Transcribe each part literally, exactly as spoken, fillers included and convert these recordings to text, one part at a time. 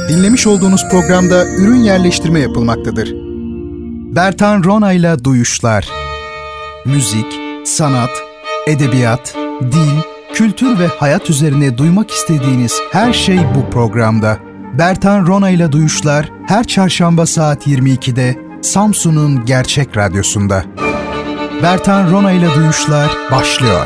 Dinlemiş olduğunuz programda ürün yerleştirme yapılmaktadır. Bertan Ronay'la Duyuşlar. Müzik, sanat, edebiyat, dil, kültür ve hayat üzerine duymak istediğiniz her şey bu programda. Bertan Ronay'la Duyuşlar her çarşamba saat yirmi ikide Samsun'un Gerçek Radyosu'nda. Bertan Ronay'la Duyuşlar başlıyor.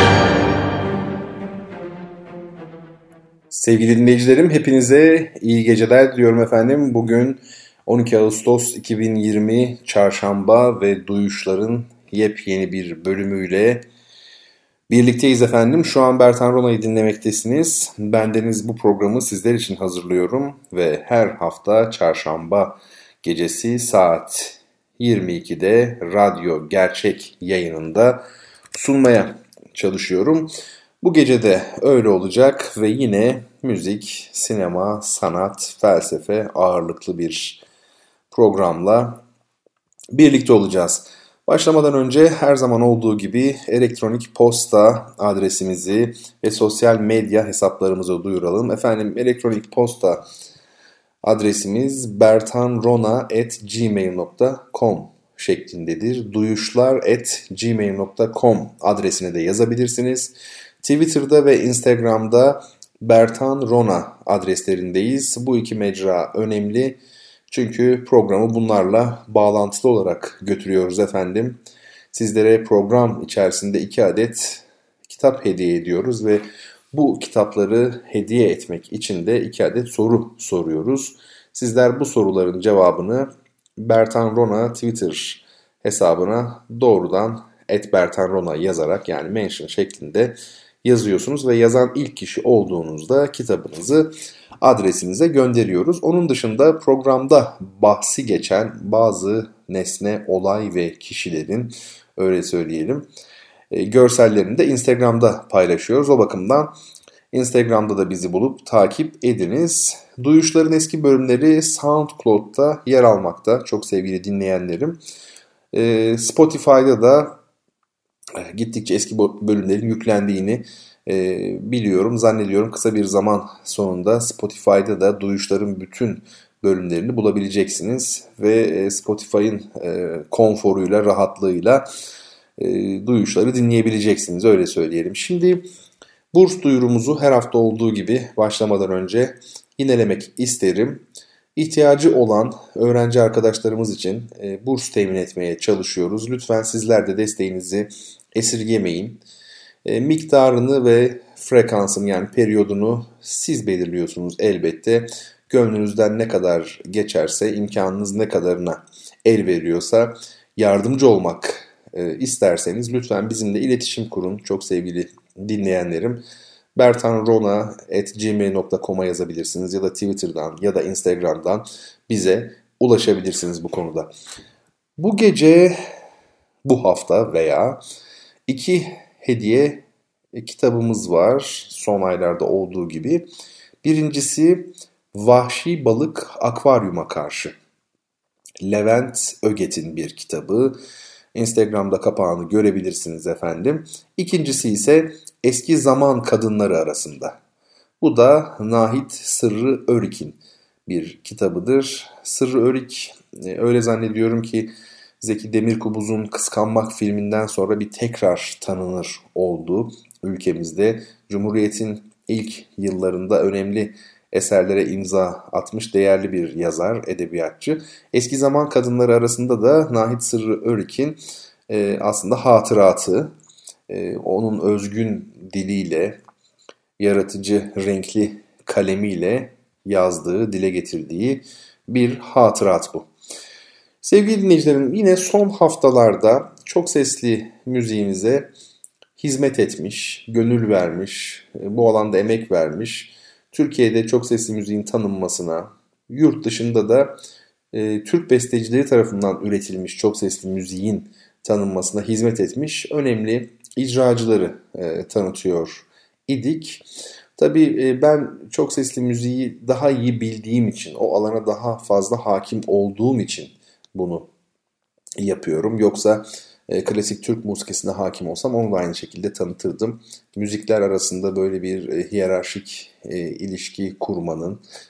Sevgili dinleyicilerim, hepinize iyi geceler diliyorum efendim. Bugün on iki Ağustos iki bin yirmi Çarşamba ve Duyuşların yepyeni bir bölümüyle birlikteyiz efendim. Şu an Bertan Ronay'ı dinlemektesiniz. Bendeniz bu programı sizler için hazırlıyorum ve her hafta Çarşamba gecesi saat yirmi ikide Radyo Gerçek yayınında sunmaya çalışıyorum. Bu gece de öyle olacak ve yine müzik, sinema, sanat, felsefe ağırlıklı bir programla birlikte olacağız. Başlamadan önce her zaman olduğu gibi elektronik posta adresimizi ve sosyal medya hesaplarımızı duyuralım. Efendim elektronik posta adresimiz bertanrona at gmail nokta com şeklindedir. Duyuşlar at gmail nokta com adresine de yazabilirsiniz. Twitter'da ve Instagram'da Bertan Rona adreslerindeyiz. Bu iki mecra önemli çünkü programı bunlarla bağlantılı olarak götürüyoruz efendim. Sizlere program içerisinde iki adet kitap hediye ediyoruz ve bu kitapları hediye etmek için de iki adet soru soruyoruz. Sizler bu soruların cevabını Bertan Rona Twitter hesabına doğrudan at Bertan Rona yazarak, yani mention şeklinde yazıyorsunuz ve yazan ilk kişi olduğunuzda kitabınızı adresinize gönderiyoruz. Onun dışında programda bahsi geçen bazı nesne, olay ve kişilerin, öyle söyleyelim, e, görsellerini de Instagram'da paylaşıyoruz. O bakımdan Instagram'da da bizi bulup takip ediniz. Duyuşların eski bölümleri SoundCloud'da yer almakta çok sevgili dinleyenlerim. E, Spotify'da da gittikçe eski bölümlerin yüklendiğini e, biliyorum, zannediyorum. Kısa bir zaman sonunda Spotify'da da Duyuşların bütün bölümlerini bulabileceksiniz. Ve e, Spotify'ın e, konforuyla, rahatlığıyla e, Duyuşları dinleyebileceksiniz, öyle söyleyelim. Şimdi burs duyurumuzu her hafta olduğu gibi başlamadan önce yinelemek isterim. İhtiyacı olan öğrenci arkadaşlarımız için e, burs temin etmeye çalışıyoruz. Lütfen sizler de desteğinizi esirgemeyin. E, miktarını ve frekansını, yani periyodunu siz belirliyorsunuz elbette. Gönlünüzden ne kadar geçerse, imkanınız ne kadarına el veriyorsa, yardımcı olmak e, isterseniz lütfen bizimle iletişim kurun çok sevgili dinleyenlerim. bertanrona at gmail nokta com'a yazabilirsiniz ya da Twitter'dan ya da Instagram'dan bize ulaşabilirsiniz bu konuda. Bu gece, bu hafta veya iki hediye kitabımız var son aylarda olduğu gibi. Birincisi Vahşi Balık Akvaryuma Karşı. Levent Öget'in bir kitabı. Instagram'da kapağını görebilirsiniz efendim. İkincisi ise Eski Zaman Kadınları Arasında. Bu da Nahit Sırrı Örik'in bir kitabıdır. Sırrı Örik, öyle zannediyorum ki Zeki Demirkubuz'un Kıskanmak filminden sonra bir tekrar tanınır oldu ülkemizde. Cumhuriyet'in ilk yıllarında önemli eserlere imza atmış değerli bir yazar, edebiyatçı. Eski Zaman Kadınları Arasında da Nahit Sırrı Örik'in e, aslında hatıratı, e, onun özgün diliyle, yaratıcı, renkli kalemiyle yazdığı, dile getirdiği bir hatırat bu. Sevgili dinleyicilerim, yine son haftalarda çok sesli müziğimize hizmet etmiş, gönül vermiş, bu alanda emek vermiş, Türkiye'de çok sesli müziğin tanınmasına, yurt dışında da e, Türk bestecileri tarafından üretilmiş çok sesli müziğin tanınmasına hizmet etmiş önemli icracıları e, tanıtıyor idik. Tabii e, ben çok sesli müziği daha iyi bildiğim için, o alana daha fazla hakim olduğum için bunu yapıyorum. Yoksa e, klasik Türk musikisine hakim olsam onu da aynı şekilde tanıtırdım. Müzikler arasında böyle bir e, hiyerarşik e, ilişki kurmanın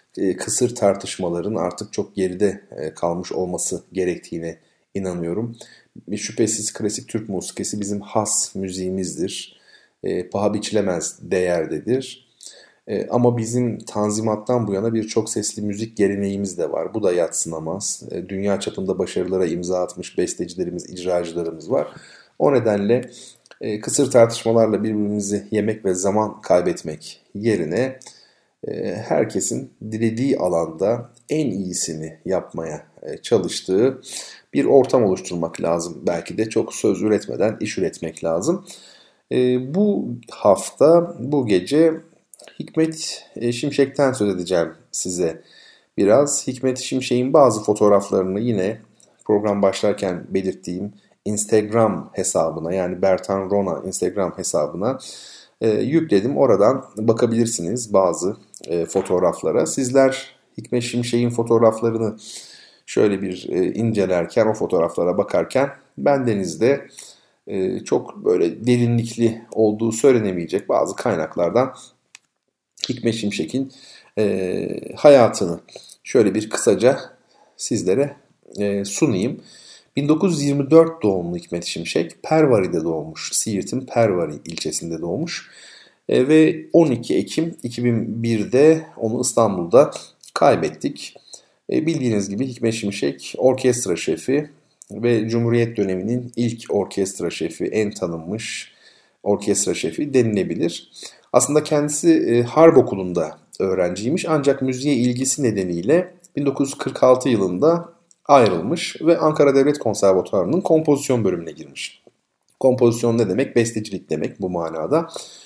e, kısır tartışmaların artık çok geride e, kalmış olması gerektiğine inanıyorum. Şüphesiz klasik Türk musikisi bizim has müziğimizdir. E, paha biçilemez değerdedir. E, ama bizim Tanzimat'tan bu yana birçok sesli müzik geleneğimiz de var. Bu da yadsınamaz. E, dünya çapında başarılara imza atmış bestecilerimiz, icracılarımız var. O nedenle e, kısır tartışmalarla birbirimizi yemek ve zaman kaybetmek yerine e, herkesin dilediği alanda en iyisini yapmaya e, çalıştığı bir ortam oluşturmak lazım. Belki de çok söz üretmeden iş üretmek lazım. E, bu hafta, bu gece Hikmet Şimşek'ten söz edeceğim size biraz. Hikmet Şimşek'in bazı fotoğraflarını yine program başlarken belirttiğim Instagram hesabına, yani Bertan Rona Instagram hesabına e, yükledim. Oradan bakabilirsiniz bazı e, fotoğraflara. Sizler Hikmet Şimşek'in fotoğraflarını şöyle bir e, incelerken, o fotoğraflara bakarken bendenizde e, çok böyle derinlikli olduğu söylenemeyecek bazı kaynaklardan Hikmet Şimşek'in e, hayatını şöyle bir kısaca sizlere e, sunayım. bin dokuz yüz yirmi dört doğumlu Hikmet Şimşek, Pervari'de doğmuş. Siirt'in Pervari ilçesinde doğmuş. E, ve on iki Ekim iki bin birde onu İstanbul'da kaybettik. E, bildiğiniz gibi Hikmet Şimşek orkestra şefi ve Cumhuriyet döneminin ilk orkestra şefi, en tanınmış orkestra şefi denilebilir. Aslında kendisi e, Harp Okulu'nda öğrenciymiş, ancak müziğe ilgisi nedeniyle bin dokuz yüz kırk altı yılında ayrılmış ve Ankara Devlet Konservatuvarı'nın kompozisyon bölümüne girmiş. Kompozisyon ne demek? Bestecilik demek bu manada.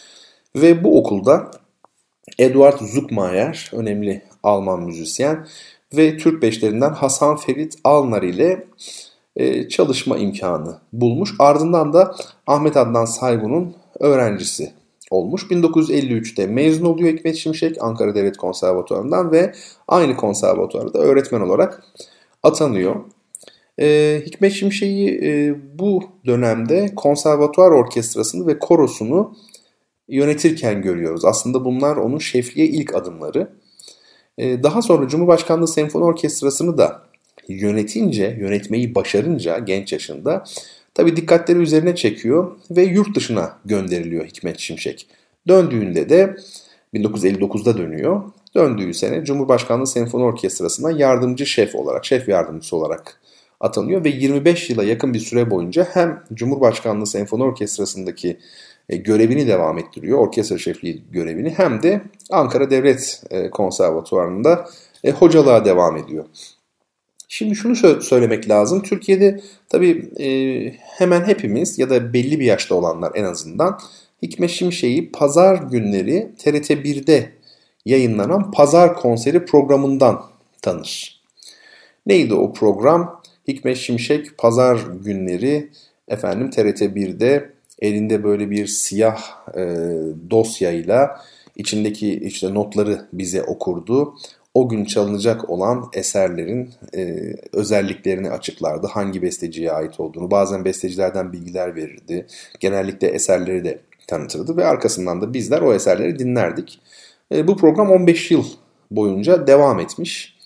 Ve bu okulda Eduard Zuckmayer, önemli Alman müzisyen, ve Türk beşlerinden Hasan Ferit Alnar ile e, çalışma imkanı bulmuş. Ardından da Ahmet Adnan Saygun'un öğrencisi olmuş. bin dokuz yüz elli üçte mezun oluyor Hikmet Şimşek Ankara Devlet Konservatuvarı'ndan ve aynı konservatuvarda öğretmen olarak atanıyor. Ee, Hikmet Şimşek'i e, bu dönemde konservatuvar orkestrasını ve korosunu yönetirken görüyoruz. Aslında bunlar onun şefliğe ilk adımları. Ee, daha sonra Cumhurbaşkanlığı Senfoni Orkestrası'nı da yönetince, yönetmeyi başarınca genç yaşında tabii dikkatleri üzerine çekiyor ve yurt dışına gönderiliyor Hikmet Şimşek. Döndüğünde de bin dokuz yüz elli dokuzda dönüyor. Döndüğü sene Cumhurbaşkanlığı Senfoni Orkestrası'na yardımcı şef olarak, şef yardımcısı olarak atanıyor ve yirmi beş yıla yakın bir süre boyunca hem Cumhurbaşkanlığı Senfoni Orkestrası'ndaki görevini devam ettiriyor, orkestra şefliği görevini, hem de Ankara Devlet Konservatuvarı'nda hocalığa devam ediyor. Şimdi şunu söylemek lazım. Türkiye'de tabii e, hemen hepimiz ya da belli bir yaşta olanlar en azından Hikmet Şimşek'i pazar günleri T R T birde yayınlanan Pazar Konseri programından tanır. Neydi o program? Hikmet Şimşek pazar günleri efendim T R T birde elinde böyle bir siyah e, dosyayla içindeki işte notları bize okurdu. O gün çalınacak olan eserlerin e, özelliklerini açıklardı. Hangi besteciye ait olduğunu, bazen bestecilerden bilgiler verirdi. Genellikle eserleri de tanıtırdı ve arkasından da bizler o eserleri dinlerdik. E, bu program on beş yıl boyunca devam etmiş.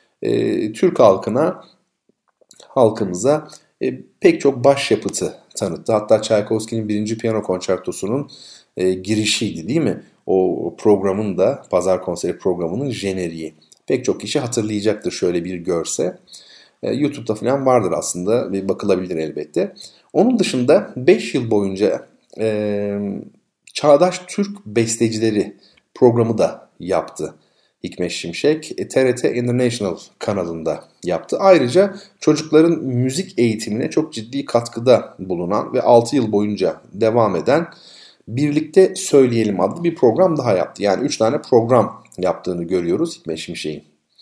E, Türk halkına, halkımıza e, pek çok başyapıtı tanıttı. Hatta Çaykovski'nin birinci piyano konçertosunun e, girişiydi, değil mi? O programın da, Pazar Konseri programının jeneriği. Pek çok kişi hatırlayacaktır şöyle bir görse. E, YouTube'da falan vardır aslında ve bakılabilir elbette. Onun dışında beş yıl boyunca e, Çağdaş Türk Bestecileri programı da yaptı Hikmet Şimşek. E, T R T International kanalında yaptı. Ayrıca çocukların müzik eğitimine çok ciddi katkıda bulunan ve altı yıl boyunca devam eden Birlikte Söyleyelim adlı bir program daha yaptı. Yani üç tane program yaptığını görüyoruz Hikmet Şimşek'in.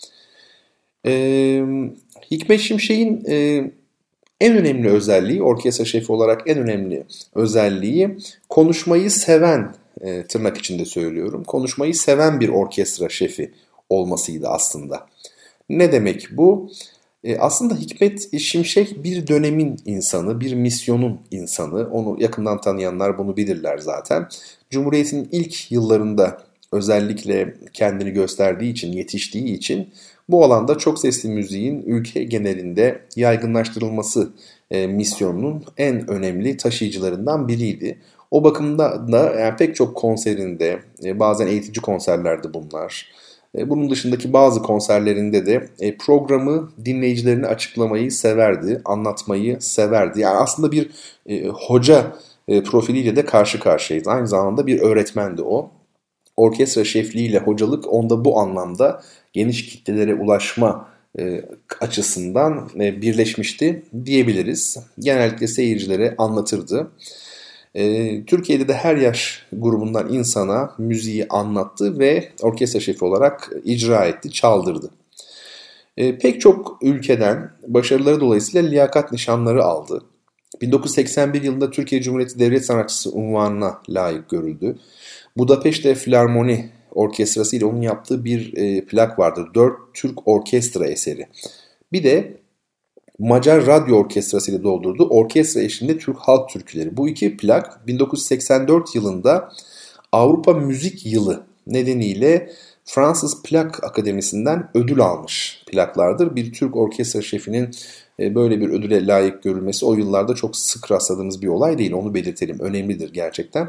Ee, Hikmet Şimşek'in e, en önemli özelliği, orkestra şefi olarak en önemli özelliği konuşmayı seven, e, tırnak içinde söylüyorum, konuşmayı seven bir orkestra şefi olmasıydı aslında. Ne demek bu? E, aslında Hikmet Şimşek bir dönemin insanı, bir misyonun insanı. Onu yakından tanıyanlar bunu bilirler zaten. Cumhuriyet'in ilk yıllarında özellikle kendini gösterdiği için, yetiştiği için bu alanda çok sesli müziğin ülke genelinde yaygınlaştırılması e, misyonunun en önemli taşıyıcılarından biriydi. O bakımda da yani pek çok konserinde, e, bazen eğitici konserlerdi bunlar. E, bunun dışındaki bazı konserlerinde de e, programı dinleyicilerine açıklamayı severdi, anlatmayı severdi. Yani aslında bir e, hoca e, profiliyle de karşı karşıyaydı. Aynı zamanda bir öğretmendi o. Orkestra şefliğiyle hocalık onda bu anlamda geniş kitlelere ulaşma e, açısından e, birleşmişti diyebiliriz. Genellikle seyircilere anlatırdı. E, Türkiye'de de her yaş grubundan insana müziği anlattı ve orkestra şefi olarak icra etti, çaldırdı. E, pek çok ülkeden başarıları dolayısıyla liyakat nişanları aldı. bin dokuz yüz seksen bir yılında Türkiye Cumhuriyeti Devlet Sanatçısı unvanına layık görüldü. Budapeşte Filarmoni Orkestrası ile onun yaptığı bir e, plak vardır. Dört Türk orkestra eseri. Bir de Macar Radyo Orkestrası ile doldurduğu orkestra eşliğinde Türk halk türküleri. Bu iki plak bin dokuz yüz seksen dört yılında Avrupa Müzik Yılı nedeniyle Fransız Plak Akademisi'nden ödül almış plaklardır. Bir Türk orkestra şefinin e, böyle bir ödüle layık görülmesi o yıllarda çok sık rastladığımız bir olay değil. Onu belirtelim. Önemlidir gerçekten.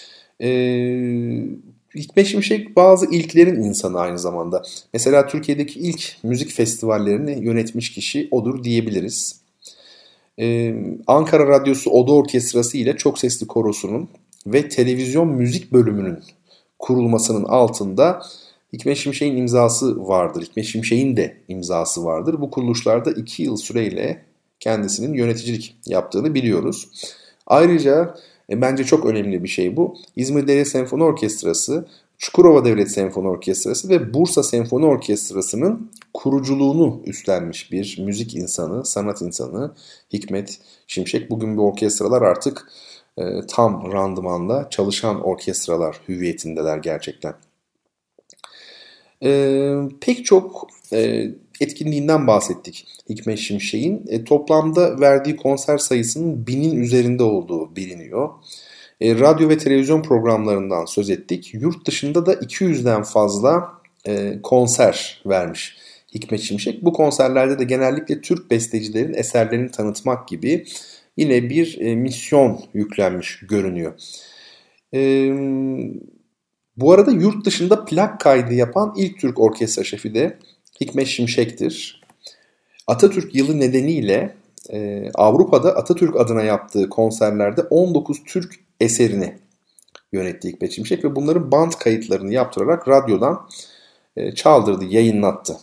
Ee, Hikmet Şimşek bazı ilklerin insanı aynı zamanda. Mesela Türkiye'deki ilk müzik festivallerini yönetmiş kişi odur diyebiliriz. Ee, Ankara Radyosu Oda Orkestrası ile Çok Sesli Korosu'nun ve televizyon müzik bölümünün kurulmasının altında Hikmet Şimşek'in imzası vardır. Hikmet Şimşek'in de imzası vardır. Bu kuruluşlarda iki yıl süreyle kendisinin yöneticilik yaptığını biliyoruz. Ayrıca E, bence çok önemli bir şey bu. İzmir Devlet Senfoni Orkestrası, Çukurova Devlet Senfoni Orkestrası ve Bursa Senfoni Orkestrası'nın kuruculuğunu üstlenmiş bir müzik insanı, sanat insanı Hikmet Şimşek. Bugün bu orkestralar artık e, tam randımanla çalışan orkestralar hüviyetindeler gerçekten. E, pek çok e, etkinliğinden bahsettik Hikmet Şimşek'in. E, toplamda verdiği konser sayısının binin üzerinde olduğu biliniyor. E, radyo ve televizyon programlarından söz ettik. Yurt dışında da iki yüzden fazla e, konser vermiş Hikmet Şimşek. Bu konserlerde de genellikle Türk bestecilerin eserlerini tanıtmak gibi yine bir e, misyon yüklenmiş görünüyor. E, bu arada yurt dışında plak kaydı yapan ilk Türk orkestra şefi de Hikmet Şimşek'tir. Atatürk yılı nedeniyle e, Avrupa'da Atatürk adına yaptığı konserlerde on dokuz Türk eserini yönetti Hikmet Şimşek ve bunların band kayıtlarını yaptırarak radyodan e, çaldırdı, yayınlattı.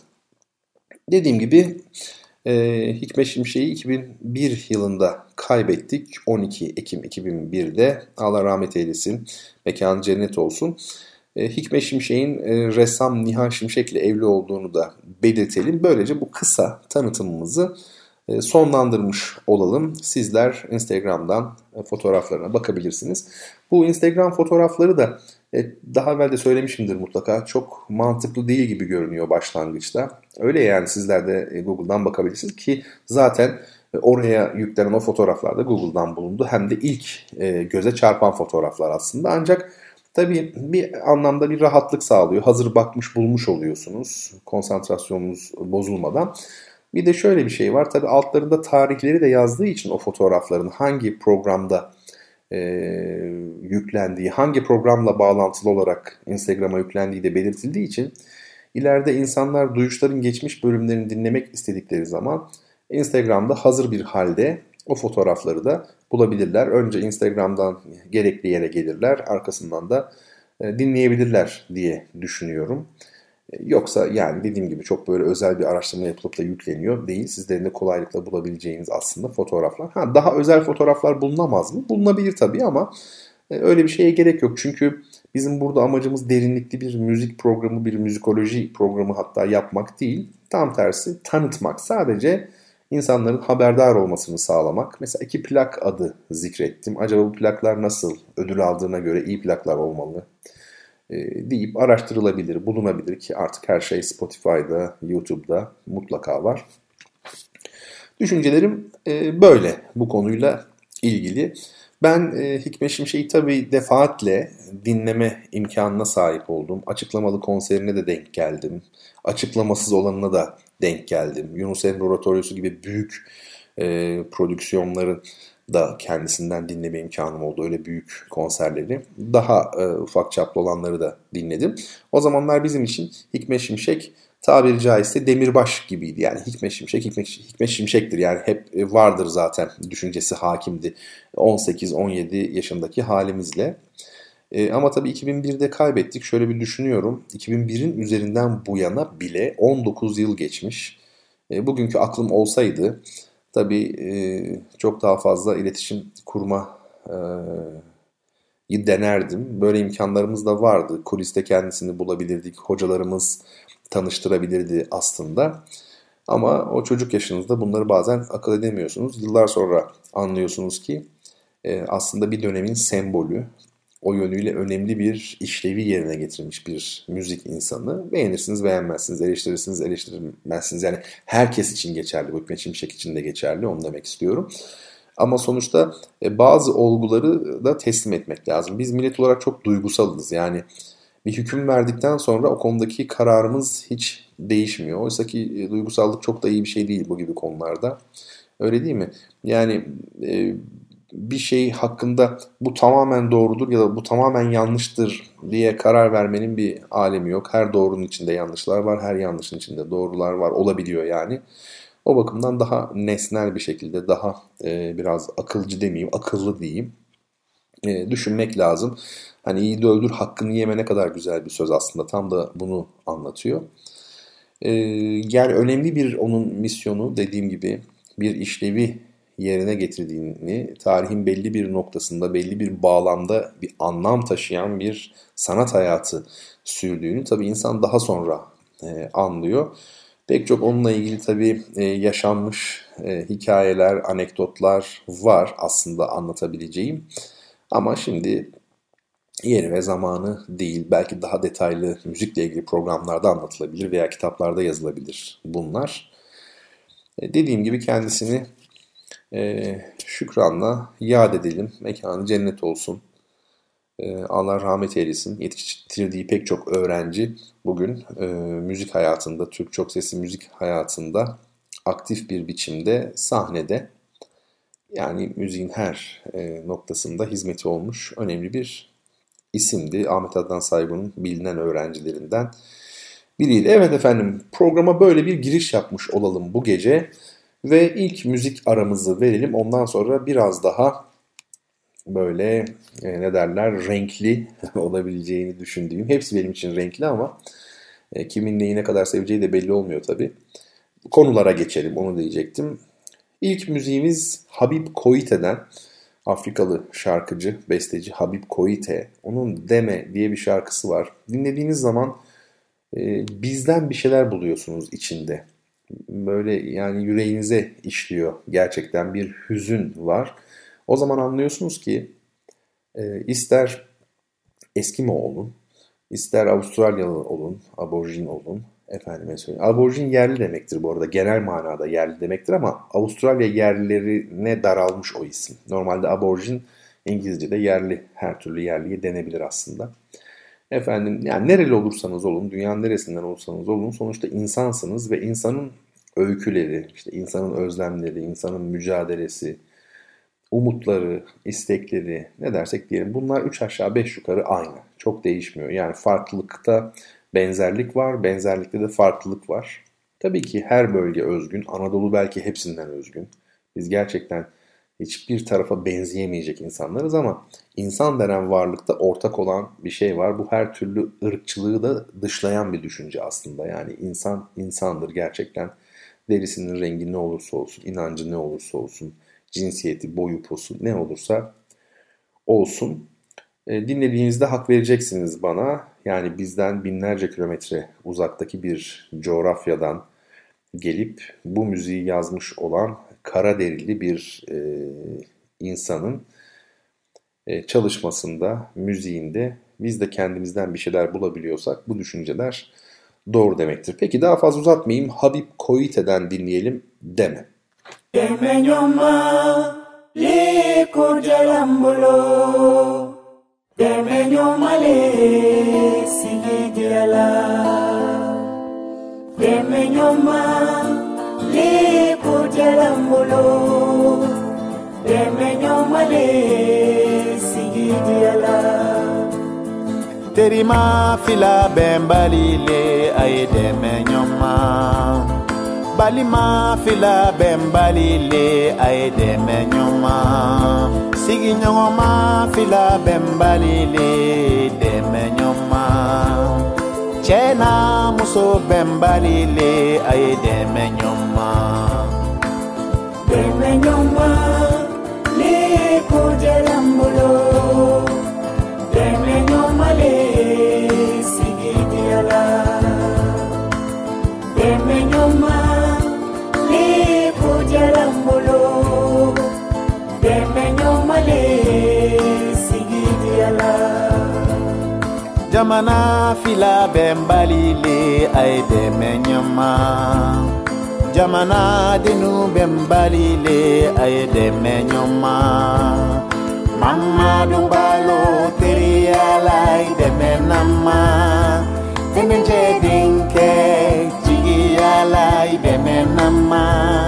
Dediğim gibi e, Hikmet Şimşek'i iki bin bir yılında kaybettik. on iki Ekim iki bin birde. Allah rahmet eylesin, mekanı cennet olsun. Hikmet Şimşek'in ressam Nihan Şimşek'le evli olduğunu da belirtelim. Böylece bu kısa tanıtımımızı sonlandırmış olalım. Sizler Instagram'dan fotoğraflarına bakabilirsiniz. Bu Instagram fotoğrafları da daha evvel de söylemişimdir mutlaka. Çok mantıklı değil gibi görünüyor başlangıçta. Öyle yani, sizler de Google'dan bakabilirsiniz ki zaten oraya yüklenen o fotoğraflar da Google'dan bulundu. Hem de ilk göze çarpan fotoğraflar aslında. Ancak tabii bir anlamda bir rahatlık sağlıyor. Hazır bakmış bulmuş oluyorsunuz konsantrasyonunuz bozulmadan. Bir de şöyle bir şey var. Tabii altlarında tarihleri de yazdığı için o fotoğrafların hangi programda e, yüklendiği, hangi programla bağlantılı olarak Instagram'a yüklendiği de belirtildiği için ileride insanlar duyuşların geçmiş bölümlerini dinlemek istedikleri zaman Instagram'da hazır bir halde o fotoğrafları da bulabilirler. Önce Instagram'dan gerekli yere gelirler, arkasından da dinleyebilirler diye düşünüyorum. Yoksa yani dediğim gibi çok böyle özel bir araştırma yapılıp da yükleniyor değil. Sizlerin de kolaylıkla bulabileceğiniz aslında fotoğraflar. Ha, daha özel fotoğraflar bulunamaz mı? Bulunabilir tabii ama öyle bir şeye gerek yok. Çünkü bizim burada amacımız derinlikli bir müzik programı, bir müzikoloji programı hatta yapmak değil. Tam tersi tanıtmak. Sadece İnsanların haberdar olmasını sağlamak. Mesela iki plak adı zikrettim. Acaba bu plaklar nasıl? Ödül aldığına göre iyi plaklar olmalı e, deyip araştırılabilir, bulunabilir ki artık her şey Spotify'da, YouTube'da mutlaka var. Düşüncelerim e, böyle bu konuyla ilgili. Ben e, Hikmet Şimşek'i tabii defaatle dinleme imkanına sahip oldum. Açıklamalı konserine de denk geldim. Açıklamasız olanına da denk geldim. Yunus Emre Oratoryosu gibi büyük e, prodüksiyonların da kendisinden dinleme imkanım oldu. Öyle büyük konserleri. Daha e, ufak çaplı olanları da dinledim. O zamanlar bizim için Hikmet Şimşek tabiri caizse demirbaş gibiydi. Yani Hikmet Şimşek, Hikmet, Hikmet Şimşek'tir. Yani hep vardır zaten, düşüncesi hakimdi. on sekiz on yedi yaşındaki halimizle. E, ama tabii iki bin birde kaybettik. Şöyle bir düşünüyorum. iki bin birin üzerinden bu yana bile on dokuz yıl geçmiş. E, bugünkü aklım olsaydı tabii e, çok daha fazla iletişim kurma e, denerdim. Böyle imkanlarımız da vardı. Kuliste kendisini bulabilirdik. Hocalarımız tanıştırabilirdi aslında. Ama o çocuk yaşınızda bunları bazen akıl edemiyorsunuz. Yıllar sonra anlıyorsunuz ki e, aslında bir dönemin sembolü, o yönüyle önemli bir işlevi yerine getirmiş bir müzik insanı. Beğenirsiniz, beğenmezsiniz, eleştirirsiniz, eleştirmezsiniz. Yani herkes için geçerli, bu Hikmet Şimşek için de geçerli, onu demek istiyorum. Ama sonuçta e, bazı olguları da teslim etmek lazım. Biz millet olarak çok duygusalız. Yani bir hüküm verdikten sonra o konudaki kararımız hiç değişmiyor. Oysa ki e, duygusallık çok da iyi bir şey değil bu gibi konularda. Öyle değil mi? Yani e, bir şey hakkında bu tamamen doğrudur ya da bu tamamen yanlıştır diye karar vermenin bir alemi yok. Her doğrunun içinde yanlışlar var, her yanlışın içinde doğrular var, olabiliyor yani. O bakımdan daha nesnel bir şekilde, daha e, biraz akılcı demeyeyim, akıllı diyeyim, e, düşünmek lazım. Hani iyi de öldür hakkını yeme, ne kadar güzel bir söz aslında, tam da bunu anlatıyor. E, yani önemli bir onun misyonu, dediğim gibi bir işlevi yerine getirdiğini, tarihin belli bir noktasında, belli bir bağlamda bir anlam taşıyan bir sanat hayatı sürdüğünü tabii insan daha sonra e, anlıyor. Pek çok onunla ilgili tabii e, yaşanmış e, hikayeler, anekdotlar var aslında anlatabileceğim. Ama şimdi yeri ve zamanı değil. Belki daha detaylı müzikle ilgili programlarda anlatılabilir veya kitaplarda yazılabilir bunlar. E, dediğim gibi kendisini e, şükranla yad edelim. Mekanı cennet olsun. E, Allah rahmet eylesin. Yetiştirdiği pek çok öğrenci bugün e, müzik hayatında, Türk çok sesli müzik hayatında aktif bir biçimde sahnede, yani müziğin her e, noktasında hizmeti olmuş önemli bir isimdi. Ahmet Adnan Saygun'un bilinen öğrencilerinden biriydi. Evet efendim, programa böyle bir giriş yapmış olalım bu gece ve ilk müzik aramızı verelim. Ondan sonra biraz daha böyle e, ne derler, renkli olabileceğini düşündüğüm, hepsi benim için renkli ama e, kimin neyi ne kadar seveceği de belli olmuyor tabii. Konulara geçelim, onu diyecektim. İlk müziğimiz Habib Koite'den, Afrikalı şarkıcı, besteci Habib Koite. Onun Deme diye bir şarkısı var. Dinlediğiniz zaman e, bizden bir şeyler buluyorsunuz içinde. Böyle yani yüreğinize işliyor. Gerçekten bir hüzün var. O zaman anlıyorsunuz ki e, ister Eskimo olun, ister Avustralyalı olun, aborjin olun. Efendime söyleyeyim. Aborjin yerli demektir bu arada. Genel manada yerli demektir ama Avustralya yerlilerine daralmış o isim. Normalde aborjin İngilizce'de yerli, her türlü yerliye denebilir aslında. Efendim, yani nereli olursanız olun, dünyanın neresinden olursanız olun, sonuçta insansınız ve insanın öyküleri, işte insanın özlemleri, insanın mücadelesi, umutları, istekleri, ne dersek diyelim, bunlar üç aşağı beş yukarı aynı. Çok değişmiyor. Yani farklılıkta benzerlik var, benzerlikte de farklılık var. Tabii ki her bölge özgün. Anadolu belki hepsinden özgün. Biz gerçekten hiçbir tarafa benzeyemeyecek insanlarız ama insan denen varlıkta ortak olan bir şey var. Bu her türlü ırkçılığı da dışlayan bir düşünce aslında. Yani insan insandır gerçekten. Derisinin rengi ne olursa olsun, inancı ne olursa olsun, cinsiyeti, boyu, posu ne olursa olsun. E, dinlediğinizde hak vereceksiniz bana. Yani bizden binlerce kilometre uzaktaki bir coğrafyadan gelip bu müziği yazmış olan Karaderili bir e, insanın e, çalışmasında, müziğinde biz de kendimizden bir şeyler bulabiliyorsak bu düşünceler doğru demektir. Peki daha fazla uzatmayayım. Habib Koite'den dinleyelim. Deme. Deme nyoma, liko jalambulo demenyo male sigidiala demenyo ma liko jalambulo demenyo male sigidiala terima fila bembalile ay demenyo ma balima fila bembalile ay demenyoma sigi nyoma fila bembalile demenyoma chena muso bembalile ay demenyoma demenyoma le ko jalambulo demenyoma le sigi diala demenyoma jalambulo demenyo male sigidiala jamana fila bembalile ay demenyama jamana dinu bembalile ay demenyama mama dubalo teriala ay demenama temenje dinke jigiala ay demenama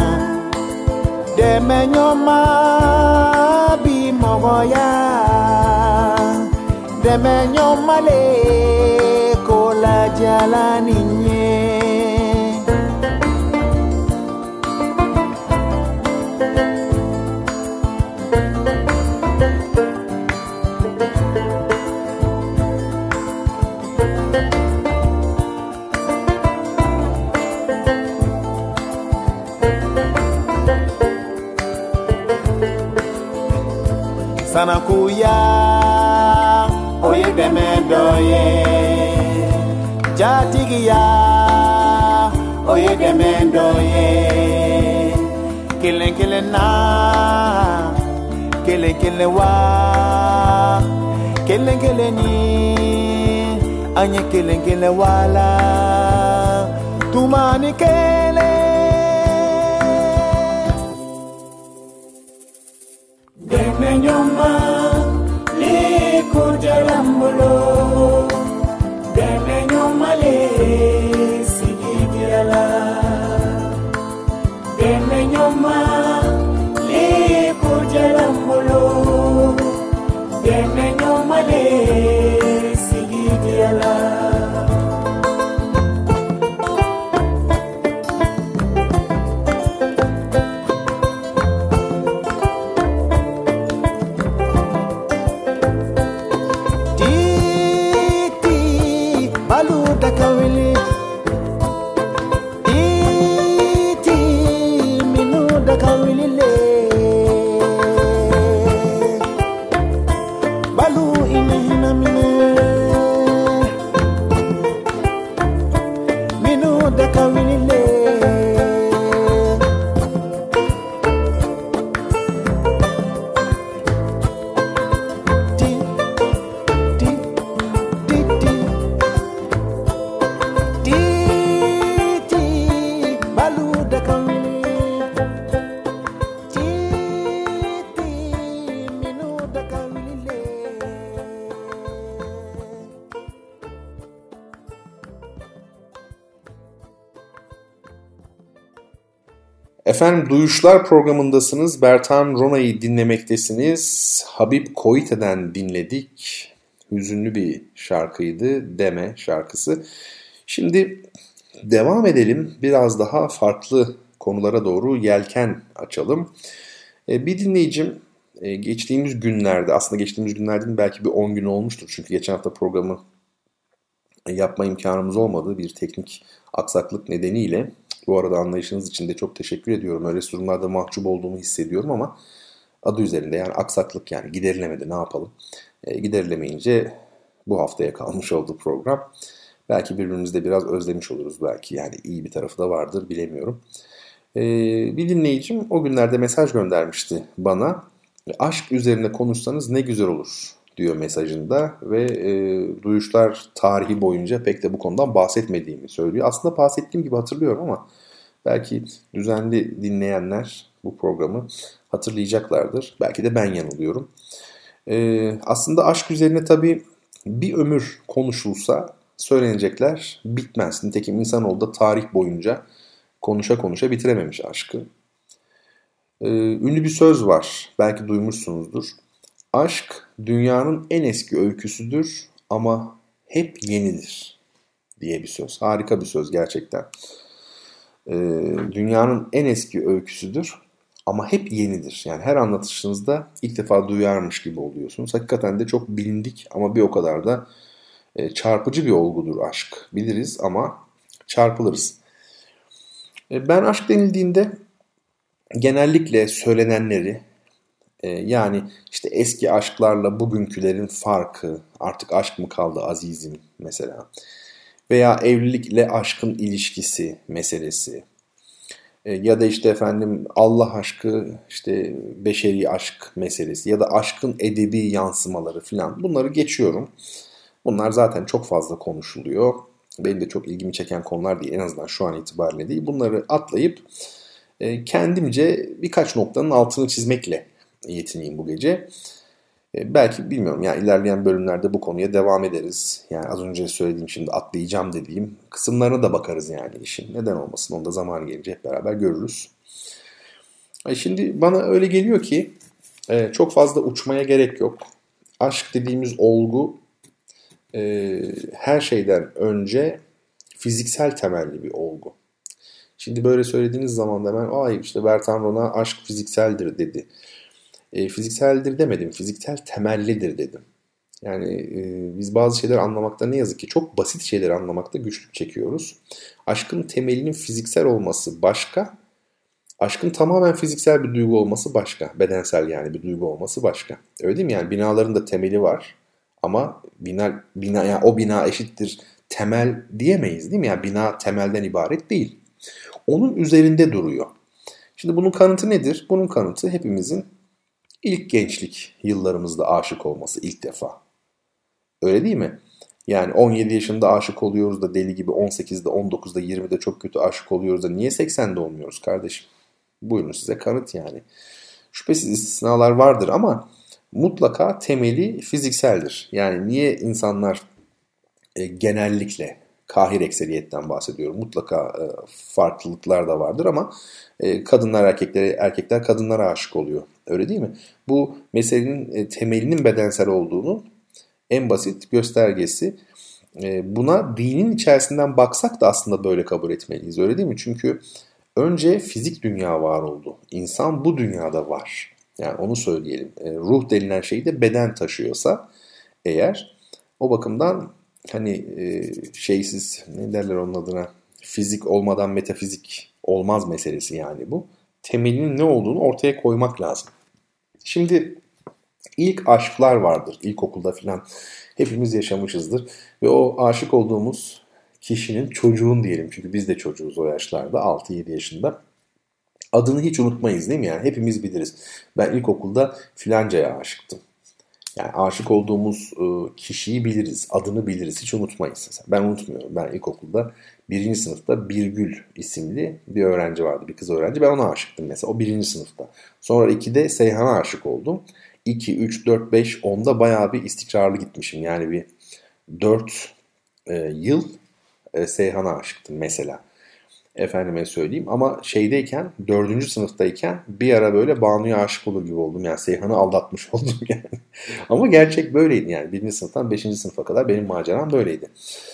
demenyoma bi mogoya demenyoma le kola jalaninye sanakuya oye demendoye jatigiya oye demendoye kelen kelen na kelen kelen wa kelen kelen ni anye kelen kelen wala tumani kelen demenyoma liko jalambulo demenyoma le sigidiala demenyoma liko jalambulo demenyoma le sigidiala Efendim Duyuşlar programındasınız. Bertan Rona'yı dinlemektesiniz. Habib Koite'den dinledik. Hüzünlü bir şarkıydı. Deme şarkısı. Şimdi devam edelim. Biraz daha farklı konulara doğru yelken açalım. Bir dinleyicim geçtiğimiz günlerde, aslında geçtiğimiz günlerde belki bir on gün olmuştur. Çünkü geçen hafta programı yapma imkanımız olmadı. Bir teknik aksaklık nedeniyle. Bu arada anlayışınız için de çok teşekkür ediyorum. Öyle durumlarda mahcup olduğumu hissediyorum ama adı üzerinde yani aksaklık, yani giderilemedi, ne yapalım. E, giderilemeyince bu haftaya kalmış oldu program. Belki birbirimizi de biraz özlemiş oluruz belki. Yani iyi bir tarafı da vardır, bilemiyorum. E, bir dinleyicim o günlerde mesaj göndermişti bana. Aşk üzerine konuşsanız ne güzel olur diyor mesajında ve e, Duyuşlar tarihi boyunca pek de bu konudan bahsetmediğimi söylüyor. Aslında bahsettiğim gibi hatırlıyorum ama Belki düzenli dinleyenler bu programı hatırlayacaklardır. Belki de ben yanılıyorum. Ee, aslında aşk üzerine tabii bir ömür konuşulsa söylenecekler bitmez. Nitekim insanoğlu da tarih boyunca konuşa konuşa bitirememiş aşkı. Ee, ünlü bir söz var, belki duymuşsunuzdur. Aşk dünyanın en eski öyküsüdür ama hep yenidir diye bir söz. Harika bir söz gerçekten. Ee, dünyanın en eski öyküsüdür ama hep yenidir. Yani her anlatışınızda ilk defa duyarmış gibi oluyorsunuz. Hakikaten de çok bilindik ama bir o kadar da e, çarpıcı bir olgudur aşk. Biliriz ama çarpılırız. E, ben aşk denildiğinde genellikle söylenenleri, e, yani işte eski aşklarla bugünkülerin farkı, artık aşk mı kaldı azizim mesela, veya evlilikle aşkın ilişkisi meselesi, e, ya da işte efendim Allah aşkı, işte beşeri aşk meselesi ya da aşkın edebi yansımaları filan, bunları geçiyorum. Bunlar zaten çok fazla konuşuluyor. Benim de çok ilgimi çeken konular değil, en azından şu an itibariyle değil. Bunları atlayıp e, kendimce birkaç noktanın altını çizmekle yetineyim bu gece. E, belki bilmiyorum yani ilerleyen bölümlerde bu konuya devam ederiz. Yani az önce söylediğim, şimdi atlayacağım dediğim kısımlarına da bakarız yani işin. Neden olmasın, onu da zamanı gelince hep beraber görürüz. E, şimdi bana öyle geliyor ki e, çok fazla uçmaya gerek yok. Aşk dediğimiz olgu e, her şeyden önce fiziksel temelli bir olgu. Şimdi böyle söylediğiniz zaman da ben ay işte Bertan Rona aşk fizikseldir dedi. E, fizikseldir demedim, fiziksel temellidir dedim. Yani e, biz bazı şeyleri anlamakta ne yazık ki çok basit şeyleri anlamakta güçlük çekiyoruz. Aşkın temelinin fiziksel olması başka, aşkın tamamen fiziksel bir duygu olması başka. Bedensel yani bir duygu olması başka. Öyle değil mi? Yani binaların da temeli var ama bina, bina yani o bina eşittir temel diyemeyiz değil mi? Yani bina temelden ibaret değil. Onun üzerinde duruyor. Şimdi bunun kanıtı nedir? Bunun kanıtı hepimizin İlk gençlik yıllarımızda aşık olması ilk defa. Öyle değil mi? Yani on yedi yaşında aşık oluyoruz da deli gibi, on sekizde, on dokuzda, yirmide çok kötü aşık oluyoruz da niye seksende olmuyoruz kardeşim? Buyurun size kanıt yani. Şüphesiz istisnalar vardır ama mutlaka temeli fizikseldir. Yani niye insanlar e, genellikle, kahir ekseriyetten bahsediyorum, mutlaka e, farklılıklar da vardır ama e, kadınlar erkeklere, erkekler kadınlara aşık oluyor. Öyle değil mi? Bu meselenin e, temelinin bedensel olduğunu en basit göstergesi. E, buna dinin içerisinden baksak da aslında böyle kabul etmeliyiz. Öyle değil mi? Çünkü önce fizik dünya var oldu. İnsan bu dünyada var. Yani onu söyleyelim. E, ruh denilen şeyi de beden taşıyorsa eğer, o bakımdan hani e, şeysiz, ne derler onun adına, fizik olmadan metafizik olmaz meselesi yani bu. Temelinin ne olduğunu ortaya koymak lazım. Şimdi ilk aşklar vardır. İlkokulda filan hepimiz yaşamışızdır. Ve o aşık olduğumuz kişinin, çocuğun diyelim, çünkü biz de çocuğuz o yaşlarda, altı yedi yaşında. Adını hiç unutmayız değil mi? Yani hepimiz biliriz. Ben ilkokulda filancaya aşıktım. Yani aşık olduğumuz kişiyi biliriz, adını biliriz, hiç unutmayız. Ben unutmuyorum. Ben ilkokulda birinci sınıfta Birgül isimli bir öğrenci vardı, bir kız öğrenci. Ben ona aşıktım mesela, o birinci sınıfta. Sonra ikide Seyhan'a aşık oldum. iki, üç, dört, beş, onda bayağı bir istikrarlı gitmişim. Yani bir dört e, yıl e, Seyhan'a aşıktım mesela. Efendime söyleyeyim, ama şeydeyken, dördüncü sınıftayken bir ara böyle Banu'ya aşık olur gibi oldum. Yani Seyhan'ı aldatmış oldum yani. Ama gerçek böyleydi yani. Birinci sınıftan beşinci sınıfa kadar benim maceram böyleydi.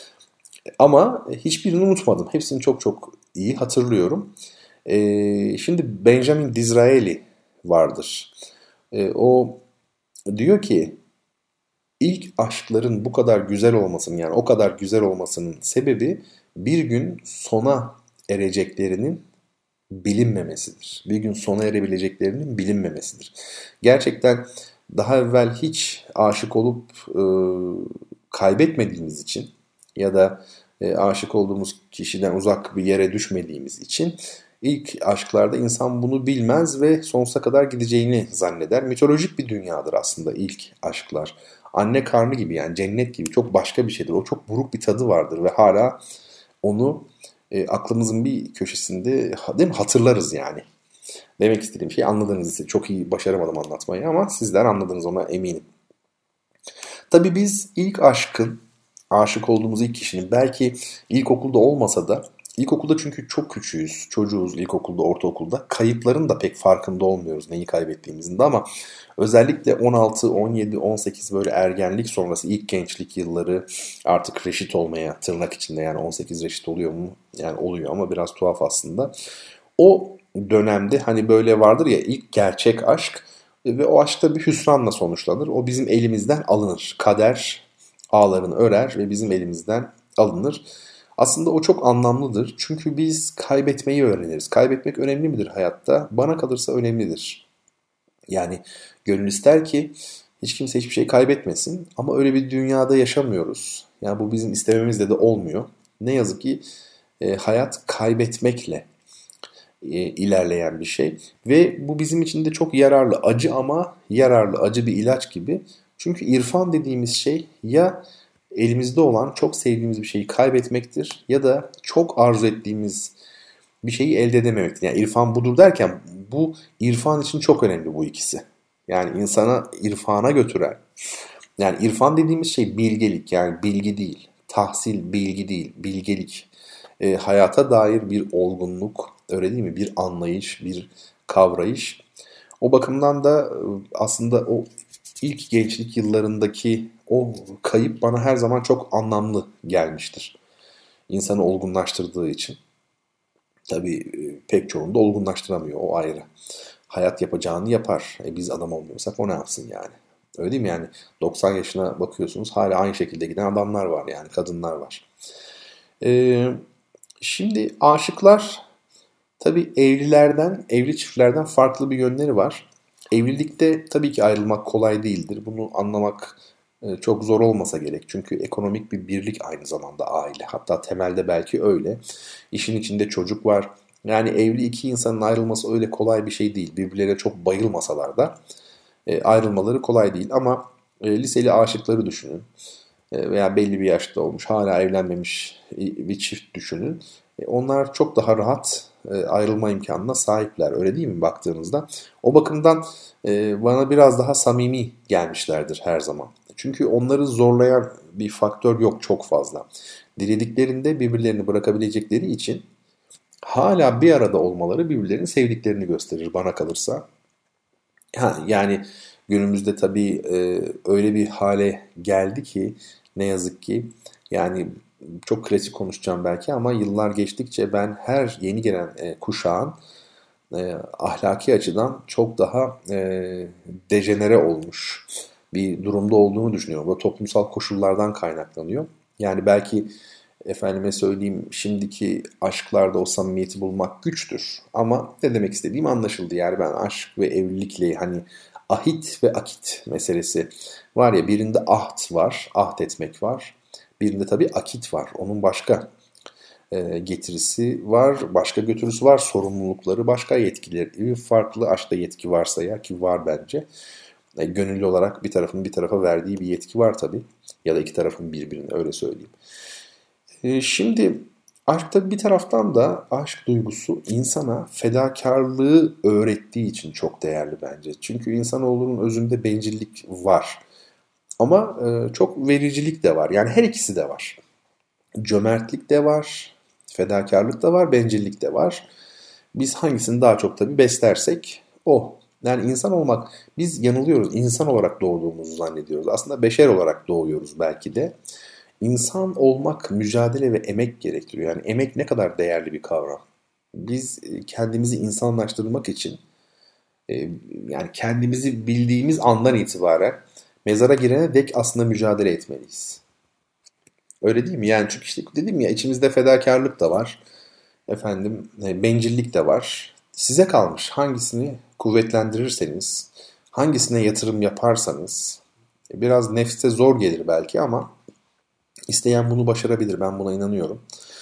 Ama hiçbirini unutmadım. Hepsini çok çok iyi hatırlıyorum. Ee, şimdi Benjamin Disraeli vardır. Ee, o diyor ki ilk aşkların bu kadar güzel olmasının, yani o kadar güzel olmasının sebebi bir gün sona ereceklerinin bilinmemesidir. Bir gün sona erebileceklerinin bilinmemesidir. Gerçekten daha evvel hiç aşık olup e, kaybetmediğimiz için ya da e, aşık olduğumuz kişiden uzak bir yere düşmediğimiz için ilk aşklarda insan bunu bilmez ve sonsuza kadar gideceğini zanneder. Mitolojik bir dünyadır aslında ilk aşklar. Anne karnı gibi, yani cennet gibi, çok başka bir şeydir. O çok buruk bir tadı vardır ve hala onu e, aklımızın bir köşesinde değil mi, hatırlarız yani. Demek istediğim şey anladığınızı çok iyi başaramadım anlatmayı ama sizler anladınız, ona eminim. Tabii biz ilk aşkın, aşık olduğumuz ilk kişinin belki ilkokulda olmasa da, ilkokulda çünkü çok küçüğüz, çocuğuz ilkokulda, ortaokulda. Kayıpların da pek farkında olmuyoruz neyi kaybettiğimizin de ama özellikle on altı, on yedi, on sekiz böyle ergenlik sonrası ilk gençlik yılları, artık reşit olmaya tırnak içinde, yani on sekiz reşit oluyor mu? Yani oluyor ama biraz tuhaf aslında. O dönemde hani böyle vardır ya ilk gerçek aşk ve o aşk da bir hüsranla sonuçlanır. O bizim elimizden alınır. Kader ağlarını örer ve bizim elimizden alınır. Aslında o çok anlamlıdır. Çünkü biz kaybetmeyi öğreniriz. Kaybetmek önemli midir hayatta? Bana kalırsa önemlidir. Yani gönül ister ki hiç kimse hiçbir şey kaybetmesin. Ama öyle bir dünyada yaşamıyoruz. Yani bu bizim istememizle de olmuyor. Ne yazık ki e, hayat kaybetmekle e, ilerleyen bir şey. Ve bu bizim için de çok yararlı. Acı ama yararlı. Acı bir ilaç gibi. Çünkü irfan dediğimiz şey ya elimizde olan çok sevdiğimiz bir şeyi kaybetmektir ya da çok arzu ettiğimiz bir şeyi elde edememektir. Yani irfan budur derken bu irfan için çok önemli bu ikisi. Yani insana irfana götüren. Yani irfan dediğimiz şey bilgelik, yani bilgi değil. Tahsil bilgi değil, bilgelik. E, hayata dair bir olgunluk, öyle değil mi? Bir anlayış, bir kavrayış. O bakımdan da aslında o ilk gençlik yıllarındaki o kayıp bana her zaman çok anlamlı gelmiştir. İnsanı olgunlaştırdığı için. Tabii pek çoğunu da olgunlaştıramıyor, o ayrı. Hayat yapacağını yapar. E biz adam olmuyorsak o ne yapsın yani? Öyle değil mi yani? doksan yaşına bakıyorsunuz hala aynı şekilde giden adamlar var yani, kadınlar var. Ee, şimdi aşıklar tabii evlilerden, evli çiftlerden farklı bir yönleri var. Evlilikte tabii ki ayrılmak kolay değildir. Bunu anlamak çok zor olmasa gerek. Çünkü ekonomik bir birlik aynı zamanda aile. Hatta temelde belki öyle. İşin içinde çocuk var. Yani evli iki insanın ayrılması öyle kolay bir şey değil. Birbirlerine çok bayılmasalar da ayrılmaları kolay değil. Ama liseli aşıkları düşünün. Veya belli bir yaşta olmuş, hala evlenmemiş bir çift düşünün. Onlar çok daha rahat ayrılma imkanına sahipler. Öyle değil mi baktığınızda? O bakımdan bana biraz daha samimi gelmişlerdir her zaman. Çünkü onları zorlayan bir faktör yok çok fazla. Dilediklerinde birbirlerini bırakabilecekleri için hala bir arada olmaları birbirlerini sevdiklerini gösterir bana kalırsa. Ha, yani günümüzde tabii öyle bir hale geldi ki ne yazık ki, yani çok klasik konuşacağım belki ama yıllar geçtikçe ben her yeni gelen e, kuşağın e, ahlaki açıdan çok daha e, dejenere olmuş bir durumda olduğunu düşünüyorum. Bu toplumsal koşullardan kaynaklanıyor. Yani belki efendime söyleyeyim şimdiki aşklarda o samimiyeti bulmak güçtür. Ama ne demek istediğim anlaşıldı. Yani ben aşk ve evlilikle hani ahit ve akit meselesi var ya, birinde ahd var, ahd etmek var. Birinde tabii akit var. Onun başka e, getirisi var, başka götürüsü var, sorumlulukları, başka yetkileri farklı. Aşkta yetki varsa ya, ki var bence. E, gönüllü olarak bir tarafın bir tarafa verdiği bir yetki var tabii. Ya da iki tarafın birbirine, öyle söyleyeyim. E, şimdi aşkta bir taraftan da aşk duygusu insana fedakarlığı öğrettiği için çok değerli bence. Çünkü insanoğlunun özünde bencillik var. Ama e, çok vericilik de var. Yani her ikisi de var. Cömertlik de var, fedakarlık da var, bencillik de var. Biz hangisini daha çok tabii beslersek o. Yani insan olmak, biz yanılıyoruz. İnsan olarak doğduğumuzu zannediyoruz. Aslında beşer olarak doğuyoruz belki de. İnsan olmak mücadele ve emek gerektiriyor. Yani emek ne kadar değerli bir kavram. Biz kendimizi insanlaştırmak için, e, yani kendimizi bildiğimiz andan itibaren mezara girene dek aslında mücadele etmeliyiz. Öyle değil mi? Yani çünkü işte dedim ya, içimizde fedakarlık da var. Efendim bencillik de var. Size kalmış. Hangisini kuvvetlendirirseniz, hangisine yatırım yaparsanız, biraz nefse zor gelir belki ama isteyen bunu başarabilir. Ben buna inanıyorum.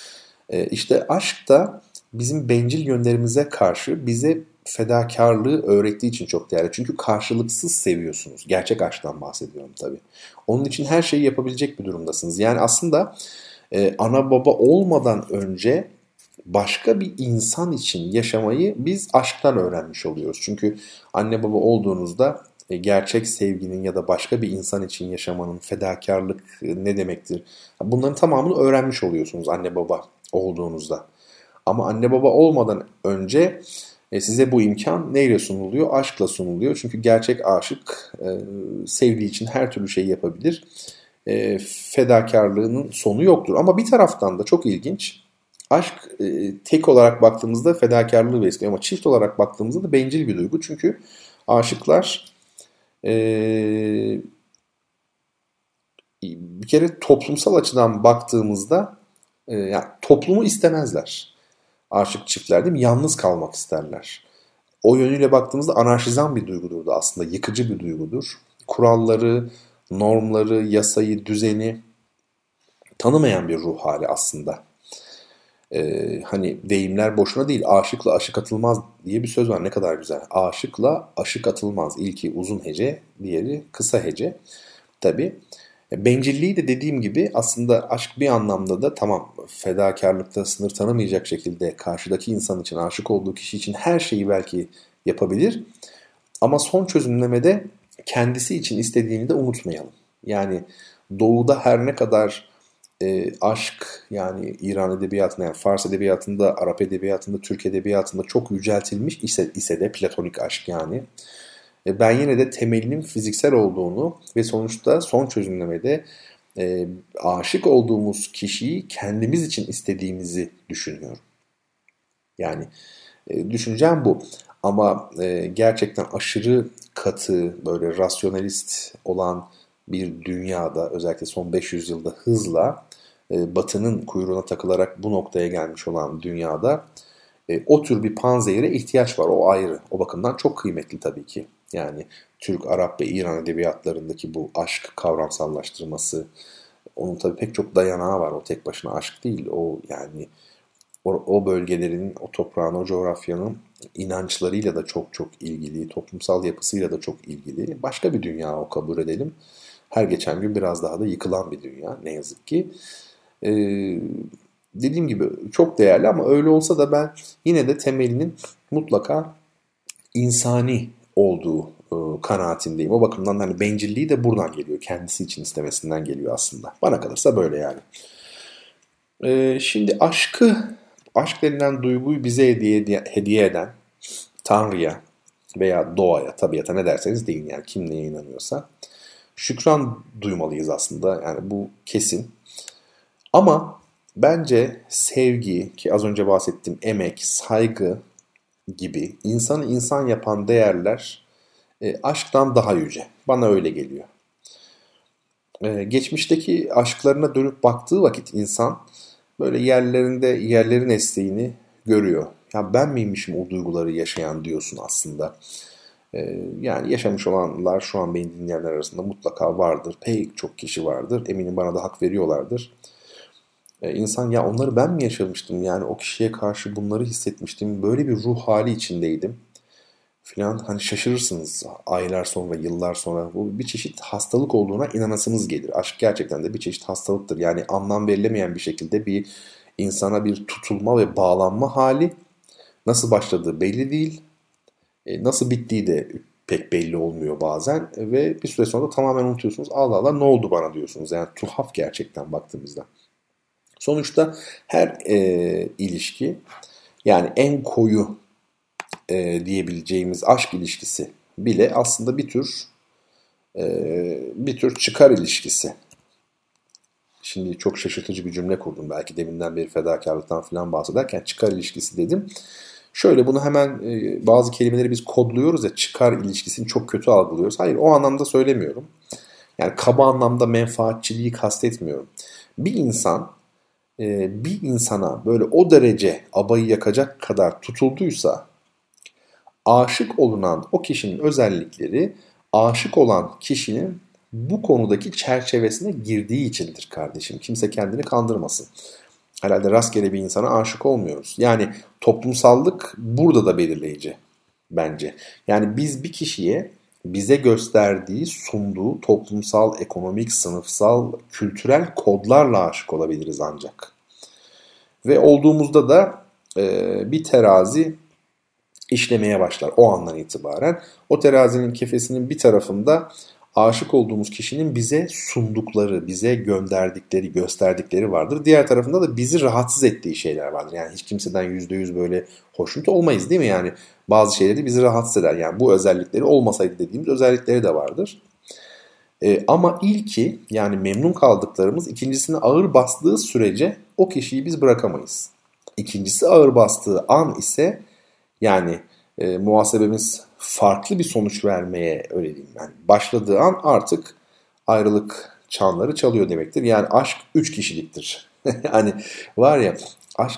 İşte aşk da bizim bencil yönlerimize karşı bize fedakarlığı öğrettiği için çok değerli. Çünkü karşılıksız seviyorsunuz. Gerçek aşktan bahsediyorum tabii. Onun için her şeyi yapabilecek bir durumdasınız. Yani aslında e, ana baba olmadan önce başka bir insan için yaşamayı biz aşktan öğrenmiş oluyoruz. Çünkü anne baba olduğunuzda gerçek sevginin ya da başka bir insan için yaşamanın, fedakarlık ne demektir? Bunların tamamını öğrenmiş oluyorsunuz anne baba olduğunuzda. Ama anne baba olmadan önce size bu imkan neyle sunuluyor? Aşkla sunuluyor. Çünkü gerçek aşık sevdiği için her türlü şeyi yapabilir. Fedakarlığının sonu yoktur. Ama bir taraftan da çok ilginç. Aşk tek olarak baktığımızda fedakarlığı besliyor ama çift olarak baktığımızda da bencil bir duygu. Çünkü aşıklar Ee, bir kere toplumsal açıdan baktığımızda e, yani toplumu istemezler. Aşık çiftler değil mi? Yalnız kalmak isterler. O yönüyle baktığımızda anarşizan bir duygudur da aslında. Yıkıcı bir duygudur. Kuralları, normları, yasayı, düzeni tanımayan bir ruh hali aslında. Ee, hani deyimler boşuna değil. Aşıkla aşık atılmaz diye bir söz var. Ne kadar güzel. Aşıkla aşık atılmaz. İlki uzun hece, diğeri kısa hece. Tabii. Bencilliği de dediğim gibi aslında aşk bir anlamda da tamam fedakarlıkta sınır tanımayacak şekilde karşıdaki insan için, aşık olduğu kişi için her şeyi belki yapabilir. Ama son çözümlemede kendisi için istediğini de unutmayalım. Yani doğuda her ne kadar E, aşk yani İran edebiyatında, yani Fars edebiyatında, Arap edebiyatında, Türk edebiyatında çok yüceltilmiş ise, ise de platonik aşk yani. E, ben yine de temelinin fiziksel olduğunu ve sonuçta son çözümlemede e, aşık olduğumuz kişiyi kendimiz için istediğimizi düşünüyorum. Yani e, düşüncem bu. Ama e, gerçekten aşırı katı, böyle rasyonalist olan bir dünyada, özellikle son beş yüz yılda hızla e, Batı'nın kuyruğuna takılarak bu noktaya gelmiş olan dünyada e, o tür bir panzehire ihtiyaç var. O ayrı. O bakımdan çok kıymetli tabii ki. Yani Türk, Arap ve İran edebiyatlarındaki bu aşk kavramsallaştırması, onun tabii pek çok dayanağı var. O tek başına aşk değil. O yani o, o bölgelerin, o toprağın, o coğrafyanın inançlarıyla da çok çok ilgili, toplumsal yapısıyla da çok ilgili. Başka bir dünya o, kabul edelim. Her geçen gün biraz daha da yıkılan bir dünya ne yazık ki. Ee, dediğim gibi çok değerli ama öyle olsa da ben yine de temelinin mutlaka insani olduğu e, kanaatindeyim. O bakımdan hani bencilliği de buradan geliyor. Kendisi için istemesinden geliyor aslında. Bana kalırsa böyle yani. Ee, şimdi aşkı, aşk denilen duyguyu bize hediye, hediye eden Tanrı'ya veya doğaya, tabiata ne derseniz deyin yani kim neye inanıyorsa şükran duymalıyız aslında. Yani bu kesin. Ama bence sevgi, ki az önce bahsettiğim emek, saygı gibi insanı insan yapan değerler e, aşktan daha yüce. Bana öyle geliyor. E, geçmişteki aşklarına dönüp baktığı vakit insan böyle yerlerinde yerlerin estiğini görüyor. Ya ben miymişim o duyguları yaşayan diyorsun aslında. Ee, yani yaşamış olanlar şu an beni dinleyenler arasında mutlaka vardır. Pek çok kişi vardır. Eminim bana da hak veriyorlardır. Ee, insan ya onları ben mi yaşamıştım? Yani o kişiye karşı bunları hissetmiştim. Böyle bir ruh hali içindeydim. Falan hani şaşırırsınız aylar sonra, yıllar sonra. Bu bir çeşit hastalık olduğuna inanasınız gelir. Aşk gerçekten de bir çeşit hastalıktır. Yani anlam verilemeyen bir şekilde bir insana bir tutulma ve bağlanma hali. Nasıl başladığı belli değil. E, nasıl bittiği de pek belli olmuyor bazen. E, ve bir süre sonra da tamamen unutuyorsunuz. Allah Allah ne oldu bana diyorsunuz. Yani tuhaf gerçekten baktığımızda. Sonuçta her e, ilişki, yani en koyu e, diyebileceğimiz aşk ilişkisi bile aslında bir tür e, bir tür çıkar ilişkisi. Şimdi çok şaşırtıcı bir cümle kurdum. Belki deminden beri fedakarlıktan falan bahsederken çıkar ilişkisi dedim. Şöyle bunu hemen e, bazı kelimeleri biz kodluyoruz ya, çıkar ilişkisini çok kötü algılıyoruz. Hayır, o anlamda söylemiyorum. Yani kaba anlamda menfaatçiliği kastetmiyorum. Bir insan e, bir insana böyle o derece abayı yakacak kadar tutulduysa, aşık olunan o kişinin özellikleri aşık olan kişinin bu konudaki çerçevesine girdiği içindir kardeşim. Kimse kendini kandırmasın. Herhalde rastgele bir insana aşık olmuyoruz. Yani toplumsallık burada da belirleyici bence. Yani biz bir kişiye bize gösterdiği, sunduğu toplumsal, ekonomik, sınıfsal, kültürel kodlarla aşık olabiliriz ancak. Ve olduğumuzda da e, bir terazi işlemeye başlar o andan itibaren. O terazinin kefesinin bir tarafında aşık olduğumuz kişinin bize sundukları, bize gönderdikleri, gösterdikleri vardır. Diğer tarafında da bizi rahatsız ettiği şeyler vardır. Yani hiç kimseden yüzde yüz böyle hoşnut olmayız değil mi? Yani bazı şeyleri bizi rahatsız eder. Yani bu özellikleri olmasaydı dediğimiz özellikleri de vardır. Ee, ama ilki, yani memnun kaldıklarımız, ikincisine ağır bastığı sürece o kişiyi biz bırakamayız. İkincisi ağır bastığı an ise, yani e, muhasebemiz farklı bir sonuç vermeye, öyle diyeyim, yani başladığı an artık ayrılık çanları çalıyor demektir. Yani aşk üç kişiliktir. Yani var ya, aşk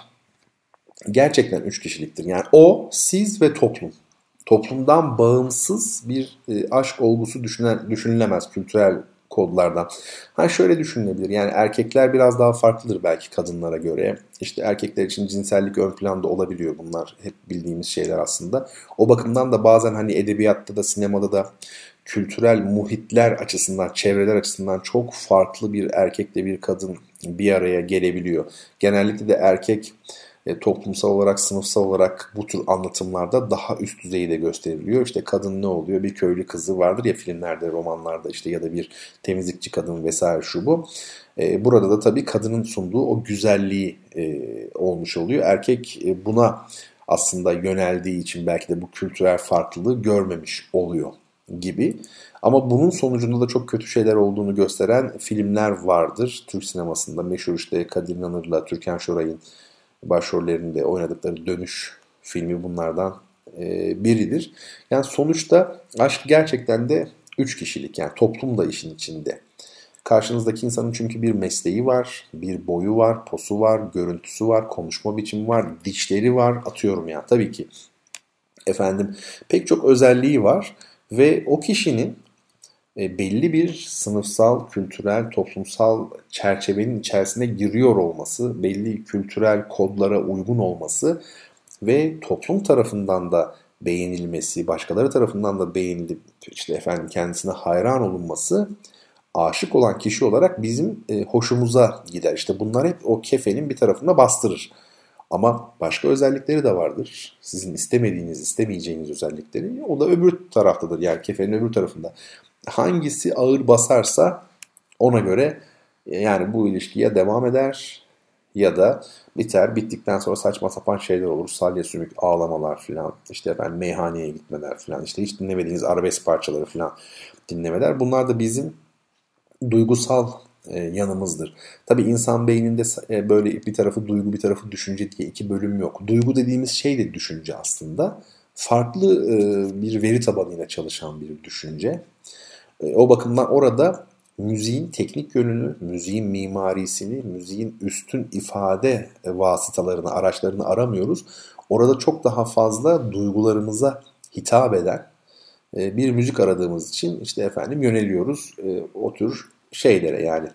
gerçekten üç kişiliktir. Yani o, siz ve toplum. Toplumdan bağımsız bir e, aşk olgusu düşünen, düşünülemez kültürel kodlardan. Ha şöyle düşünülebilir, yani erkekler biraz daha farklıdır belki kadınlara göre. İşte erkekler için cinsellik ön planda olabiliyor, bunlar hep bildiğimiz şeyler aslında. O bakımdan da bazen hani edebiyatta da sinemada da kültürel muhitler açısından, çevreler açısından çok farklı bir erkekle bir kadın bir araya gelebiliyor. Genellikle de erkek E, toplumsal olarak, sınıfsal olarak bu tür anlatımlarda daha üst düzeyde gösteriliyor. İşte kadın ne oluyor? Bir köylü kızı vardır ya filmlerde, romanlarda, işte ya da bir temizlikçi kadın vesaire, şu bu. E, burada da tabii kadının sunduğu o güzelliği e, olmuş oluyor. Erkek e, buna aslında yöneldiği için belki de bu kültürel farklılığı görmemiş oluyor gibi. Ama bunun sonucunda da çok kötü şeyler olduğunu gösteren filmler vardır Türk sinemasında. Meşhur işte Kadir İnanır'la Türkan Şoray'ın başrollerinde oynadıkları Dönüş filmi bunlardan e, biridir. Yani sonuçta aşk gerçekten de üç kişilik, yani toplum da işin içinde. Karşınızdaki insanın çünkü bir mesleği var, bir boyu var, posu var, görüntüsü var, konuşma biçimi var, dişleri var, atıyorum ya. Tabii ki efendim pek çok özelliği var ve o kişinin belli bir sınıfsal, kültürel, toplumsal çerçevenin içerisine giriyor olması, belli kültürel kodlara uygun olması ve toplum tarafından da beğenilmesi, başkaları tarafından da beğenilip işte efendim kendisine hayran olunması, aşık olan kişi olarak bizim e, hoşumuza gider. İşte bunlar hep o kefenin bir tarafına bastırır. Ama başka özellikleri de vardır. Sizin istemediğiniz, istemeyeceğiniz özellikleri. O da öbür taraftadır, yani kefenin öbür tarafında. Hangisi ağır basarsa ona göre yani bu ilişki ya devam eder ya da biter. Bittikten sonra saçma sapan şeyler olur. Salya sümük ağlamalar filan. İşte efendim meyhaneye gitmeler filan. İşte hiç dinlemediğiniz arabesk parçaları filan dinlemeler. Bunlar da bizim duygusal e, yanımızdır. Tabii insan beyninde e, böyle bir tarafı duygu, bir tarafı düşünce diye iki bölüm yok. Duygu dediğimiz şey de düşünce aslında. Farklı e, bir veri tabanıyla çalışan bir düşünce. O bakımdan orada müziğin teknik yönünü, müziğin mimarisini, müziğin üstün ifade vasıtalarını, araçlarını aramıyoruz. Orada çok daha fazla duygularımıza hitap eden bir müzik aradığımız için işte efendim yöneliyoruz o tür şeylere yani.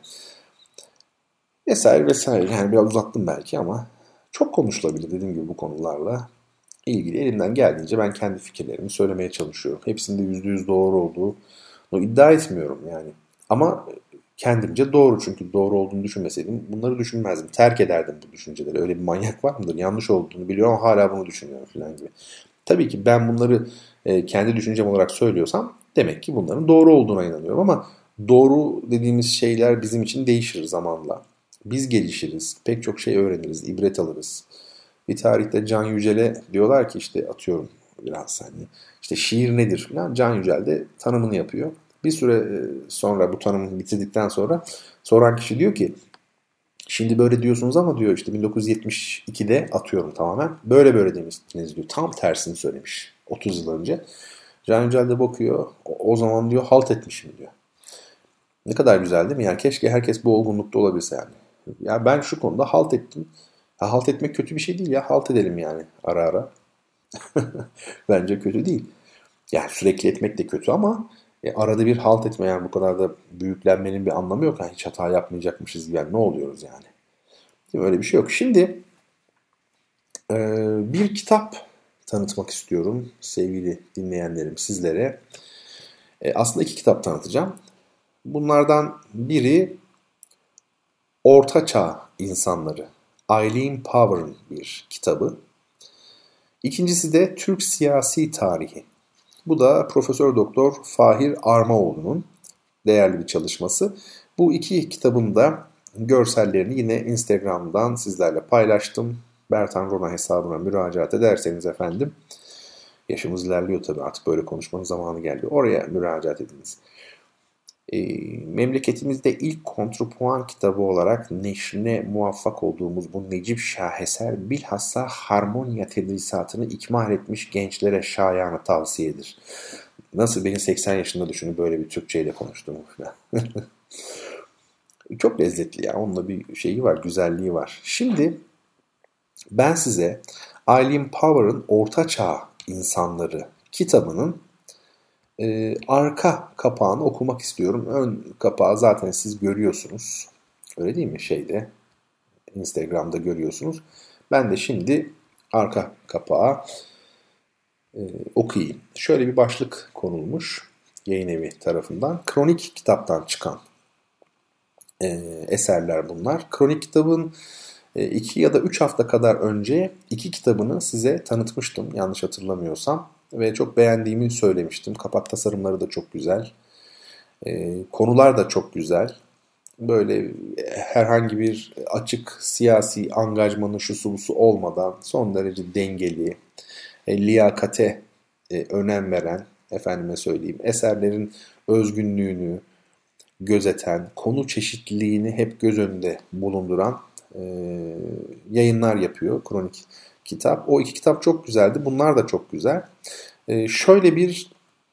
Vesaire vesaire. Yani biraz uzattım belki ama çok konuşulabilir dediğim gibi bu konularla ilgili. Elimden geldiğince ben kendi fikirlerimi söylemeye çalışıyorum. Hepsinde yüzde yüz doğru olduğu iddia etmiyorum yani. Ama kendimce doğru, çünkü doğru olduğunu düşünmeseydim bunları düşünmezdim. Terk ederdim bu düşünceleri. Öyle bir manyak var mıdır? Yanlış olduğunu biliyorum ama hala bunu düşünüyorum falan gibi. Tabii ki ben bunları e, kendi düşüncem olarak söylüyorsam demek ki bunların doğru olduğuna inanıyorum ama doğru dediğimiz şeyler bizim için değişir zamanla. Biz gelişiriz, pek çok şey öğreniriz, ibret alırız. Bir tarihte Can Yücel'e diyorlar ki işte atıyorum biraz hani işte şiir nedir falan. Can Yücel de tanımını yapıyor. Bir süre sonra bu tanımı bitirdikten sonra soran kişi diyor ki şimdi böyle diyorsunuz ama diyor işte bin dokuz yüz yetmiş ikide atıyorum tamamen böyle böyle demiştiniz diyor. Tam tersini söylemiş otuz yıl önce. Can Yücel de bakıyor o, o zaman diyor halt etmişim diyor. Ne kadar güzel değil mi? Yani keşke herkes bu olgunlukta olabilse yani. Ya ben şu konuda halt ettim. Ya halt etmek kötü bir şey değil ya. Halt edelim yani ara ara. Bence kötü değil. Yani sürekli etmek de kötü ama e, arada bir halt etme, yani bu kadar da büyüklenmenin bir anlamı yok. Yani hiç hata yapmayacakmışız gibi. Yani ne oluyoruz yani? Değil mi? Öyle bir şey yok. Şimdi e, bir kitap tanıtmak istiyorum sevgili dinleyenlerim sizlere. E, aslında iki kitap tanıtacağım. Bunlardan biri Orta Çağ İnsanları. Eileen Power'ın bir kitabı. İkincisi de Türk Siyasi Tarihi. Bu da Profesör Doktor Fahir Armaoğlu'nun değerli bir çalışması. Bu iki kitabın da görsellerini yine Instagram'dan sizlerle paylaştım. Bertan Rona hesabına müracaat ederseniz efendim, yaşımız ilerliyor tabii, artık böyle konuşmanın zamanı geldi. Oraya müracaat ediniz. E, memleketimizde ilk kontrpuan kitabı olarak neşrine muvaffak olduğumuz bu Necip Şaheser bilhassa harmonya tedrisatını ikmal etmiş gençlere şayanı tavsiyedir. Nasıl beni seksen yaşında düşünün böyle bir Türkçeyle konuştuğumu falan. Çok lezzetli ya. Onunla bir şeyi var, güzelliği var. Şimdi ben size Eileen Power'ın Orta Çağ İnsanları kitabının e, arka kapağını okumak istiyorum. Ön kapağı zaten siz görüyorsunuz. Öyle değil mi? Şeyde, Instagram'da görüyorsunuz. Ben de şimdi arka kapağı e, okuyayım. Şöyle bir başlık konulmuş yayın evi tarafından. Kronik kitaptan çıkan e, eserler bunlar. Kronik kitabın e, iki ya da üç hafta kadar önce iki kitabını size tanıtmıştım yanlış hatırlamıyorsam. Ve çok beğendiğimi söylemiştim. Kapak tasarımları da çok güzel. E, konular da çok güzel. Böyle herhangi bir açık siyasi angajmanı şusu busu olmadan son derece dengeli, e, liyakate e, önem veren, efendime söyleyeyim, eserlerin özgünlüğünü gözeten, konu çeşitliliğini hep göz önünde bulunduran e, yayınlar yapıyor kronik kitap. O iki kitap çok güzeldi. Bunlar da çok güzel. E, şöyle bir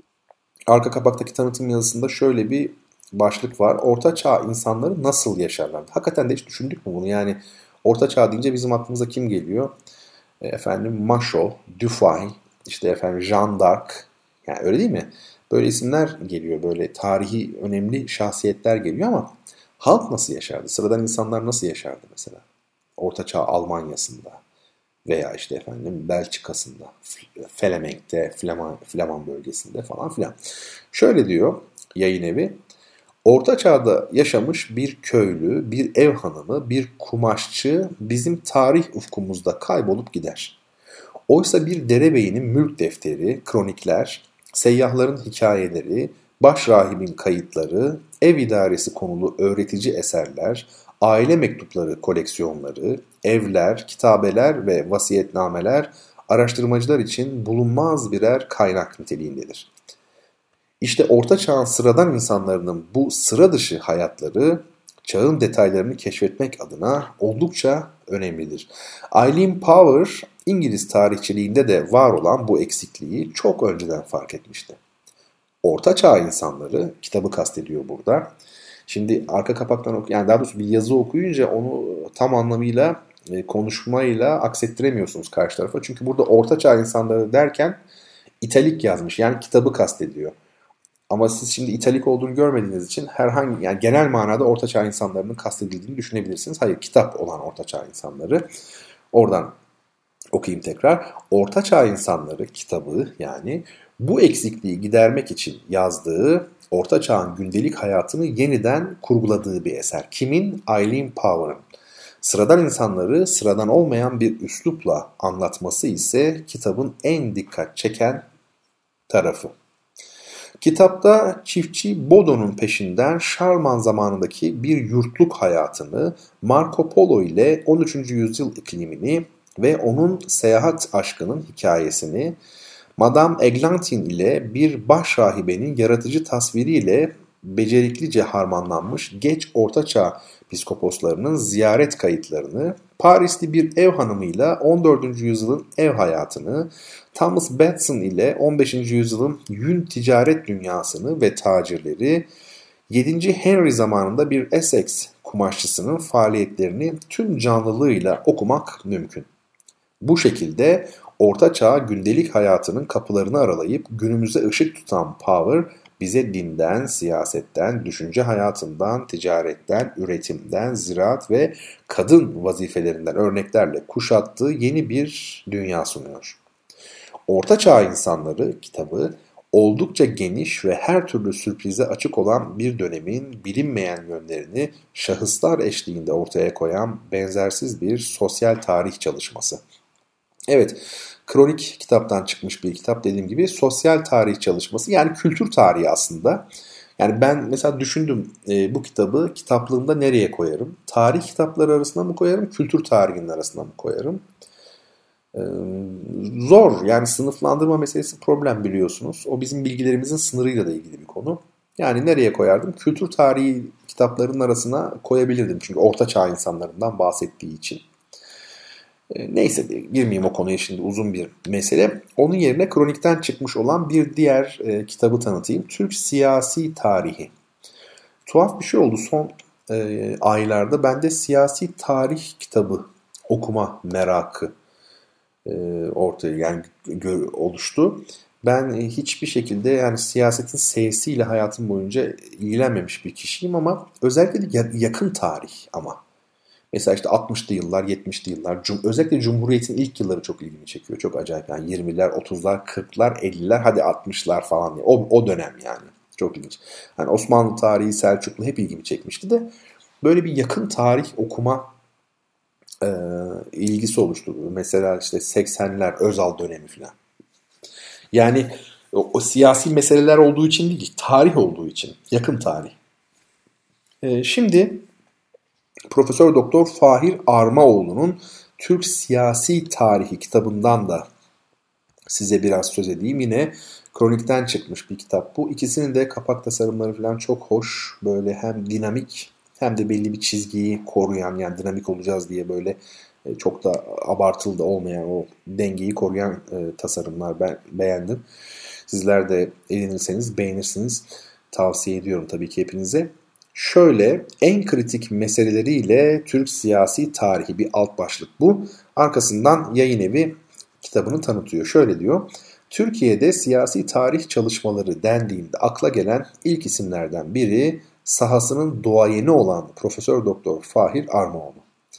arka kapaktaki tanıtım yazısında şöyle bir başlık var. Orta Çağ insanları nasıl yaşarlar? Hakikaten de hiç düşündük mü bunu? Yani Orta Çağ deyince bizim aklımıza kim geliyor? E, efendim Machaut, Dufay, işte efendim Jeanne d'Arc. Yani öyle değil mi? Böyle isimler geliyor. Böyle tarihi önemli şahsiyetler geliyor ama halk nasıl yaşardı? Sıradan insanlar nasıl yaşardı mesela? Orta Çağ Almanya'sında veya işte efendim Belçika'sında, Flemenk'te, Flaman, Flaman bölgesinde falan filan. Şöyle diyor yayın evi. Orta Çağ'da yaşamış bir köylü, bir ev hanımı, bir kumaşçı bizim tarih ufkumuzda kaybolup gider. Oysa bir derebeyinin mülk defteri, kronikler, seyyahların hikayeleri, başrahibin kayıtları, ev idaresi konulu öğretici eserler, aile mektupları koleksiyonları, evler, kitabeler ve vasiyetnameler araştırmacılar için bulunmaz birer kaynak niteliğindedir. İşte Orta Çağ'ın sıradan insanların bu sıra dışı hayatları çağın detaylarını keşfetmek adına oldukça önemlidir. Eileen Power İngiliz tarihçiliğinde de var olan bu eksikliği çok önceden fark etmişti. Orta Çağ insanları kitabı kastediyor burada. Şimdi arka kapaktan oku, yani daha doğrusu bir yazı okuyunca onu tam anlamıyla e, konuşmayla aksettiremiyorsunuz karşı tarafa. Çünkü burada Orta Çağ insanları derken italik yazmış, yani kitabı kastediyor. Ama siz şimdi italik olduğunu görmediğiniz için herhangi, yani genel manada Orta Çağ insanlarının kastedildiğini düşünebilirsiniz. Hayır, kitap olan Orta Çağ insanları. Oradan okuyayım tekrar. Orta Çağ insanları kitabı, yani bu eksikliği gidermek için yazdığı, Orta Çağ'ın gündelik hayatını yeniden kurguladığı bir eser. Kimin? Eileen Power'ın. Sıradan insanları sıradan olmayan bir üslupla anlatması ise kitabın en dikkat çeken tarafı. Kitapta çiftçi Bodo'nun peşinden Şarlman zamanındaki bir yurtluk hayatını, Marco Polo ile on üçüncü yüzyıl iklimini ve onun seyahat aşkının hikayesini, Madame Eglantin ile bir başrahibenin yaratıcı tasviriyle beceriklice harmanlanmış geç ortaçağ piskoposlarının ziyaret kayıtlarını, Parisli bir ev hanımıyla on dördüncü yüzyılın ev hayatını, Thomas Batson ile on beşinci yüzyılın yün ticaret dünyasını ve tacirleri, yedinci Henry zamanında bir Essex kumaşçısının faaliyetlerini tüm canlılığıyla okumak mümkün. Bu şekilde Orta Çağ gündelik hayatının kapılarını aralayıp günümüze ışık tutan Power, bize dinden, siyasetten, düşünce hayatından, ticaretten, üretimden, ziraat ve kadın vazifelerinden örneklerle kuşattığı yeni bir dünya sunuyor. Orta Çağ insanları kitabı oldukça geniş ve her türlü sürprize açık olan bir dönemin bilinmeyen yönlerini şahıslar eşliğinde ortaya koyan benzersiz bir sosyal tarih çalışması. Evet, Kronik kitaptan çıkmış bir kitap, dediğim gibi sosyal tarih çalışması, yani kültür tarihi aslında. Yani ben mesela düşündüm e, bu kitabı kitaplığımda nereye koyarım? Tarih kitapları arasına mı koyarım, kültür tarihinin arasına mı koyarım? Ee, zor, yani sınıflandırma meselesi problem, biliyorsunuz. O bizim bilgilerimizin sınırıyla da ilgili bir konu. Yani nereye koyardım? Kültür tarihi kitaplarının arasına koyabilirdim. Çünkü Orta Çağ insanlarından bahsettiği için. Ee, neyse, girmeyeyim o konuya şimdi, uzun bir mesele. Onun yerine kronikten çıkmış olan bir diğer e, kitabı tanıtayım. Türk Siyasi Tarihi. Tuhaf bir şey oldu son e, aylarda. Bende siyasi tarih kitabı okuma merakı ortaya yani oluştu. Ben hiçbir şekilde yani siyasetin seyisiyle hayatım boyunca ilgilenmemiş bir kişiyim ama özellikle de yakın tarih ama. Mesela işte altmışlı yıllar, yetmişli yıllar, özellikle Cumhuriyet'in ilk yılları çok ilgimi çekiyor. Çok acayip yani yirmiler, otuzlar, kırklar, elliler, hadi altmışlar falan diye. O, o dönem yani. Çok ilginç. Yani Osmanlı tarihi, Selçuklu hep ilgimi çekmişti de böyle bir yakın tarih okuma E, ilgisi oluşturdu. Mesela işte seksenler Özal dönemi falan. Yani o, o siyasi meseleler olduğu için değil, tarih olduğu için, yakın tarih. E, şimdi Profesör Doktor Fahir Armaoğlu'nun Türk Siyasi Tarihi kitabından da size biraz söz edeyim. Yine kronikten çıkmış bir kitap bu. İkisinin de kapak tasarımları falan çok hoş. Böyle hem dinamik hem de belli bir çizgiyi koruyan, yani dinamik olacağız diye böyle çok da abartılı da olmayan o dengeyi koruyan e, tasarımlar ben beğendim. Sizler de edinirseniz beğenirsiniz. Tavsiye ediyorum tabii ki hepinize. Şöyle, en kritik meseleleriyle Türk siyasi tarihi bir alt başlık bu. Arkasından Yayın Evi kitabını tanıtıyor. Şöyle diyor. Türkiye'de siyasi tarih çalışmaları dendiğinde akla gelen ilk isimlerden biri sahasının duayeni olan Profesör Doktor Fahir Armaoğlu.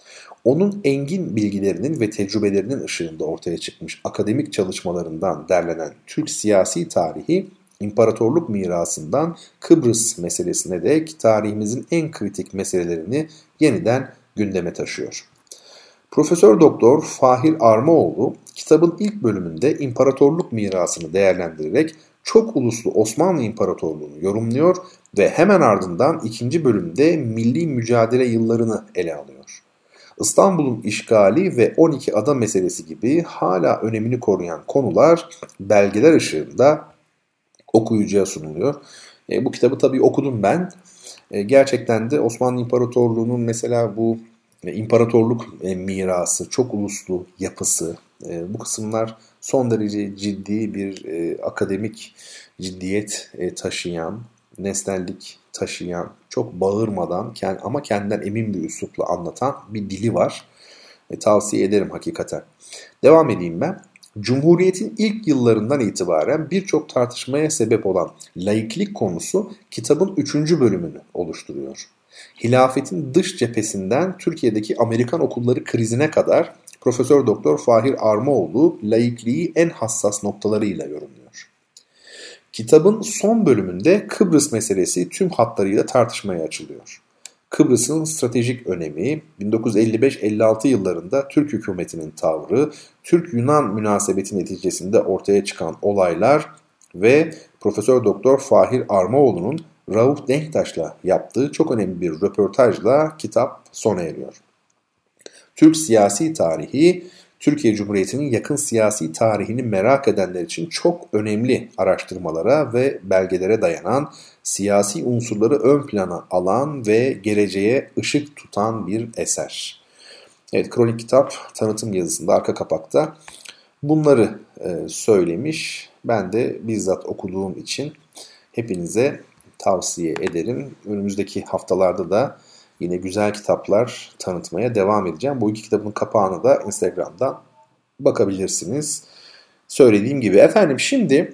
Onun engin bilgilerinin ve tecrübelerinin ışığında ortaya çıkmış akademik çalışmalarından derlenen Türk siyasi tarihi, imparatorluk mirasından Kıbrıs meselesine dek tarihimizin en kritik meselelerini yeniden gündeme taşıyor. Profesör Doktor Fahir Armaoğlu kitabın ilk bölümünde imparatorluk mirasını değerlendirerek çok uluslu Osmanlı İmparatorluğu'nu yorumluyor ve hemen ardından ikinci bölümde milli mücadele yıllarını ele alıyor. İstanbul'un işgali ve on iki ada meselesi gibi hala önemini koruyan konular belgeler ışığında okuyucuya sunuluyor. E, bu kitabı tabii okudum ben. E, gerçekten de Osmanlı İmparatorluğu'nun mesela bu e, imparatorluk e, mirası, çok uluslu yapısı, e, bu kısımlar son derece ciddi bir e, akademik ciddiyet e, taşıyan, nesnellik taşıyan, çok bağırmadan ama kendinden emin bir üslupla anlatan bir dili var. E, tavsiye ederim hakikaten. Devam edeyim ben. Cumhuriyet'in ilk yıllarından itibaren birçok tartışmaya sebep olan laiklik konusu kitabın üçüncü bölümünü oluşturuyor. Hilafetin dış cephesinden Türkiye'deki Amerikan okulları krizine kadar Profesör Doktor Fahir Armaoğlu laikliği en hassas noktalarıyla yorumluyor. Kitabın son bölümünde Kıbrıs meselesi tüm hatlarıyla tartışmaya açılıyor. Kıbrıs'ın stratejik önemi, bin dokuz yüz elli beş elli altı yıllarında Türk hükümetinin tavrı, Türk-Yunan münasebeti neticesinde ortaya çıkan olaylar ve Profesör Doktor Fahir Armaoğlu'nun Rauf Denktaş'la yaptığı çok önemli bir röportajla kitap sona eriyor. Türk siyasi tarihi, Türkiye Cumhuriyeti'nin yakın siyasi tarihini merak edenler için çok önemli araştırmalara ve belgelere dayanan, siyasi unsurları ön plana alan ve geleceğe ışık tutan bir eser. Evet, kronik kitap tanıtım yazısında arka kapakta bunları e, söylemiş. Ben de bizzat okuduğum için hepinize tavsiye ederim. Önümüzdeki haftalarda da yine güzel kitaplar tanıtmaya devam edeceğim. Bu iki kitabın kapağına da Instagram'dan bakabilirsiniz. Söylediğim gibi efendim, şimdi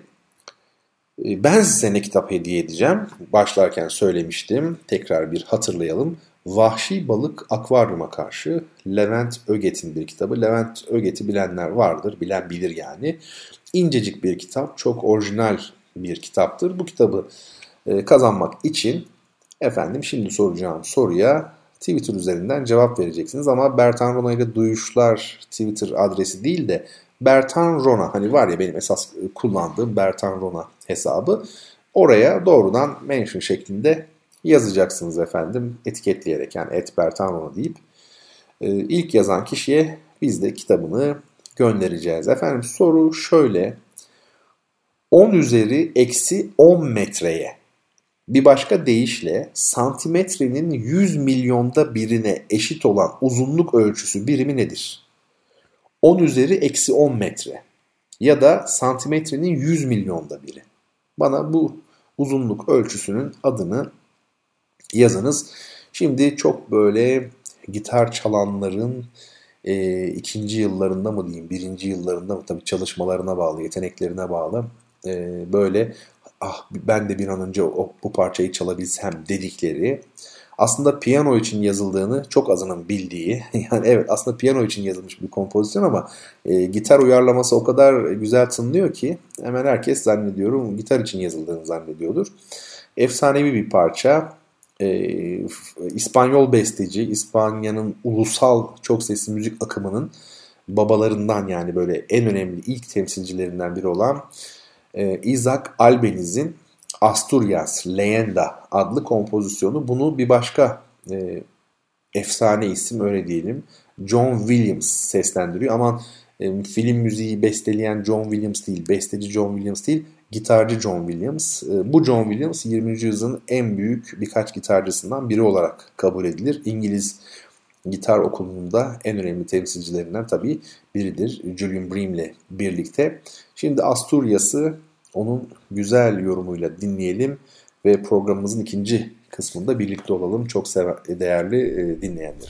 ben size ne kitap hediye edeceğim? Başlarken söylemiştim. Tekrar bir hatırlayalım. Vahşi Balık Akvaryuma Karşı, Levent Öget'in bir kitabı. Levent Öget'i bilenler vardır, bilen bilir yani. İncecik bir kitap, çok orijinal bir kitaptır. Bu kitabı kazanmak için efendim şimdi soracağım soruya Twitter üzerinden cevap vereceksiniz. Ama Bertan Rona ile Duyuşlar Twitter adresi değil de Bertan Rona, hani var ya benim esas kullandığım Bertan Rona hesabı, oraya doğrudan mention şeklinde yazacaksınız efendim, etiketleyerek, yani et Bertan Rona deyip e, ilk yazan kişiye biz de kitabını göndereceğiz. Efendim soru şöyle: on üzeri eksi on metreye, bir başka deyişle santimetrenin yüz milyonda birine eşit olan uzunluk ölçüsü birimi nedir? on üzeri eksi on metre ya da santimetrenin yüz milyonda biri. Bana bu uzunluk ölçüsünün adını yazınız. Şimdi çok böyle gitar çalanların e, ikinci yıllarında mı diyeyim, birinci yıllarında mı, tabii çalışmalarına bağlı, yeteneklerine bağlı, e, böyle ah ben de bir an önce o, bu parçayı çalabilsem dedikleri, aslında piyano için yazıldığını çok azının bildiği, yani evet aslında piyano için yazılmış bir kompozisyon ama e, gitar uyarlaması o kadar güzel tınlıyor ki hemen herkes zannediyorum gitar için yazıldığını zannediyordur. Efsanevi bir parça. E, İspanyol besteci, İspanya'nın ulusal çok sesli müzik akımının babalarından, yani böyle en önemli ilk temsilcilerinden biri olan e, Isaac Albéniz'in Asturias Leyenda adlı kompozisyonu. Bunu bir başka e, efsane isim, öyle diyelim, John Williams seslendiriyor. Aman e, film müziği besteleyen John Williams değil, besteci John Williams değil, gitarcı John Williams. E, bu John Williams yirminci yüzyılın en büyük birkaç gitarcısından biri olarak kabul edilir. İngiliz gitar okulunun da en önemli temsilcilerinden tabii biridir, Julian Bream'le birlikte. Şimdi Asturias'ı onun güzel yorumuyla dinleyelim ve programımızın ikinci kısmında birlikte olalım çok sever, değerli e, dinleyenler.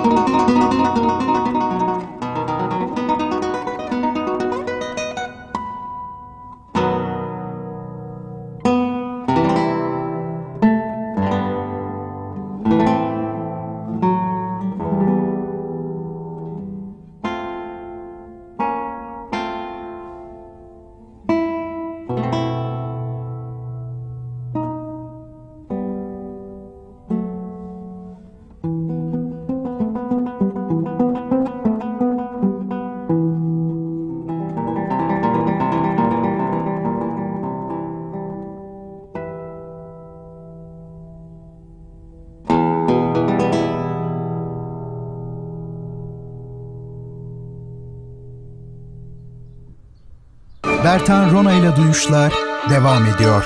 Bertan Rona ile Duyuşlar devam ediyor.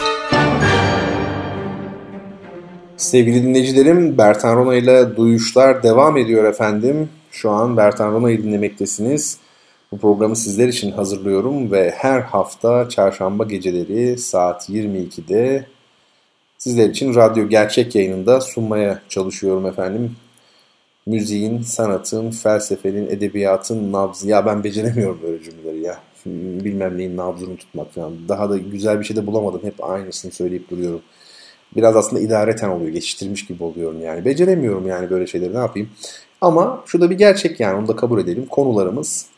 Sevgili dinleyicilerim, Bertan Rona ile Duyuşlar devam ediyor efendim. Şu an Bertan Rona'yı dinlemektesiniz. Bu programı sizler için hazırlıyorum ve her hafta çarşamba geceleri saat yirmi ikide sizler için Radyo Gerçek yayınında sunmaya çalışıyorum efendim. Müziğin, sanatın, felsefenin, edebiyatın nabzı. Ya ben beceremiyorum böyle cümleleri ya. Bilmem neyin nabzını tutmak falan. Daha da güzel bir şey de bulamadım. Hep aynısını söyleyip duruyorum. Biraz aslında idareten oluyor. Geçiştirmiş gibi oluyorum yani. Beceremiyorum yani böyle şeyleri, ne yapayım. Ama şu da bir gerçek yani. Onu da kabul edelim. Konularımız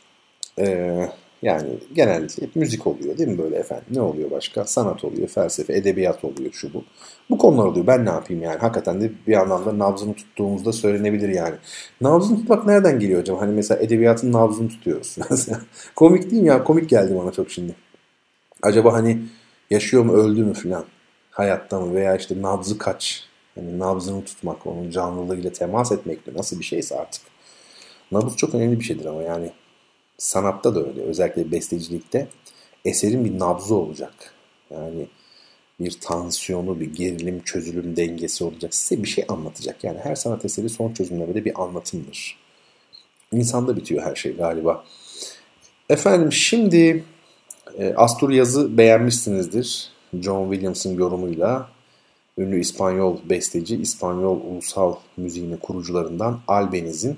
e, yani genellikle hep müzik oluyor değil mi böyle efendim? Ne oluyor başka? Sanat oluyor, felsefe, edebiyat oluyor, şu bu. Bu konular oluyor. Ben ne yapayım yani? Hakikaten de bir anlamda nabzını tuttuğumuzda söylenebilir yani. Nabzını tutmak nereden geliyor hocam? Hani mesela edebiyatın nabzını tutuyoruz. Komik değil mi ya? Komik geldi bana çok şimdi. Acaba hani yaşıyor mu, öldü mü filan? Hayatta mı? Veya işte nabzı kaç? Hani nabzını tutmak, onun canlılığıyla temas etmekle nasıl bir şeyse artık. Nabız çok önemli bir şeydir ama yani sanatta da öyle. Özellikle bestecilikte eserin bir nabzı olacak. Yani bir tansiyonu, bir gerilim, çözülüm dengesi olacak. Size bir şey anlatacak. Yani her sanat eseri son çözümlemede bir anlatımdır. İnsanda bitiyor her şey galiba. Efendim şimdi e, Asturyaz'ı beğenmişsinizdir. John Williams'ın yorumuyla ünlü İspanyol besteci, İspanyol ulusal müziğinin kurucularından Albaniz'in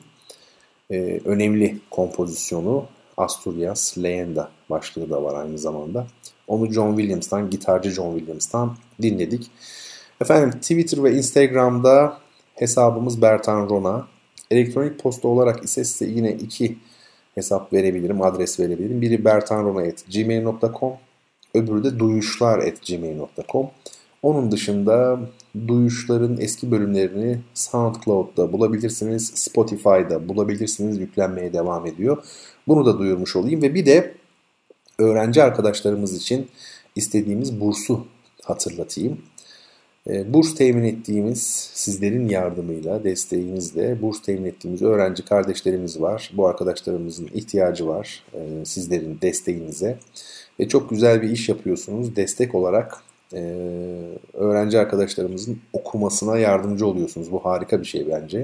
e, önemli kompozisyonu Asturias Leyenda başlığı da var aynı zamanda. Onu John Williams'tan, gitarcı John Williams'tan dinledik. Efendim Twitter ve Instagram'da hesabımız Bertan Rona. Elektronik posta olarak ise size yine iki hesap verebilirim, adres verebilirim. Biri bertanrona at gmail nokta com, öbürü de duyuşlar at gmail nokta com. Onun dışında Duyuşların eski bölümlerini SoundCloud'da bulabilirsiniz, Spotify'da bulabilirsiniz, yüklenmeye devam ediyor. Bunu da duyurmuş olayım ve bir de öğrenci arkadaşlarımız için istediğimiz bursu hatırlatayım. Burs temin ettiğimiz, sizlerin yardımıyla, desteğinizle burs temin ettiğimiz öğrenci kardeşlerimiz var. Bu arkadaşlarımızın ihtiyacı var sizlerin desteğinize. Ve çok güzel bir iş yapıyorsunuz. Destek olarak öğrenci arkadaşlarımızın okumasına yardımcı oluyorsunuz. Bu harika bir şey bence.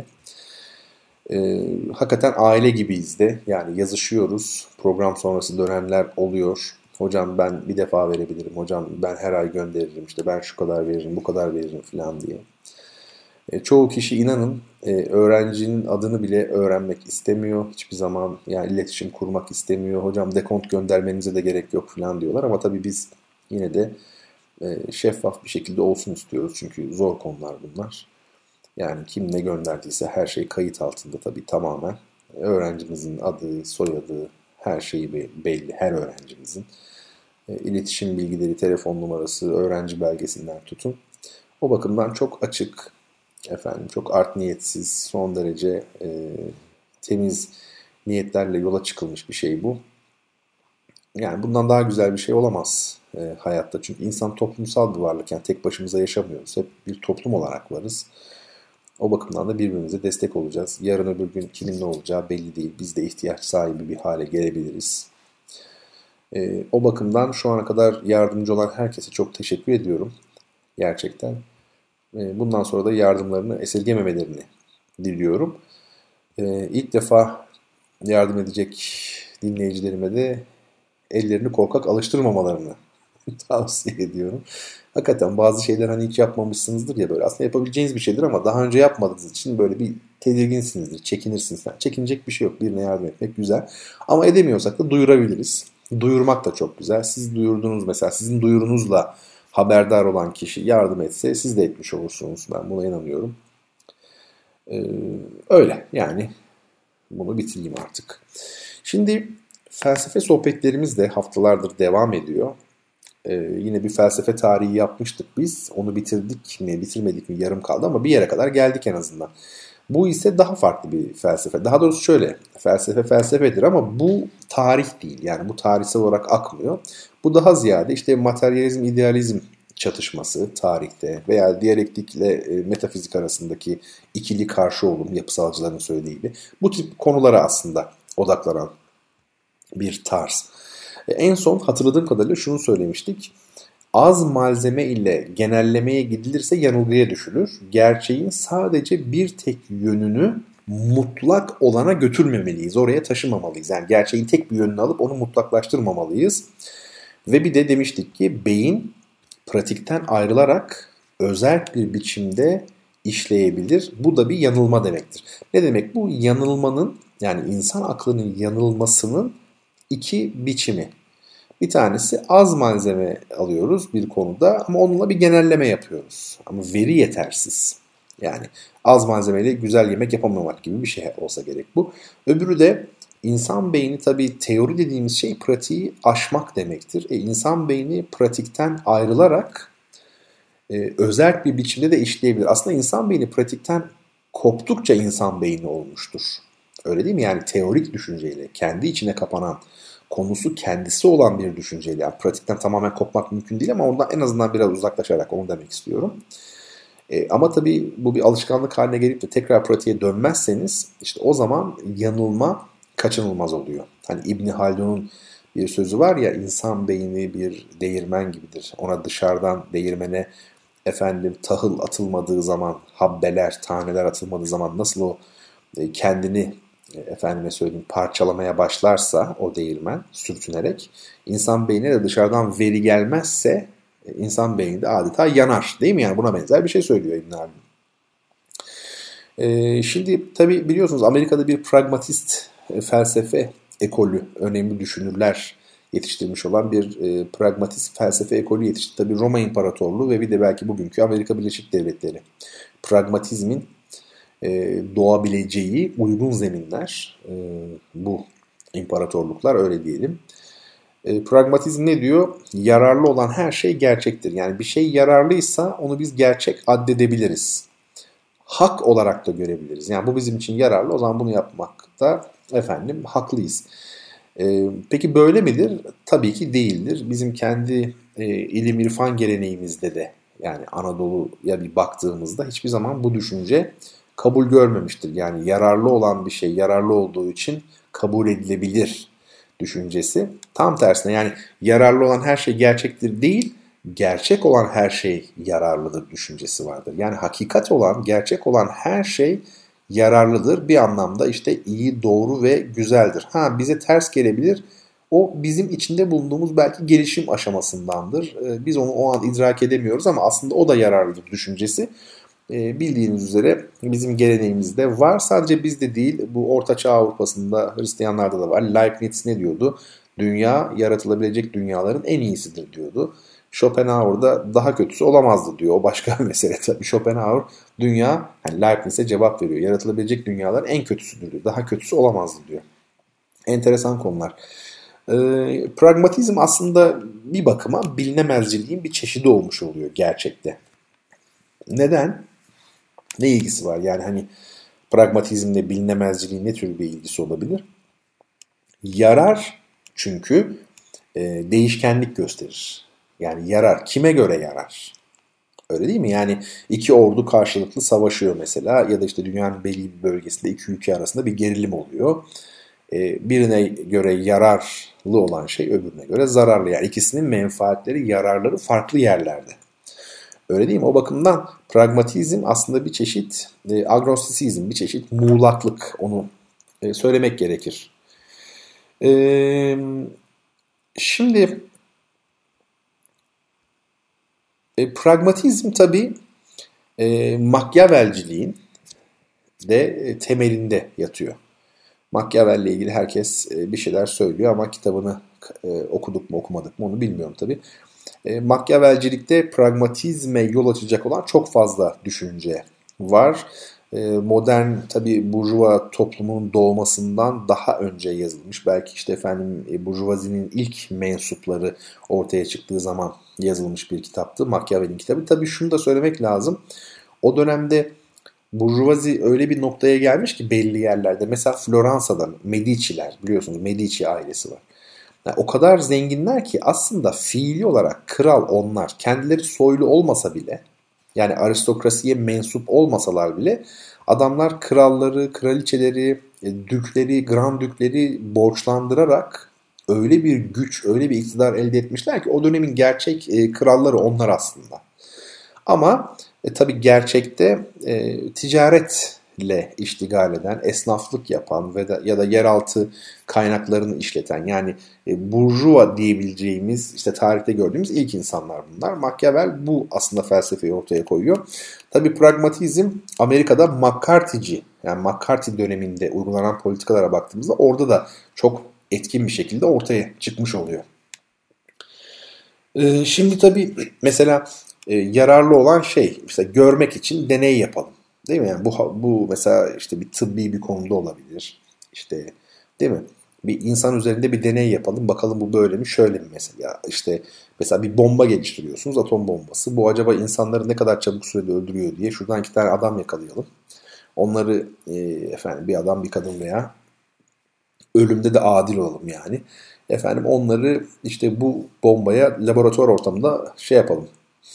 Hakikaten aile gibiyiz de. Yani yazışıyoruz. Program sonrası dönenler oluyor. Hocam ben bir defa verebilirim. Hocam ben her ay gönderirim. İşte ben şu kadar veririm, bu kadar veririm falan diye. E, çoğu kişi inanın e, öğrencinin adını bile öğrenmek istemiyor. Hiçbir zaman yani iletişim kurmak istemiyor. Hocam dekont göndermenize de gerek yok falan diyorlar. Ama tabii biz yine de e, şeffaf bir şekilde olsun istiyoruz. Çünkü zor konular bunlar. Yani kim ne gönderdiyse her şey kayıt altında tabii tamamen. Öğrencimizin adı, soyadı, her şeyi belli, her öğrencimizin. E, iletişim bilgileri, telefon numarası, öğrenci belgesinden tutun. O bakımdan çok açık, efendim, çok art niyetsiz, son derece e, temiz niyetlerle yola çıkılmış bir şey bu. Yani bundan daha güzel bir şey olamaz e, hayatta. Çünkü insan toplumsal bir varlık, yani tek başımıza yaşamıyoruz. Hep bir toplum olarak varız. O bakımdan da birbirimize destek olacağız. Yarın öbür gün kimin ne olacağı belli değil. Biz de ihtiyaç sahibi bir hale gelebiliriz. Ee, o bakımdan şu ana kadar yardımcı olan herkese çok teşekkür ediyorum. Gerçekten. Ee, bundan sonra da yardımlarını esirgememelerini diliyorum. Ee, ilk defa yardım edecek dinleyicilerime de ellerini korkak alıştırmamalarını tavsiye ediyorum. Hakikaten bazı şeyler hani hiç yapmamışsınızdır ya, böyle aslında yapabileceğiniz bir şeydir ama daha önce yapmadığınız için böyle bir tedirginsinizdir, çekinirsiniz. Çekinecek bir şey yok. Birine yardım etmek güzel. Ama edemiyorsak da duyurabiliriz. Duyurmak da çok güzel. Siz duyurdunuz mesela. Sizin duyurunuzla haberdar olan kişi yardım etse siz de etmiş olursunuz. Ben buna inanıyorum. Ee, öyle yani. Bunu bitireyim artık. Şimdi felsefe sohbetlerimiz de haftalardır devam ediyor. Ee, yine bir felsefe tarihi yapmıştık biz. Onu bitirdik mi, bitirmedik mi yarım kaldı ama bir yere kadar geldik en azından. Bu ise daha farklı bir felsefe. Daha doğrusu şöyle, felsefe felsefedir ama bu tarih değil. Yani bu tarihsel olarak akmıyor. Bu daha ziyade işte materyalizm, idealizm çatışması tarihte veya diyalektikle e, metafizik arasındaki ikili karşı olum, yapısalcıların söylediği gibi. Bu tip konulara aslında odaklanan bir tarz. E, en son hatırladığım kadarıyla şunu söylemiştik. Az malzeme ile genellemeye gidilirse yanılgıya düşülür. Gerçeğin sadece bir tek yönünü mutlak olana götürmemeliyiz. Oraya taşımamalıyız. Yani gerçeğin tek bir yönünü alıp onu mutlaklaştırmamalıyız. Ve bir de demiştik ki beyin pratikten ayrılarak özel bir biçimde işleyebilir. Bu da bir yanılma demektir. Ne demek bu? Yanılmanın, yani insan aklının yanılmasının iki biçimi. Bir tanesi az malzeme alıyoruz bir konuda ama onunla bir genelleme yapıyoruz. Ama veri yetersiz. Yani az malzemeyle güzel yemek yapamamak gibi bir şey olsa gerek bu. Öbürü de insan beyni, tabii teori dediğimiz şey pratiği aşmak demektir. E, insan beyni pratikten ayrılarak e, özel bir biçimde de işleyebilir. Aslında insan beyni pratikten koptukça insan beyni olmuştur. Öyle değil mi? Yani teorik düşünceyle, kendi içine kapanan, konusu kendisi olan bir düşünceyle, yani pratikten tamamen kopmak mümkün değil ama ondan en azından biraz uzaklaşarak, onu demek istiyorum. E, ama tabii bu bir alışkanlık haline gelip de tekrar pratiğe dönmezseniz işte o zaman yanılma kaçınılmaz oluyor. Hani İbn Haldun'un bir sözü var ya, insan beyni bir değirmen gibidir. Ona dışarıdan değirmene efendim tahıl atılmadığı zaman, habbeler, taneler atılmadığı zaman nasıl o e, kendini efendime söyleyeyim parçalamaya başlarsa o değirmen sürtünerek, insan beynine de dışarıdan veri gelmezse insan beyni de adeta yanar, değil mi? Yani buna benzer bir şey söylüyor İbn Haldun. Ee, şimdi tabii biliyorsunuz Amerika'da bir pragmatist e, felsefe ekolü, önemli düşünürler yetiştirmiş olan bir e, pragmatist felsefe ekolü yetişti. Tabii Roma İmparatorluğu ve bir de belki bugünkü Amerika Birleşik Devletleri. Pragmatizmin e, doğabileceği uygun zeminler e, bu imparatorluklar, öyle diyelim. E, pragmatizm ne diyor? Yararlı olan her şey gerçektir. Yani bir şey yararlıysa onu biz gerçek addedebiliriz. Hak olarak da görebiliriz. Yani bu bizim için yararlı, o zaman bunu yapmakta efendim haklıyız. E, peki böyle midir? Tabii ki değildir. Bizim kendi e, ilim irfan geleneğimizde de, yani Anadolu'ya bir baktığımızda hiçbir zaman bu düşünce kabul görmemiştir. Yani yararlı olan bir şey yararlı olduğu için kabul edilebilir düşüncesi. Tam tersine, yani yararlı olan her şey gerçektir değil, gerçek olan her şey yararlıdır düşüncesi vardır. Yani hakikat olan, gerçek olan her şey yararlıdır. Bir anlamda işte iyi, doğru ve güzeldir. Ha, bize ters gelebilir. O bizim içinde bulunduğumuz belki gelişim aşamasındandır. Biz onu o an idrak edemiyoruz ama aslında o da yararlıdır düşüncesi. Bildiğiniz üzere bizim geleneğimizde var. Sadece bizde değil, bu Orta Çağ Avrupa'sında, Hristiyanlarda da var. Leibniz ne diyordu? Dünya yaratılabilecek dünyaların en iyisidir diyordu. Schopenhauer da daha kötüsü olamazdı diyor. O başka bir mesele tabii. Schopenhauer dünya, yani Leibniz'e cevap veriyor. Yaratılabilecek dünyaların en kötüsüdür diyor. Daha kötüsü olamazdı diyor. Enteresan konular. Ee, pragmatizm aslında bir bakıma bilinemezciliğin bir çeşidi olmuş oluyor gerçekte. Neden? Ne ilgisi var? Yani hani pragmatizmle bilinemezciliğin ne tür bir ilgisi olabilir? Yarar çünkü e, değişkenlik gösterir. Yani yarar. Kime göre yarar? Öyle değil mi? Yani iki ordu karşılıklı savaşıyor mesela, ya da işte dünyanın belli bir bölgesinde iki ülke arasında bir gerilim oluyor. E, birine göre yararlı olan şey öbürüne göre zararlı. Yani ikisinin menfaatleri, yararları farklı yerlerde. Öyle değil mi? O bakımdan pragmatizm aslında bir çeşit e, agnostisizm, bir çeşit muğlaklık, onu e, söylemek gerekir. E, şimdi e, pragmatizm tabii e, Machiavelciliğin de temelinde yatıyor. Machiavelli ile ilgili herkes bir şeyler söylüyor ama kitabını okuduk mu okumadık mı onu bilmiyorum tabii. Machiavelcilikte pragmatizme yol açacak olan çok fazla düşünce var. Modern tabii burjuva toplumunun doğmasından daha önce yazılmış. Belki işte efendim burjuvazinin ilk mensupları ortaya çıktığı zaman yazılmış bir kitaptı. Machiavelli'nin kitabı. Tabii şunu da söylemek lazım. O dönemde burjuvazi öyle bir noktaya gelmiş ki belli yerlerde. Mesela Floransa'da Medici'ler, biliyorsunuz Medici ailesi var. Yani o kadar zenginler ki aslında fiili olarak kral onlar. Kendileri soylu olmasa bile, yani aristokrasiye mensup olmasalar bile adamlar kralları, kraliçeleri, dükleri, grand dükleri borçlandırarak öyle bir güç, öyle bir iktidar elde etmişler ki o dönemin gerçek e, kralları onlar aslında. Ama e, tabii gerçekte e, ticaretle iştigal eden, esnaflık yapan ve da, ya da yeraltı kaynaklarını işleten, yani e, burjuva diyebileceğimiz, işte tarihte gördüğümüz ilk insanlar bunlar. Machiavelli bu aslında felsefeyi ortaya koyuyor. Tabii pragmatizm Amerika'da McCarthy'ci, yani McCarthy döneminde uygulanan politikalara baktığımızda orada da çok etkin bir şekilde ortaya çıkmış oluyor. Ee, şimdi tabii mesela e, yararlı olan şey, işte görmek için deney yapalım. Değil mi? Yani bu bu mesela işte bir tıbbi bir konuda olabilir. İşte değil mi? Bir insan üzerinde bir deney yapalım. Bakalım bu böyle mi, şöyle mi mesela? İşte mesela bir bomba geliştiriyorsunuz, atom bombası. Bu acaba insanları ne kadar çabuk sürede öldürüyor diye şuradan iki tane adam yakalayalım. Onları e, efendim bir adam bir kadın veya ölümde de adil olalım yani. Efendim onları işte bu bombaya laboratuvar ortamında şey yapalım.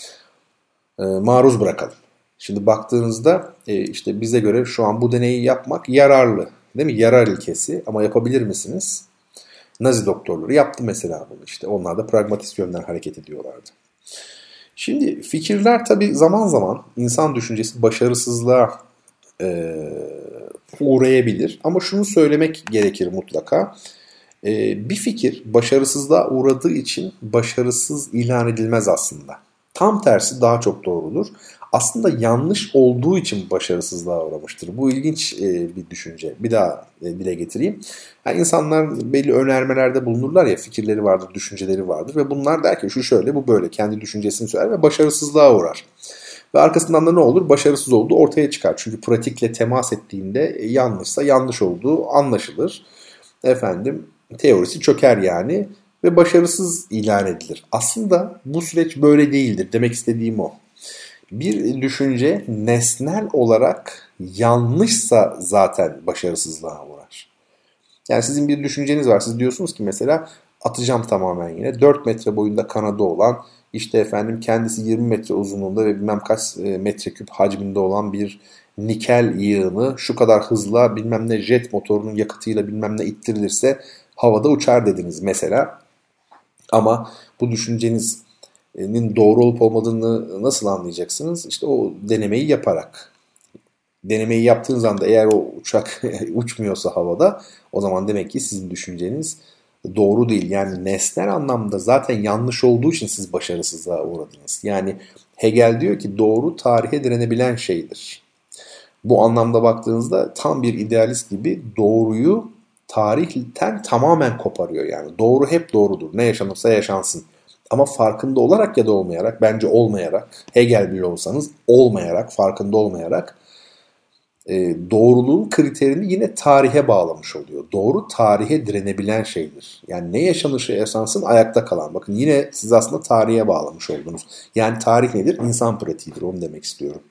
E, maruz bırakalım. Şimdi baktığınızda e, işte bize göre şu an bu deneyi yapmak yararlı. Değil mi? Yarar ilkesi, ama yapabilir misiniz? Nazi doktorları yaptı mesela bunu işte. Onlar da pragmatist yönden hareket ediyorlardı. Şimdi fikirler tabii zaman zaman insan düşüncesi başarısızlığa e, uğrayabilir. Ama şunu söylemek gerekir mutlaka. E, bir fikir başarısızlığa uğradığı için başarısız ilan edilmez aslında. Tam tersi daha çok doğrudur. Aslında yanlış olduğu için başarısızlığa uğramıştır. Bu ilginç e, bir düşünce. Bir daha e, dile getireyim. Yani insanlar belli önermelerde bulunurlar ya, fikirleri vardır, düşünceleri vardır ve bunlar der ki şu şöyle, bu böyle, kendi düşüncesini söyler ve başarısızlığa uğrar. Ve arkasından da ne olur? Başarısız olduğu ortaya çıkar. Çünkü pratikle temas ettiğinde e, yanlışsa yanlış olduğu anlaşılır. Efendim teorisi çöker yani ve başarısız ilan edilir. Aslında bu süreç böyle değildir. Demek istediğim o. Bir düşünce nesnel olarak yanlışsa zaten başarısızlığa uğrar. Yani sizin bir düşünceniz var. Siz diyorsunuz ki mesela atacağım tamamen yine. dört metre boyunda kanadı olan, işte efendim kendisi yirmi metre uzunluğunda ve bilmem kaç metreküp hacminde olan bir nikel yığını şu kadar hızla bilmem ne jet motorunun yakıtıyla bilmem ne ittirilirse havada uçar dediniz mesela. Ama bu düşüncenizin doğru olup olmadığını nasıl anlayacaksınız? İşte o denemeyi yaparak. Denemeyi yaptığınız anda eğer o uçak uçmuyorsa havada, o zaman demek ki sizin düşünceniz doğru değil. Yani nesnel anlamda zaten yanlış olduğu için siz başarısızlığa uğradınız. Yani Hegel diyor ki doğru tarihe direnebilen şeydir. Bu anlamda baktığınızda tam bir idealist gibi doğruyu tarihten tamamen koparıyor yani. Doğru hep doğrudur. Ne yaşanırsa yaşansın. Ama farkında olarak ya da olmayarak, bence olmayarak, Hegel bile olsanız olmayarak, farkında olmayarak e, doğruluğun kriterini yine tarihe bağlamış oluyor. Doğru tarihe direnebilen şeydir. Yani ne yaşanırsa yaşansın ayakta kalan. Bakın yine siz aslında tarihe bağlamış oldunuz. Yani tarih nedir? İnsan pratiğidir. Onu demek istiyorum.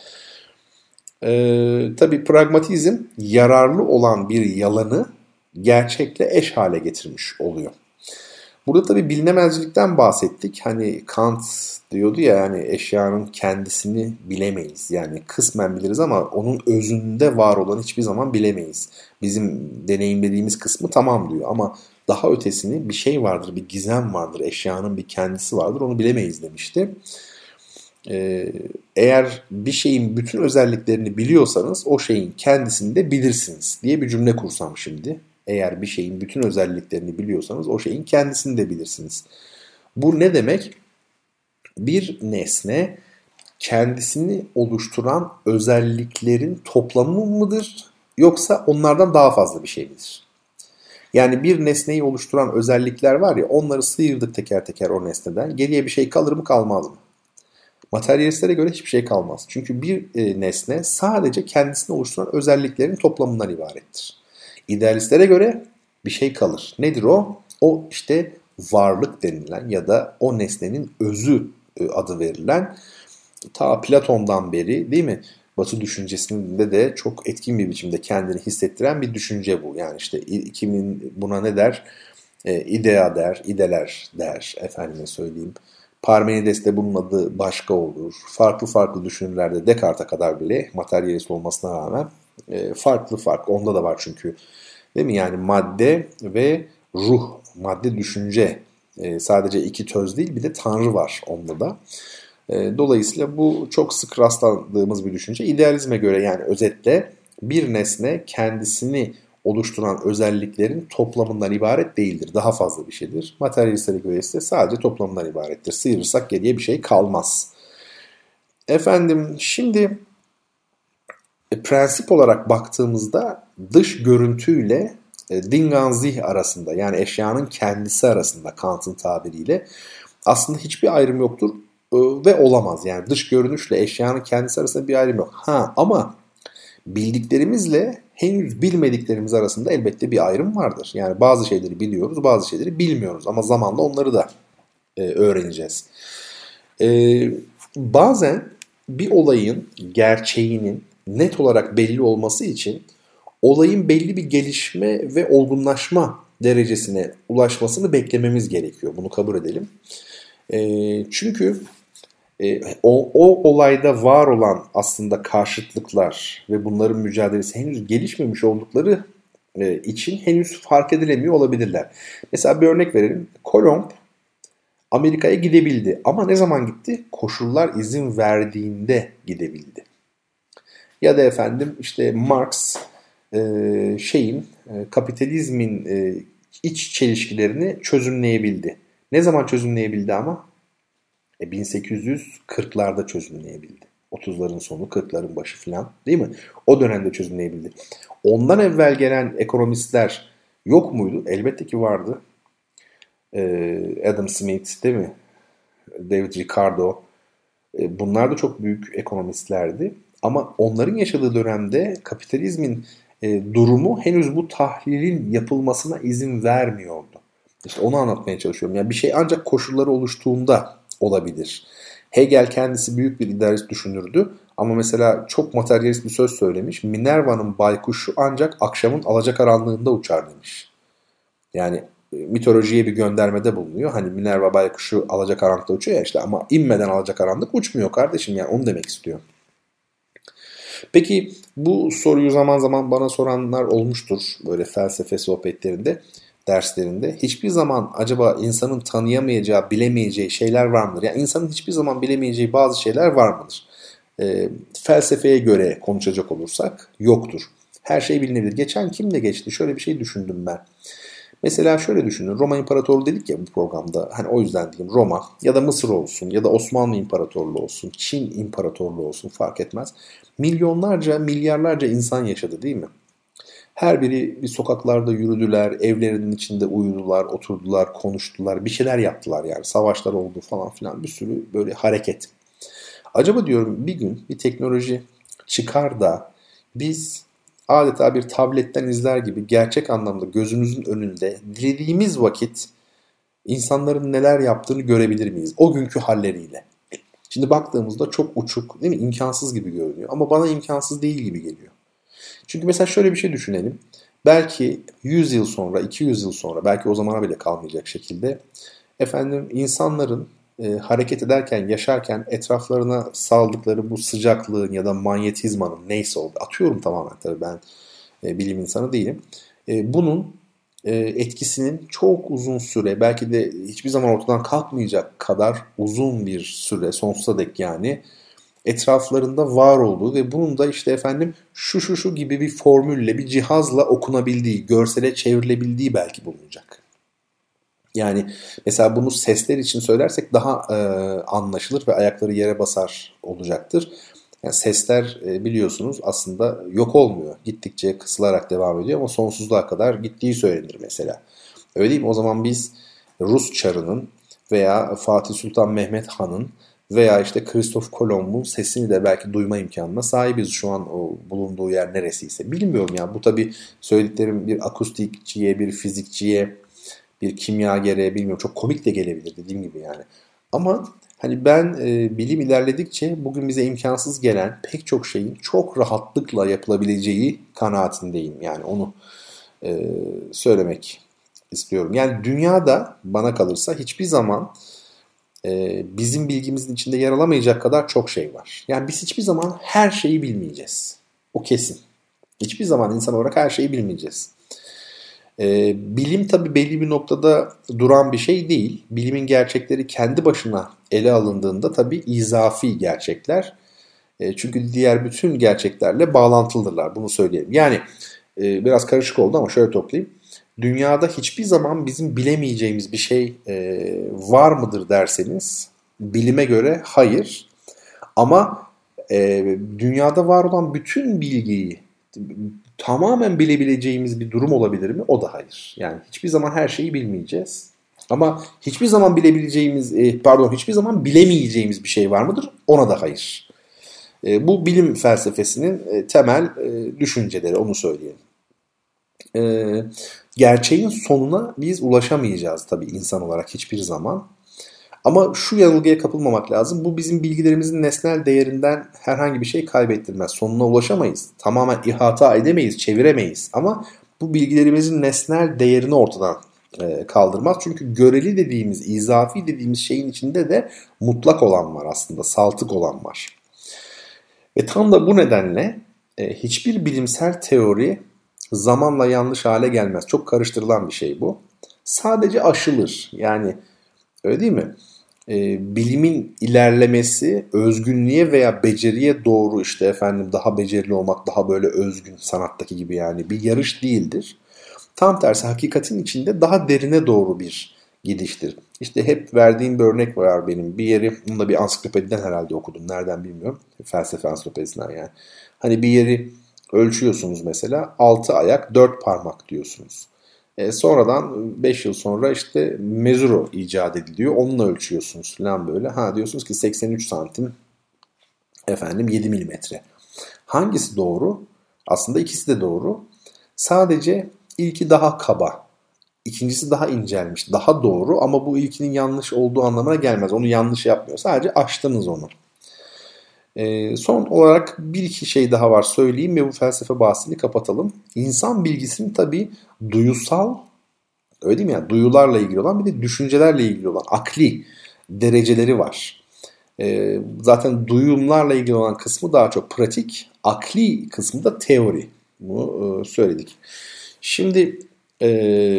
Ee, tabii pragmatizm yararlı olan bir yalanı gerçekle eş hale getirmiş oluyor. Burada tabii bilinemezlikten bahsettik. Hani Kant diyordu ya, yani eşyanın kendisini bilemeyiz. Yani kısmen biliriz ama onun özünde var olan hiçbir zaman bilemeyiz. Bizim deneyimlediğimiz kısmı tamam diyor ama daha ötesini bir şey vardır, bir gizem vardır, eşyanın bir kendisi vardır, onu bilemeyiz demişti. Ee, eğer bir şeyin bütün özelliklerini biliyorsanız o şeyin kendisini de bilirsiniz diye bir cümle kursam şimdi. Eğer bir şeyin bütün özelliklerini biliyorsanız o şeyin kendisini de bilirsiniz. Bu ne demek? Bir nesne kendisini oluşturan özelliklerin toplamı mıdır yoksa onlardan daha fazla bir şey midir? Yani bir nesneyi oluşturan özellikler var ya, onları sıyırdık teker teker o nesneden. Geriye bir şey kalır mı kalmaz mı? Materyalistlere göre hiçbir şey kalmaz. Çünkü bir e, nesne sadece kendisini oluşturan özelliklerin toplamından ibarettir. İdealistlere göre bir şey kalır. Nedir o? O işte varlık denilen ya da o nesnenin özü e, adı verilen, ta Platon'dan beri değil mi? Batı düşüncesinde de çok etkin bir biçimde kendini hissettiren bir düşünce bu. Yani işte kimin buna ne der? E, idea der, ideler der, efendime söyleyeyim. Parmenides de bunun adı başka olur. Farklı farklı düşünürlerde Descartes'e kadar bile materyalist olmasına rağmen e, farklı farklı. Onda da var çünkü. Değil mi? Yani madde ve ruh, madde düşünce e, sadece iki töz değil, bir de Tanrı var onda da. E, dolayısıyla bu çok sık rastladığımız bir düşünce. İdealizme göre yani özetle bir nesne kendisini oluşturan özelliklerin toplamından ibaret değildir. Daha fazla bir şeydir. Materyalistlere göre ise sadece toplamından ibarettir. Sıyırırsak geriye bir şey kalmaz. Efendim şimdi e, prensip olarak baktığımızda dış görüntüyle e, Ding an sich arasında, yani eşyanın kendisi arasında Kant'ın tabiriyle aslında hiçbir ayrım yoktur e, ve olamaz. Yani dış görünüşle eşyanın kendisi arasında bir ayrım yok. Ha ama bildiklerimizle henüz bilmediklerimiz arasında elbette bir ayrım vardır. Yani bazı şeyleri biliyoruz, bazı şeyleri bilmiyoruz ama zamanla onları da e, öğreneceğiz. E, bazen bir olayın gerçeğinin net olarak belli olması için olayın belli bir gelişme ve olgunlaşma derecesine ulaşmasını beklememiz gerekiyor. Bunu kabul edelim. E, çünkü E, o, o olayda var olan aslında karşıtlıklar ve bunların mücadelesi henüz gelişmemiş oldukları e, için henüz fark edilemiyor olabilirler. Mesela bir örnek verelim. Kolomb Amerika'ya gidebildi ama ne zaman gitti? Koşullar izin verdiğinde gidebildi. Ya da efendim işte Marx e, şeyin e, kapitalizmin e, iç çelişkilerini çözümleyebildi. Ne zaman çözümleyebildi ama? E bin sekiz yüz kırklarda çözümleyebildi. otuzların sonu, kırkların başı falan, değil mi? O dönemde çözümleyebildi. Ondan evvel gelen ekonomistler yok muydu? Elbette ki vardı. Ee, Adam Smith, değil mi? David Ricardo. Ee, bunlar da çok büyük ekonomistlerdi. Ama onların yaşadığı dönemde kapitalizmin e, durumu henüz bu tahlilin yapılmasına izin vermiyordu. İşte onu anlatmaya çalışıyorum. Yani bir şey ancak koşulları oluştuğunda olabilir. Hegel kendisi büyük bir idealist düşünürdü ama mesela çok materyalist bir söz söylemiş. Minerva'nın baykuşu ancak akşamın alacakaranlığında uçar demiş. Yani mitolojiye bir göndermede bulunuyor. Hani Minerva baykuşu alacakaranlıkta uçuyor ya işte, ama inmeden alacakaranlık uçmuyor kardeşim, yani onu demek istiyor. Peki bu soruyu zaman zaman bana soranlar olmuştur böyle felsefe sohbetlerinde, derslerinde. Hiçbir zaman acaba insanın tanıyamayacağı, bilemeyeceği şeyler var mıdır? Yani insanın hiçbir zaman bilemeyeceği bazı şeyler var mıdır? E, felsefeye göre konuşacak olursak yoktur. Her şey bilinebilir. Geçen kimle geçti? Şöyle bir şey düşündüm ben. Mesela şöyle düşünün. Roma İmparatorluğu dedik ya bu programda. Hani o yüzden diyeyim, Roma ya da Mısır olsun ya da Osmanlı İmparatorluğu olsun, Çin İmparatorluğu olsun, fark etmez. Milyonlarca, milyarlarca insan yaşadı değil mi? Her biri bir sokaklarda yürüdüler, evlerinin içinde uyudular, oturdular, konuştular, bir şeyler yaptılar yani. Savaşlar oldu falan filan, bir sürü böyle hareket. Acaba diyorum bir gün bir teknoloji çıkar da biz adeta bir tabletten izler gibi gerçek anlamda gözümüzün önünde dilediğimiz vakit insanların neler yaptığını görebilir miyiz? O günkü halleriyle. Şimdi baktığımızda çok uçuk, değil mi? İmkansız gibi görünüyor ama bana imkansız değil gibi geliyor. Çünkü mesela şöyle bir şey düşünelim. Belki yüz yıl sonra, iki yüz yıl sonra, belki o zamana bile kalmayacak şekilde efendim insanların e, hareket ederken, yaşarken etraflarına saldıkları bu sıcaklığın ya da manyetizmanın neyse oldu. Atıyorum tamamen, tabii ben e, bilim insanı değilim. E, bunun e, etkisinin çok uzun süre, belki de hiçbir zaman ortadan kalkmayacak kadar uzun bir süre, sonsuza dek yani etraflarında var olduğu ve bunun da işte efendim şu şu şu gibi bir formülle, bir cihazla okunabildiği, görsele çevrilebildiği belki bulunacak. Yani mesela bunu sesler için söylersek daha e, anlaşılır ve ayakları yere basar olacaktır. Yani sesler e, biliyorsunuz aslında yok olmuyor. Gittikçe kısılarak devam ediyor ama sonsuzluğa kadar gittiği söylenir mesela. Öyle değil mi? O zaman biz Rus Çarı'nın veya Fatih Sultan Mehmet Han'ın veya işte Kristof Kolomb'un sesini de belki duyma imkanına sahibiz şu an o bulunduğu yer neresiyse. Bilmiyorum ya, bu tabii söylediklerim bir akustikçiye, bir fizikçiye, bir kimyagere, bilmiyorum, çok komik de gelebilir dediğim gibi yani. Ama hani ben e, bilim ilerledikçe bugün bize imkansız gelen pek çok şeyin çok rahatlıkla yapılabileceği kanaatindeyim. Yani onu e, söylemek istiyorum. Yani dünyada bana kalırsa hiçbir zaman e, bizim bilgimizin içinde yer alamayacak kadar çok şey var. Yani biz hiçbir zaman her şeyi bilmeyeceğiz. O kesin. Hiçbir zaman insan olarak her şeyi bilmeyeceğiz. E, bilim tabii belli bir noktada duran bir şey değil. Bilimin gerçekleri kendi başına ele alındığında tabii izafi gerçekler. E, çünkü diğer bütün gerçeklerle bağlantılıdırlar. Bunu söyleyelim. Yani e, biraz karışık oldu ama şöyle toplayayım. Dünyada hiçbir zaman bizim bilemeyeceğimiz bir şey e, var mıdır derseniz, bilime göre hayır. Ama e, dünyada var olan bütün bilgiyi tamamen bilebileceğimiz bir durum olabilir mi? O da hayır. Yani hiçbir zaman her şeyi bilmeyeceğiz. Ama hiçbir zaman bilebileceğimiz, e, pardon hiçbir zaman bilemeyeceğimiz bir şey var mıdır? Ona da hayır. E, bu bilim felsefesinin e, temel e, düşünceleri, onu söyleyelim. E, gerçeğin sonuna biz ulaşamayacağız tabii insan olarak hiçbir zaman. Ama şu yanılgıya kapılmamak lazım. Bu bizim bilgilerimizin nesnel değerinden herhangi bir şey kaybettirmez. Sonuna ulaşamayız. Tamamen ihata edemeyiz, çeviremeyiz. Ama bu bilgilerimizin nesnel değerini ortadan e, kaldırmaz. Çünkü göreli dediğimiz, izafi dediğimiz şeyin içinde de mutlak olan var aslında. Saltık olan var. Ve tam da bu nedenle e, hiçbir bilimsel teori zamanla yanlış hale gelmez. Çok karıştırılan bir şey bu. Sadece aşılır. Yani öyle değil mi? E, bilimin ilerlemesi özgünlüğe veya beceriye doğru, işte efendim daha becerili olmak, daha böyle özgün, sanattaki gibi yani bir yarış değildir. Tam tersi hakikatin içinde daha derine doğru bir gidiştir. İşte hep verdiğim bir örnek var benim. Bir yeri, bunu da bir ansiklopediden herhalde okudum. Nereden bilmiyorum. Felsefe ansiklopedisinden yani. Hani bir yeri ölçüyorsunuz mesela. Altı ayak, dört parmak diyorsunuz. E, sonradan beş yıl sonra işte mezuro icat ediliyor. Onunla ölçüyorsunuz falan böyle. Ha diyorsunuz ki seksen üç santim efendim yedi milimetre. Hangisi doğru? Aslında ikisi de doğru. Sadece ilki daha kaba. İkincisi daha incelmiş. Daha doğru ama bu ilkinin yanlış olduğu anlamına gelmez. Onu yanlış yapmıyor. Sadece aştınız onu. E, son olarak bir iki şey daha var söyleyeyim ve bu felsefe bahsini kapatalım. İnsan bilgisinin tabii duyusal, öyle değil mi? Yani duyularla ilgili olan bir de düşüncelerle ilgili olan akli dereceleri var. E, zaten duyumlarla ilgili olan kısmı daha çok pratik, akli kısmı da teori. Bunu e, söyledik. Şimdi e,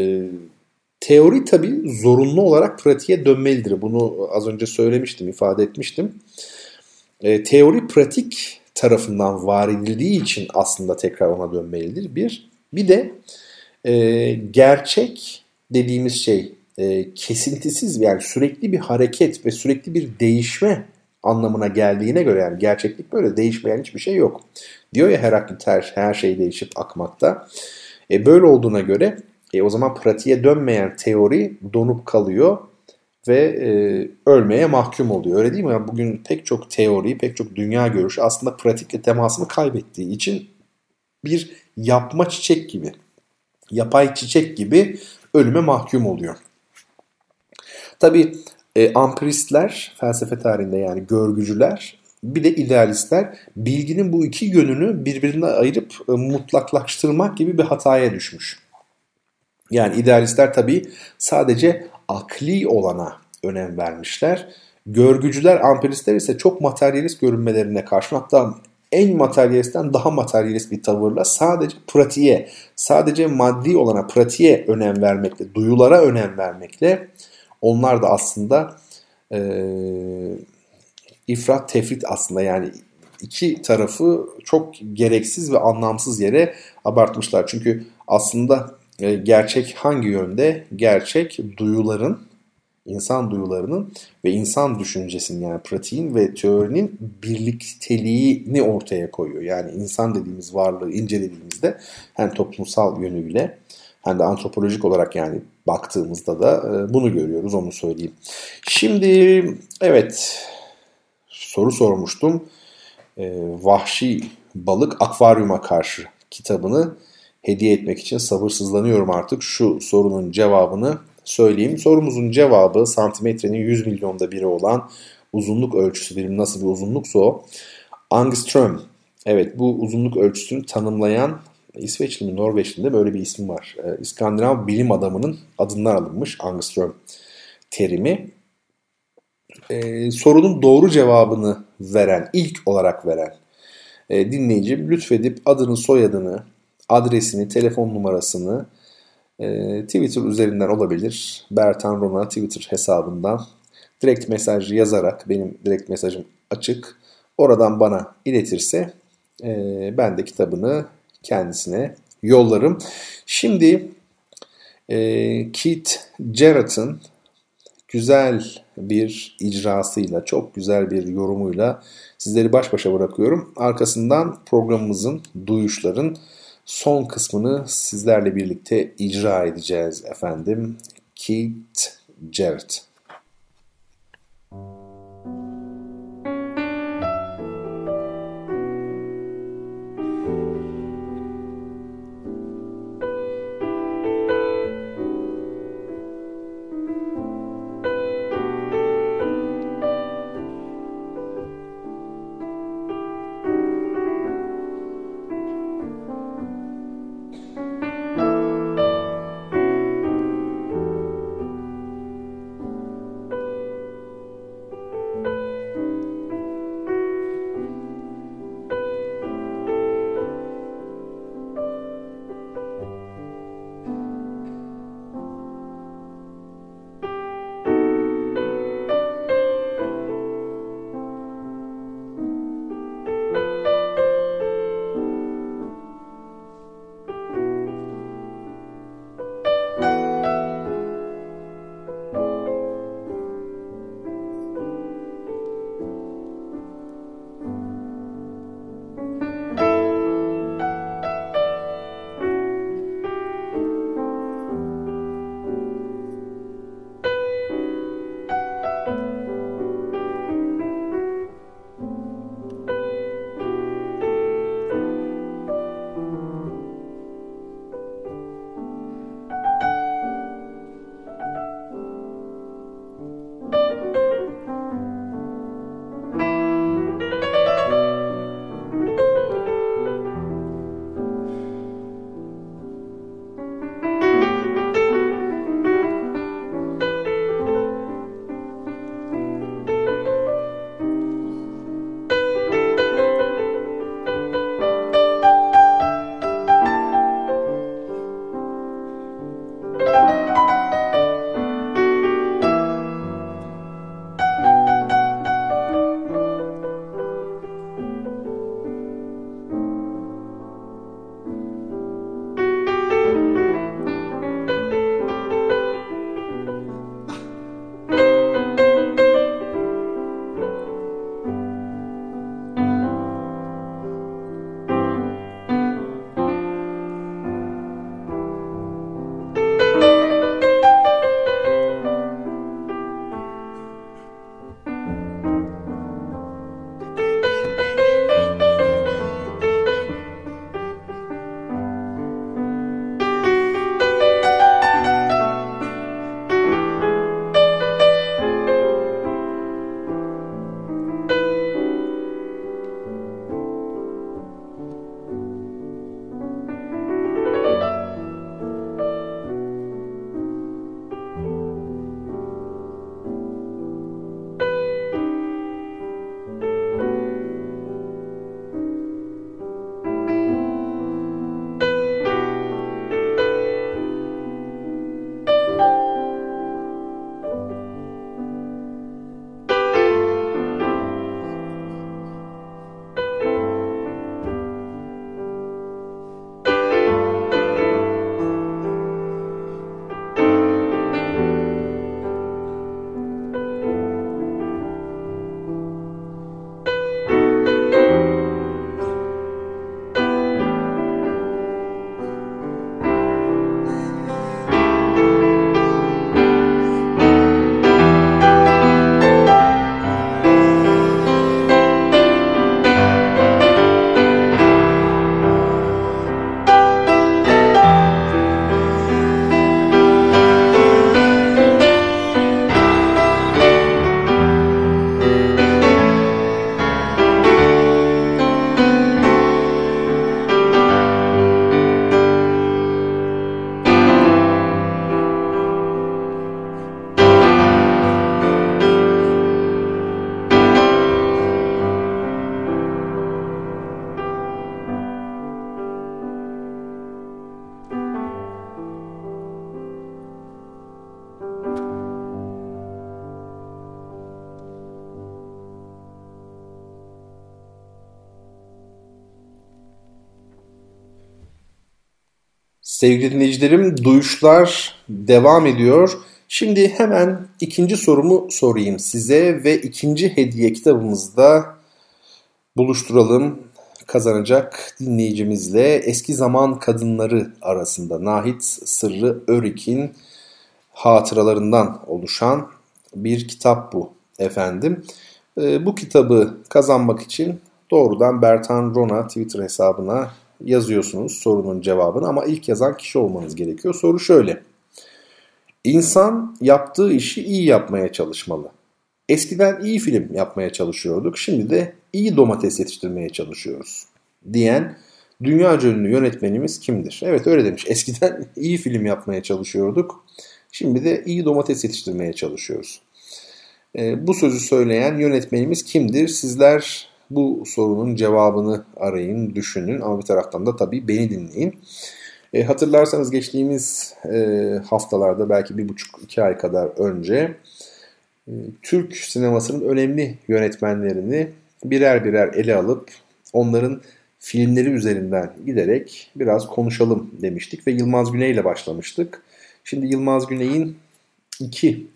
teori tabii zorunlu olarak pratiğe dönmelidir. Bunu az önce söylemiştim, ifade etmiştim. E, teori pratik tarafından var edildiği için aslında tekrar ona dönmelidir. Bir, bir de e, gerçek dediğimiz şey e, kesintisiz, yani sürekli bir hareket ve sürekli bir değişme anlamına geldiğine göre, yani gerçeklik böyle, değişmeyen hiçbir şey yok. Diyor ya Heraklit, her, her şey değişip akmakta. E, böyle olduğuna göre e, o zaman pratiğe dönmeyen teori donup kalıyor ve e, ölmeye mahkum oluyor. Öyle değil mi? Yani bugün pek çok teori, pek çok dünya görüşü aslında pratikle temasını kaybettiği için bir yapma çiçek gibi, yapay çiçek gibi ölüme mahkum oluyor. Tabii e, ampiristler, felsefe tarihinde yani görgücüler, bir de idealistler bilginin bu iki yönünü birbirine ayırıp e, mutlaklaştırmak gibi bir hataya düşmüş. Yani idealistler tabii sadece akli olana önem vermişler. Görgücüler, ampiristler ise çok materyalist görünmelerine karşın, hatta en materyalistten daha materyalist bir tavırla sadece pratiğe, sadece maddi olana, pratiğe önem vermekle, duyulara önem vermekle onlar da aslında e, ifrat tefrit aslında, yani iki tarafı çok gereksiz ve anlamsız yere abartmışlar. Çünkü aslında e, gerçek hangi yönde? Gerçek duyuların, insan duyularının ve insan düşüncesinin, yani pratiğin ve teorinin birlikteliğini ortaya koyuyor. Yani insan dediğimiz varlığı incelediğimizde hem toplumsal yönüyle hem de antropolojik olarak yani baktığımızda da e, bunu görüyoruz, onu söyleyeyim. Şimdi evet, soru sormuştum. E, Vahşi Balık Akvaryuma Karşı kitabını hediye etmek için sabırsızlanıyorum artık. Şu sorunun cevabını söyleyeyim. Sorumuzun cevabı santimetrenin yüz milyonda biri olan uzunluk ölçüsü, birim nasıl bir uzunluksa o. Angstrom. Evet, bu uzunluk ölçüsünü tanımlayan İsveçli mi Norveçli mi böyle bir ismi var. Ee, İskandinav bilim adamının adından alınmış Angstrom terimi. Ee, sorunun doğru cevabını veren, ilk olarak veren e, dinleyicim lütfedip adını, soyadını, adresini, telefon numarasını e, Twitter üzerinden olabilir. Bertan Rona Twitter hesabından direkt mesaj yazarak, benim direkt mesajım açık, oradan bana iletirse e, ben de kitabını kendisine yollarım. Şimdi e, Keith Jarrett'ın güzel bir icrasıyla, çok güzel bir yorumuyla sizleri baş başa bırakıyorum. Arkasından programımızın, Duyuşların son kısmını sizlerle birlikte icra edeceğiz efendim. Keith Jarrett. Sevgili dinleyicilerim, Duyuşlar devam ediyor. Şimdi hemen ikinci sorumu sorayım size ve ikinci hediye kitabımızda buluşturalım kazanacak dinleyicimizle. Eski Zaman Kadınları arasında Nahit Sırrı Örik'in hatıralarından oluşan bir kitap bu efendim. Bu kitabı kazanmak için doğrudan Bertan Rona Twitter hesabına yazıyorsunuz sorunun cevabını ama ilk yazan kişi olmanız gerekiyor. Soru şöyle: İnsan yaptığı işi iyi yapmaya çalışmalı. Eskiden iyi film yapmaya çalışıyorduk, şimdi de iyi domates yetiştirmeye çalışıyoruz diyen dünyaca ünlü yönetmenimiz kimdir? Evet, öyle demiş. Eskiden iyi film yapmaya çalışıyorduk, şimdi de iyi domates yetiştirmeye çalışıyoruz. E, bu sözü söyleyen yönetmenimiz kimdir? Sizler bu sorunun cevabını arayın, düşünün ama bir taraftan da tabii beni dinleyin. E, hatırlarsanız geçtiğimiz e, haftalarda belki bir buçuk iki ay kadar önce e, Türk sinemasının önemli yönetmenlerini birer birer ele alıp onların filmleri üzerinden giderek biraz konuşalım demiştik ve Yılmaz Güney ile başlamıştık. Şimdi Yılmaz Güney'in iki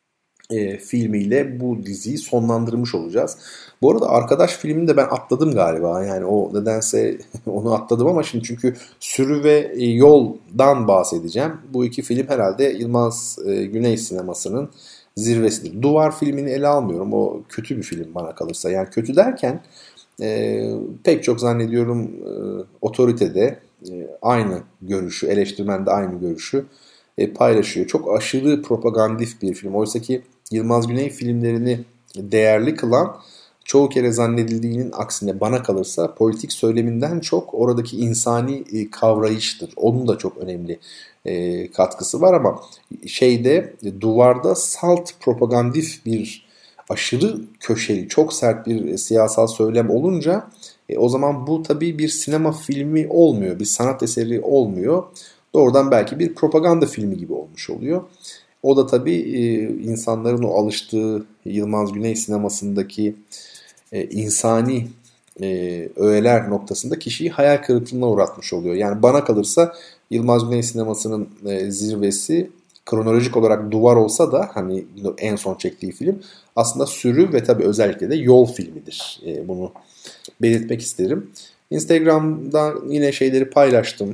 E, filmiyle bu diziyi sonlandırmış olacağız. Bu arada Arkadaş filmini de ben atladım galiba. Yani o nedense onu atladım ama şimdi çünkü Sürü ve Yol'dan bahsedeceğim. Bu iki film herhalde Yılmaz e, Güney sinemasının zirvesidir. Duvar filmini ele almıyorum. O kötü bir film bana kalırsa. Yani kötü derken e, pek çok zannediyorum e, otoritede e, aynı görüşü, eleştirmen de aynı görüşü e, paylaşıyor. Çok aşırı propagandif bir film. Oysa ki Yılmaz Güney filmlerini değerli kılan çoğu kere zannedildiğinin aksine bana kalırsa politik söyleminden çok oradaki insani e, kavrayıştır. Onun da çok önemli e, katkısı var ama şeyde Duvarda salt propagandif bir aşırı köşeli, çok sert bir e, siyasal söylem olunca e, o zaman bu tabii bir sinema filmi olmuyor, bir sanat eseri olmuyor. Doğrudan belki bir propaganda filmi gibi olmuş oluyor. O da tabii e, insanların o alıştığı Yılmaz Güney sinemasındaki e, insani e, öğeler noktasında kişiyi hayal kırıklığına uğratmış oluyor. Yani bana kalırsa Yılmaz Güney sinemasının e, zirvesi kronolojik olarak Duvar olsa da hani en son çektiği film aslında Sürü ve tabii özellikle de Yol filmidir. E, bunu belirtmek isterim. Instagram'da yine şeyleri paylaştım.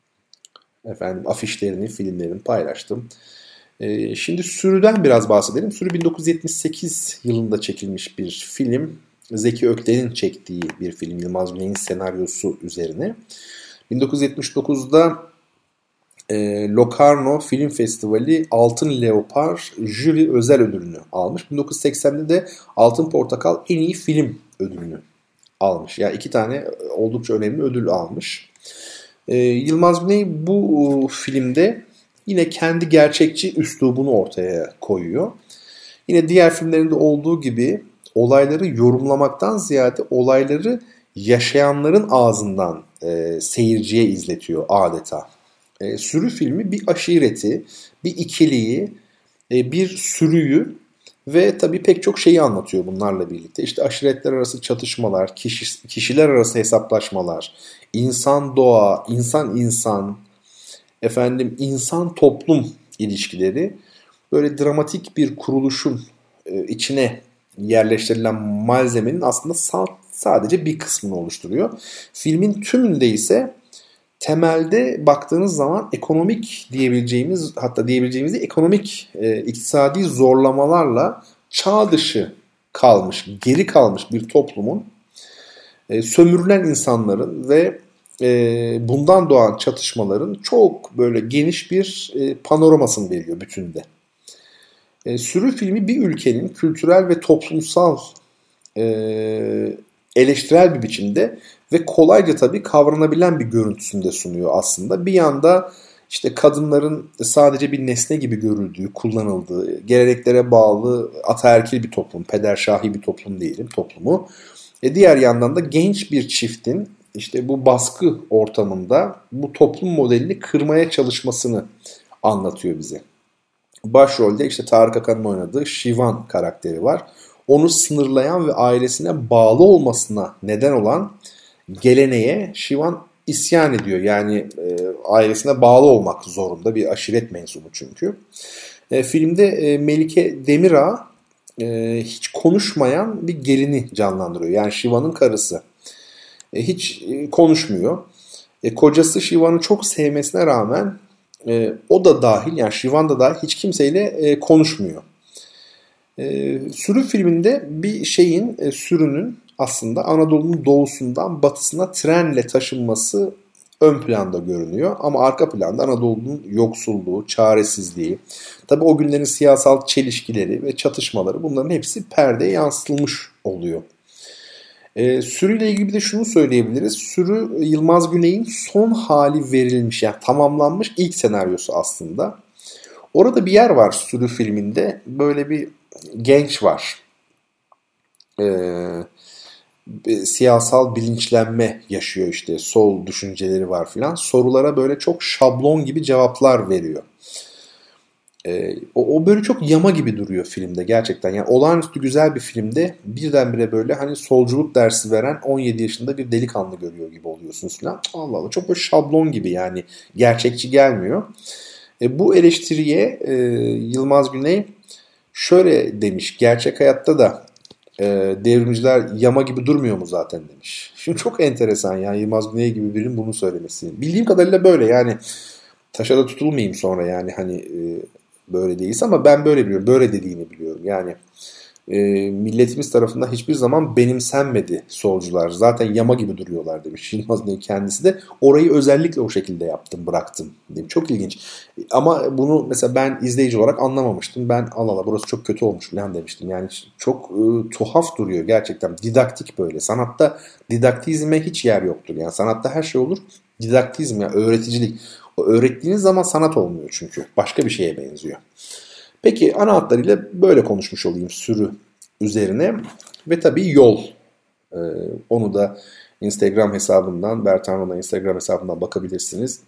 Efendim afişlerini, filmlerini paylaştım. Ee, şimdi Sürü'den biraz bahsedelim. Sürü bin dokuz yüz yetmiş sekiz yılında çekilmiş bir film. Zeki Ökten'in çektiği bir film. Yılmaz Güney'in senaryosu üzerine. bin dokuz yüz yetmiş dokuzda e, Locarno Film Festivali Altın Leopar jüri özel ödülünü almış. bin dokuz yüz seksende de Altın Portakal en iyi film ödülünü almış. Yani iki tane oldukça önemli ödül almış. Ee, Yılmaz Güney bu filmde yine kendi gerçekçi üslubunu ortaya koyuyor. Yine diğer filmlerinde olduğu gibi olayları yorumlamaktan ziyade olayları yaşayanların ağzından e, seyirciye izletiyor adeta. E, Sürü filmi bir aşireti, bir ikiliyi, e, bir sürüyü ve tabii pek çok şeyi anlatıyor bunlarla birlikte. İşte aşiretler arası çatışmalar, kişi, kişiler arası hesaplaşmalar, insan doğa, insan insan, efendim insan toplum ilişkileri böyle dramatik bir kuruluşun e, içine yerleştirilen malzemenin aslında sadece bir kısmını oluşturuyor. Filmin tümünde ise temelde baktığınız zaman ekonomik diyebileceğimiz, hatta diyebileceğimiz de ekonomik e, iktisadi zorlamalarla çağ dışı kalmış, geri kalmış bir toplumun e, sömürülen insanların ve e, bundan doğan çatışmaların çok böyle geniş bir e, panoramasını veriyor bütünde. E, Sürü filmi bir ülkenin kültürel ve toplumsal e, eleştirel bir biçimde ve kolayca tabii kavranabilen bir görüntüsünde sunuyor aslında. Bir yanda işte kadınların sadece bir nesne gibi görüldüğü, kullanıldığı, geleneklere bağlı ataerkil bir toplum, pederşahi bir toplum diyelim toplumu. E diğer yandan da genç bir çiftin işte bu baskı ortamında bu toplum modelini kırmaya çalışmasını anlatıyor bize. Başrolde işte Tarık Akan'ın oynadığı Şivan karakteri var. Onu sınırlayan ve ailesine bağlı olmasına neden olan geleneğe Şivan isyan ediyor. Yani e, ailesine bağlı olmak zorunda, bir aşiret mensubu çünkü. E, filmde e, Melike Demirağ e, hiç konuşmayan bir gelini canlandırıyor. Yani Şiva'nın karısı. E, hiç e, konuşmuyor. E, kocası Şiva'nı çok sevmesine rağmen e, o da dahil, yani Şivan da dahil hiç kimseyle e, konuşmuyor. E, sürü filminde bir şeyin, e, sürünün aslında Anadolu'nun doğusundan batısına trenle taşınması ön planda görünüyor. Ama arka planda Anadolu'nun yoksulluğu, çaresizliği, tabii o günlerin siyasal çelişkileri ve çatışmaları, bunların hepsi perdeye yansıtılmış oluyor. E, sürüyle ilgili bir de şunu söyleyebiliriz. Sürü Yılmaz Güney'in son hali verilmiş, yani tamamlanmış ilk senaryosu aslında. Orada bir yer var Sürü filminde. Böyle bir genç var. Eee siyasal bilinçlenme yaşıyor, işte sol düşünceleri var filan. Sorulara böyle çok şablon gibi cevaplar veriyor. Ee, o, o böyle çok yama gibi duruyor filmde gerçekten. Yani olağanüstü güzel bir filmde birdenbire böyle hani solculuk dersi veren on yedi yaşında bir delikanlı görüyor gibi oluyorsunuz filan. Allah Allah, çok böyle şablon gibi, yani gerçekçi gelmiyor. E, bu eleştiriye e, Yılmaz Güney şöyle demiş: gerçek hayatta da E, devrimciler yama gibi durmuyor mu zaten demiş. Şimdi çok enteresan yani Yılmaz Güney gibi birinin bunu söylemesi. Bildiğim kadarıyla böyle, yani taşa da tutulmayayım sonra, yani hani e, böyle değilse, ama ben böyle biliyorum. Böyle dediğini biliyorum. Yani e, milletimiz tarafından hiçbir zaman benimsenmedi solcular. Zaten yama gibi duruyorlar demiş Yılmaz Güney kendisi de. Orayı özellikle o şekilde yaptım, bıraktım demiş. Çok ilginç. Ama bunu mesela ben izleyici olarak anlamamıştım. Ben Allah Allah burası çok kötü olmuş falan demiştim. Yani çok e, tuhaf duruyor gerçekten. Didaktik böyle. Sanatta didaktizme hiç yer yoktur. Yani sanatta her şey olur. Didaktizm, yani öğreticilik. O öğrettiğiniz zaman sanat olmuyor çünkü. Başka bir şeye benziyor. Peki ana hatlarıyla böyle konuşmuş olayım sürü üzerine. Ve tabii yol. Ee, onu da Instagram hesabından, Bertan Rona Instagram hesabından bakabilirsiniz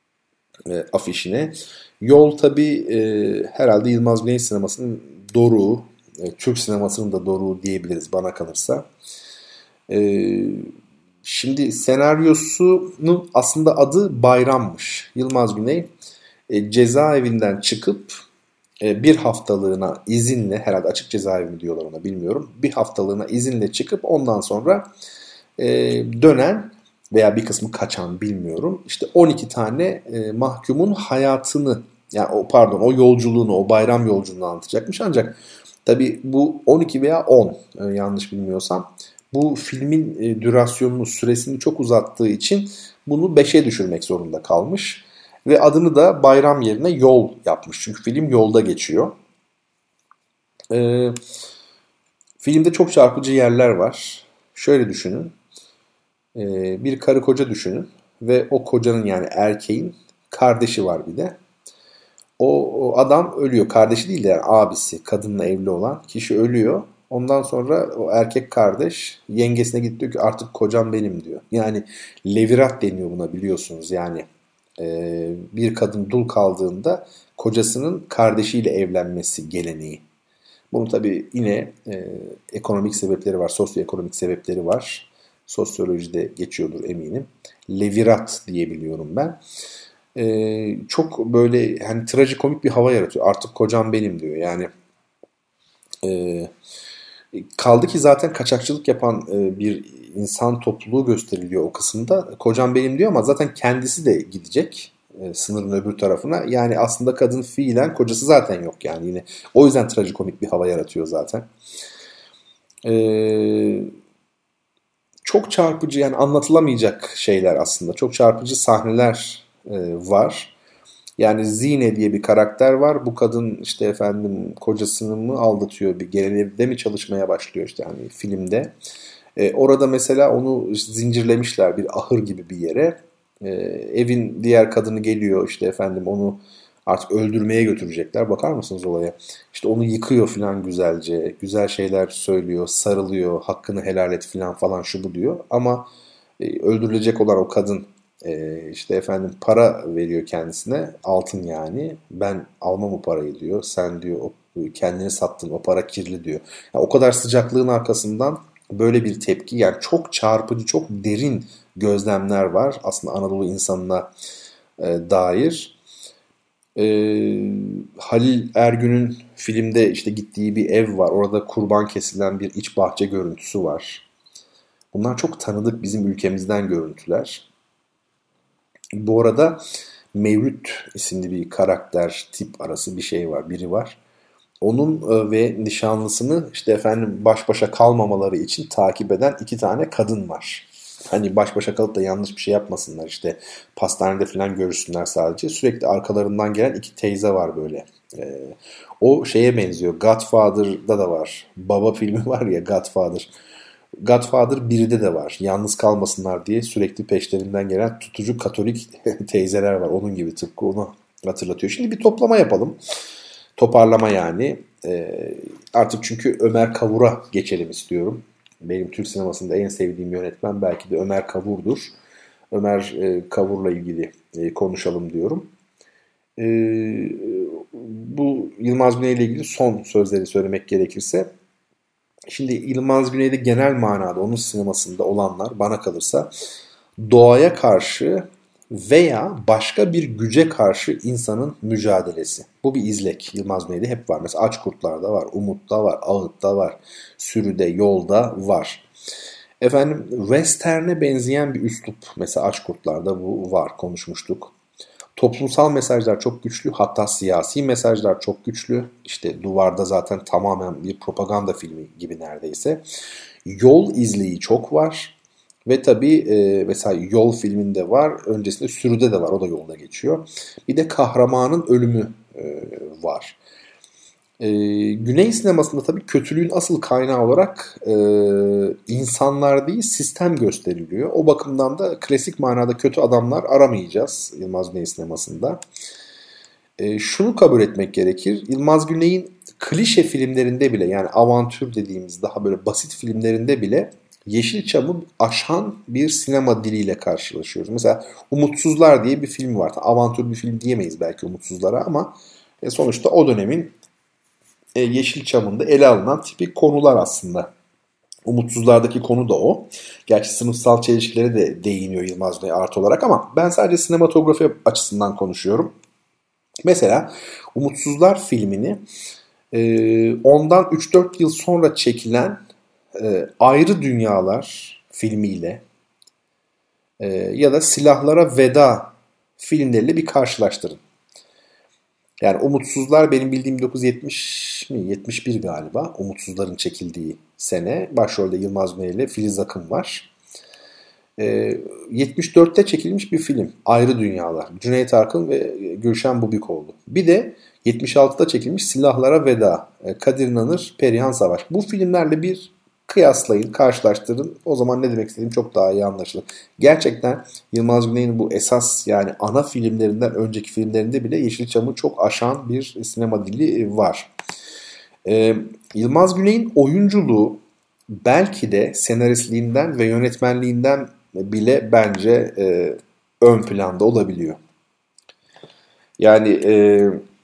e, afişine. Yol tabii e, herhalde Yılmaz Güney sinemasının doruğu, e, Türk sinemasının da doruğu diyebiliriz bana kalırsa. E, şimdi senaryosunun aslında adı Bayram'mış. Yılmaz Güney e, cezaevinden çıkıp bir haftalığına izinle, herhalde açık cezaevi mi diyorlar ona bilmiyorum, bir haftalığına izinle çıkıp ondan sonra e, dönen veya bir kısmı kaçan bilmiyorum, işte on iki tane e, mahkumun hayatını, yani o pardon o yolculuğunu, o bayram yolculuğunu anlatacakmış. Ancak tabii bu on iki veya on e, yanlış bilmiyorsam bu filmin e, dürasyonunu, süresini çok uzattığı için bunu beşe düşürmek zorunda kalmış. Ve adını da bayram yerine yol yapmış. Çünkü film yolda geçiyor. Ee, filmde çok çarpıcı yerler var. Şöyle düşünün. Ee, bir karı koca düşünün. Ve o kocanın, yani erkeğin kardeşi var bir de. O, o adam ölüyor. Kardeşi değil de yani abisi, kadınla evli olan kişi ölüyor. Ondan sonra o erkek kardeş yengesine gidiyor, diyor ki artık kocam benim diyor. Yani levirat deniyor buna, biliyorsunuz. Yani bir kadın dul kaldığında kocasının kardeşiyle evlenmesi geleneği. Bunun tabii yine e, ekonomik sebepleri var, sosyoekonomik sebepleri var. Sosyolojide geçiyordur eminim. Levirat diyebiliyorum ben. E, çok böyle hani trajikomik bir hava yaratıyor. Artık kocam benim diyor. Yani e, kaldı ki zaten kaçakçılık yapan e, bir insan topluluğu gösteriliyor o kısımda. Kocam benim diyor ama zaten kendisi de gidecek e, sınırın öbür tarafına. Yani aslında kadın fiilen, kocası zaten yok yani yine. O yüzden trajikomik bir hava yaratıyor zaten. E, çok çarpıcı, yani anlatılamayacak şeyler aslında. Çok çarpıcı sahneler e, var. Yani Zine diye bir karakter var. Bu kadın işte efendim kocasını mı aldatıyor, bir genel mi çalışmaya başlıyor işte hani filmde. E, orada mesela onu zincirlemişler bir ahır gibi bir yere. E, evin diğer kadını geliyor işte efendim onu artık öldürmeye götürecekler. Bakar mısınız olaya? İşte onu yıkıyor falan güzelce. Güzel şeyler söylüyor, sarılıyor, hakkını helal et falan falan şu bu diyor. Ama e, öldürülecek olan o kadın e, işte efendim para veriyor kendisine. Altın yani. Ben almam o parayı diyor. Sen diyor o, kendini sattın, o para kirli diyor. Yani o kadar sıcaklığın arkasından böyle bir tepki, yani çok çarpıcı, çok derin gözlemler var. Aslında Anadolu insanına e, dair. E, Halil Ergün'ün filmde işte gittiği bir ev var. Orada kurban kesilen bir iç bahçe görüntüsü var. Bunlar çok tanıdık bizim ülkemizden görüntüler. Bu arada Mevlüt isimli bir karakter, tip arası bir şey var, biri var. Onun ve nişanlısını işte efendim baş başa kalmamaları için takip eden iki tane kadın var. Hani baş başa kalıp da yanlış bir şey yapmasınlar, işte pastanede falan görüşsünler sadece. Sürekli arkalarından gelen iki teyze var böyle. Ee, o şeye benziyor. Godfather'da da var. Baba filmi var ya, Godfather. Godfather birde de var. Yalnız kalmasınlar diye sürekli peşlerinden gelen tutucu Katolik teyzeler var. Onun gibi, tıpkı onu hatırlatıyor. Şimdi bir toplama yapalım. Toparlama yani. Ee, artık çünkü Ömer Kavur'a geçelim istiyorum. Benim Türk sinemasında en sevdiğim yönetmen belki de Ömer Kavur'dur. Ömer e, Kavur'la ilgili e, konuşalım diyorum. E, bu Yılmaz Güney ile ilgili son sözleri söylemek gerekirse. Şimdi Yılmaz Güney'de genel manada onun sinemasında olanlar bana kalırsa doğaya karşı veya başka bir güce karşı insanın mücadelesi. Bu bir izlek. Yılmaz Güney'de hep var. Mesela Açkurtlar'da var, Umut'ta var, Ağıt'ta var, Sürü'de, Yolda var. Efendim Western'e benzeyen bir üslup. Mesela Açkurtlar'da bu var, konuşmuştuk. Toplumsal mesajlar çok güçlü, hatta siyasi mesajlar çok güçlü. İşte Duvar'da zaten tamamen bir propaganda filmi gibi neredeyse. Yol izleyi çok var. Ve tabii e, mesela Yol filminde var, öncesinde Sürü'de de var, o da yolda geçiyor. Bir de kahramanın ölümü e, var. E, Güney sinemasında tabii kötülüğün asıl kaynağı olarak e, insanlar değil, sistem gösteriliyor. O bakımdan da klasik manada kötü adamlar aramayacağız Yılmaz Güney sinemasında. E, şunu kabul etmek gerekir, Yılmaz Güney'in klişe filmlerinde bile, yani avantür dediğimiz daha böyle basit filmlerinde bile Yeşilçam'ı aşan bir sinema diliyle karşılaşıyoruz. Mesela Umutsuzlar diye bir film var. Avantür bir film diyemeyiz belki Umutsuzlara ama sonuçta o dönemin Yeşilçam'ında ele alınan tipik konular aslında. Umutsuzlardaki konu da o. Gerçi sınıfsal çelişkilere de değiniyor Yılmaz Güney artı olarak ama ben sadece sinematografi açısından konuşuyorum. Mesela Umutsuzlar filmini ondan üç dört yıl sonra çekilen E, Ayrı Dünyalar filmiyle e, ya da Silahlara Veda filmleriyle bir karşılaştırın. Yani Umutsuzlar benim bildiğim bin dokuz yüz yetmiş mi? yetmiş bir galiba. Umutsuzların çekildiği sene. Başrolde Yılmaz Güney ile Filiz Akın var. E, yetmiş dörtte çekilmiş bir film. Ayrı Dünyalar. Cüneyt Arkın ve Gülşen Bubikoğlu. Bir de yetmiş altıda çekilmiş Silahlara Veda. E, Kadir İnanır, Perihan Savaş. Bu filmlerle bir kıyaslayın, karşılaştırın. O zaman ne demek istediğim çok daha iyi anlaşılır. Gerçekten Yılmaz Güney'in bu esas, yani ana filmlerinden önceki filmlerinde bile Yeşilçam'ı çok aşan bir sinema dili var. Ee, Yılmaz Güney'in oyunculuğu belki de senaristliğinden ve yönetmenliğinden bile bence e, ön planda olabiliyor. Yani e,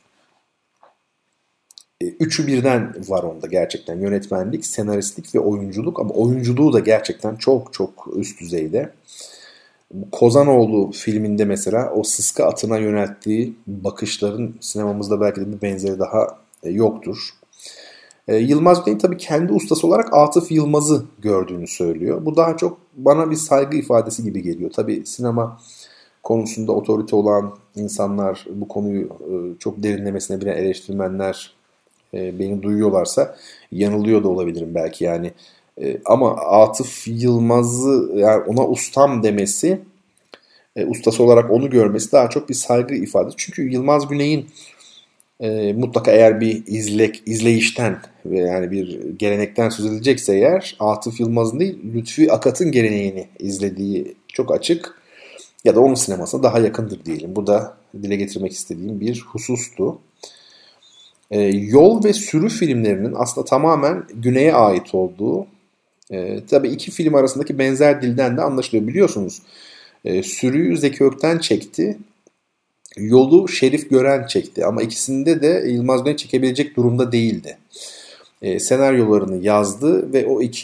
Üçü birden var onda gerçekten. Yönetmenlik, senaristlik ve oyunculuk. Ama oyunculuğu da gerçekten çok çok üst düzeyde. Kozanoğlu filminde mesela o sıska atına yönelttiği bakışların sinemamızda belki de bir benzeri daha yoktur. Yılmaz Güney tabii kendi ustası olarak Atıf Yılmaz'ı gördüğünü söylüyor. Bu daha çok bana bir saygı ifadesi gibi geliyor. Tabii sinema konusunda otorite olan insanlar, bu konuyu çok derinlemesine bilen eleştirmenler beni duyuyorlarsa yanılıyor da olabilirim belki yani. Ama Atıf Yılmaz'ı, yani ona ustam demesi, ustası olarak onu görmesi daha çok bir saygı ifade. Çünkü Yılmaz Güney'in e, mutlaka eğer bir izlek, izleyişten ve yani bir gelenekten söz edilecekse eğer, Atıf Yılmaz'ın değil Lütfi Akat'ın geleneğini izlediği çok açık. Ya da onun sinemasına daha yakındır diyelim. Bu da dile getirmek istediğim bir husustu. E, Yol ve Sürü filmlerinin aslında tamamen Güney'e ait olduğu, e, tabii iki film arasındaki benzer dilden de anlaşılıyor. Biliyorsunuz e, Sürü'yü Zeki Ökten çekti, Yol'u Şerif Gören çekti ama ikisinde de Yılmaz Güney çekebilecek durumda değildi. E, senaryolarını yazdı ve o iki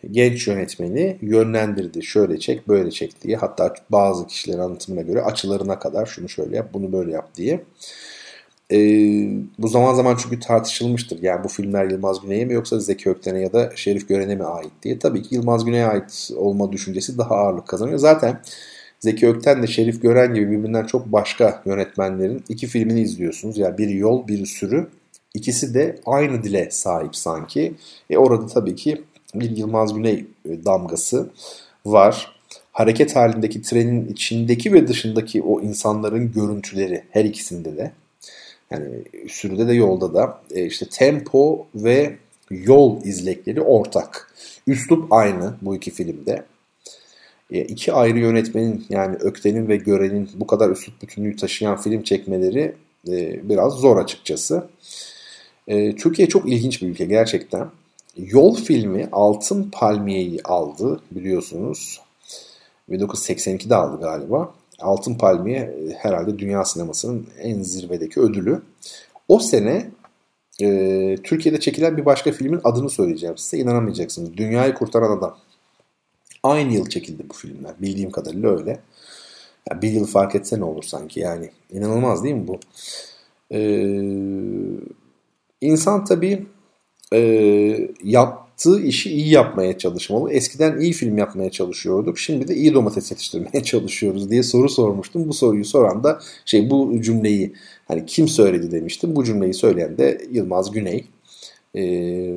genç yönetmeni yönlendirdi. Şöyle çek, böyle çek diye. Hatta bazı kişilerin anlatımına göre açılarına kadar şunu şöyle yap, bunu böyle yap diye. Ee, bu zaman zaman çünkü tartışılmıştır. Yani bu filmler Yılmaz Güney'e mi yoksa Zeki Ökten'e ya da Şerif Gören'e mi ait diye. Tabii ki Yılmaz Güney'e ait olma düşüncesi daha ağırlık kazanıyor. Zaten Zeki Ökten de Şerif Gören gibi birbirinden çok başka yönetmenlerin iki filmini izliyorsunuz. Yani biri Yol, biri Sürü. İkisi de aynı dile sahip sanki. E orada tabii ki bir Yılmaz Güney damgası var. Hareket halindeki trenin içindeki ve dışındaki o insanların görüntüleri her ikisinde de. Yani Sürüde de Yolda da e işte tempo ve yol izlekleri ortak. Üslup aynı bu iki filmde. E iki ayrı yönetmenin yani Ökten'in ve Gören'in bu kadar üslup bütünlüğü taşıyan film çekmeleri e, biraz zor açıkçası. E, Türkiye çok ilginç bir ülke gerçekten. Yol filmi Altın Palmiye'yi aldı biliyorsunuz. bin dokuz yüz seksen ikide aldı galiba. Altın Palmiye herhalde dünya sinemasının en zirvedeki ödülü. O sene e, Türkiye'de çekilen bir başka filmin adını söyleyeceğim size. İnanamayacaksınız. Dünyayı Kurtaran Adam. Aynı yıl çekildi bu filmler. Bildiğim kadarıyla öyle. Ya bir yıl fark etse ne olur sanki yani. İnanılmaz değil mi bu? Ee, insan tabii e, yaptığı işi iyi yapmaya çalışmalı. Eskiden iyi film yapmaya çalışıyorduk. Şimdi de iyi domates yetiştirmeye çalışıyoruz diye soru sormuştum. Bu soruyu soran da şey bu cümleyi hani kim söyledi demiştim. Bu cümleyi söyleyen de Yılmaz Güney. Ee,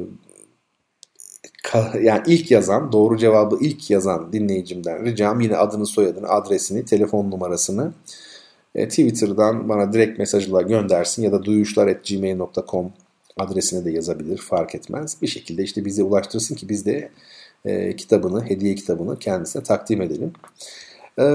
Yani ilk yazan, doğru cevabı ilk yazan dinleyicimden ricam yine adını, soyadını, adresini, telefon numarasını e, Twitter'dan bana direkt mesajla göndersin ya da duyuşlar at gmail nokta com adresine de yazabilir, fark etmez. Bir şekilde işte bize ulaştırsın ki biz de e, kitabını, hediye kitabını kendisine takdim edelim. E,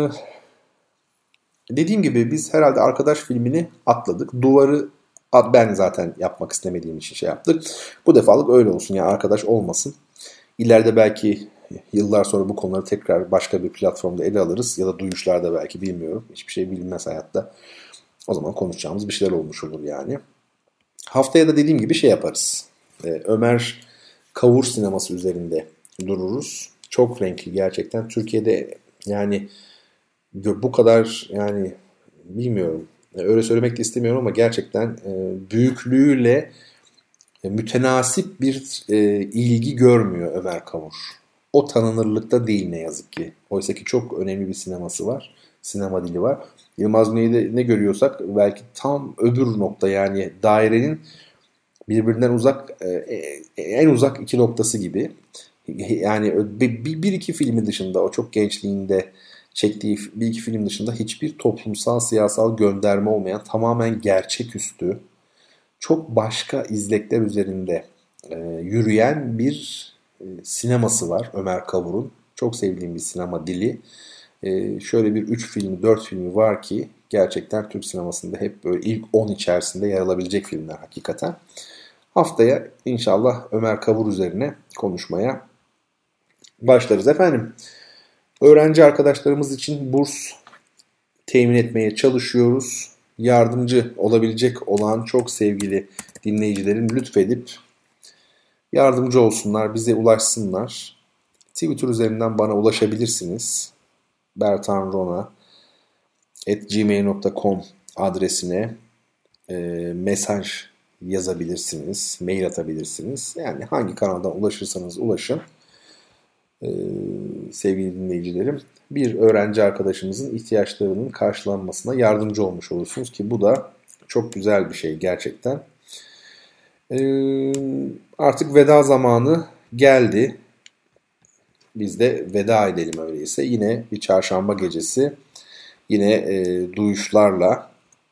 dediğim gibi biz herhalde Arkadaş filmini atladık. Duvarı ben zaten yapmak istemediğim için şey yaptık. Bu defalık öyle olsun. Yani Arkadaş olmasın. İleride belki yıllar sonra bu konuları tekrar başka bir platformda ele alırız. Ya da duyuşlarda belki, bilmiyorum. Hiçbir şey bilinmez hayatta. O zaman konuşacağımız bir şeyler olmuş olur yani. Haftaya da dediğim gibi şey yaparız. Ee, Ömer Kavur sineması üzerinde dururuz. Çok renkli gerçekten. Türkiye'de yani bu kadar yani bilmiyorum. Öyle söylemek de istemiyorum ama gerçekten e, büyüklüğüyle e, mütenasip bir e, ilgi görmüyor Ömer Kavur. O tanınırlıkta değil ne yazık ki. Oysa ki çok önemli bir sineması var. Sinema dili var. Yılmaz Güney'de ne görüyorsak belki tam öbür nokta yani dairenin birbirinden uzak e, en uzak iki noktası gibi. Yani bir, bir iki filmi dışında o çok gençliğinde çektiği bir iki film dışında hiçbir toplumsal, siyasal gönderme olmayan tamamen gerçeküstü, çok başka izlekler üzerinde e, yürüyen bir e, sineması var Ömer Kavur'un. Çok sevdiğim bir sinema dili. E, şöyle bir üç filmi, dört filmi var ki gerçekten Türk sinemasında hep böyle ilk on içerisinde yer alabilecek filmler hakikaten. Haftaya inşallah Ömer Kavur üzerine konuşmaya başlarız efendim. Öğrenci arkadaşlarımız için burs temin etmeye çalışıyoruz. Yardımcı olabilecek olan çok sevgili dinleyicilerin lütfedip yardımcı olsunlar, bize ulaşsınlar. Twitter üzerinden bana ulaşabilirsiniz. bertanrona at gmail nokta com adresine e, mesaj yazabilirsiniz, mail atabilirsiniz. Yani hangi kanaldan ulaşırsanız ulaşın. Ee, sevgili dinleyicilerim, bir öğrenci arkadaşımızın ihtiyaçlarının karşılanmasına yardımcı olmuş olursunuz ki bu da çok güzel bir şey gerçekten. Ee, artık veda zamanı geldi. Biz de veda edelim öyleyse. Yine bir çarşamba gecesi, yine e, duyuşlarla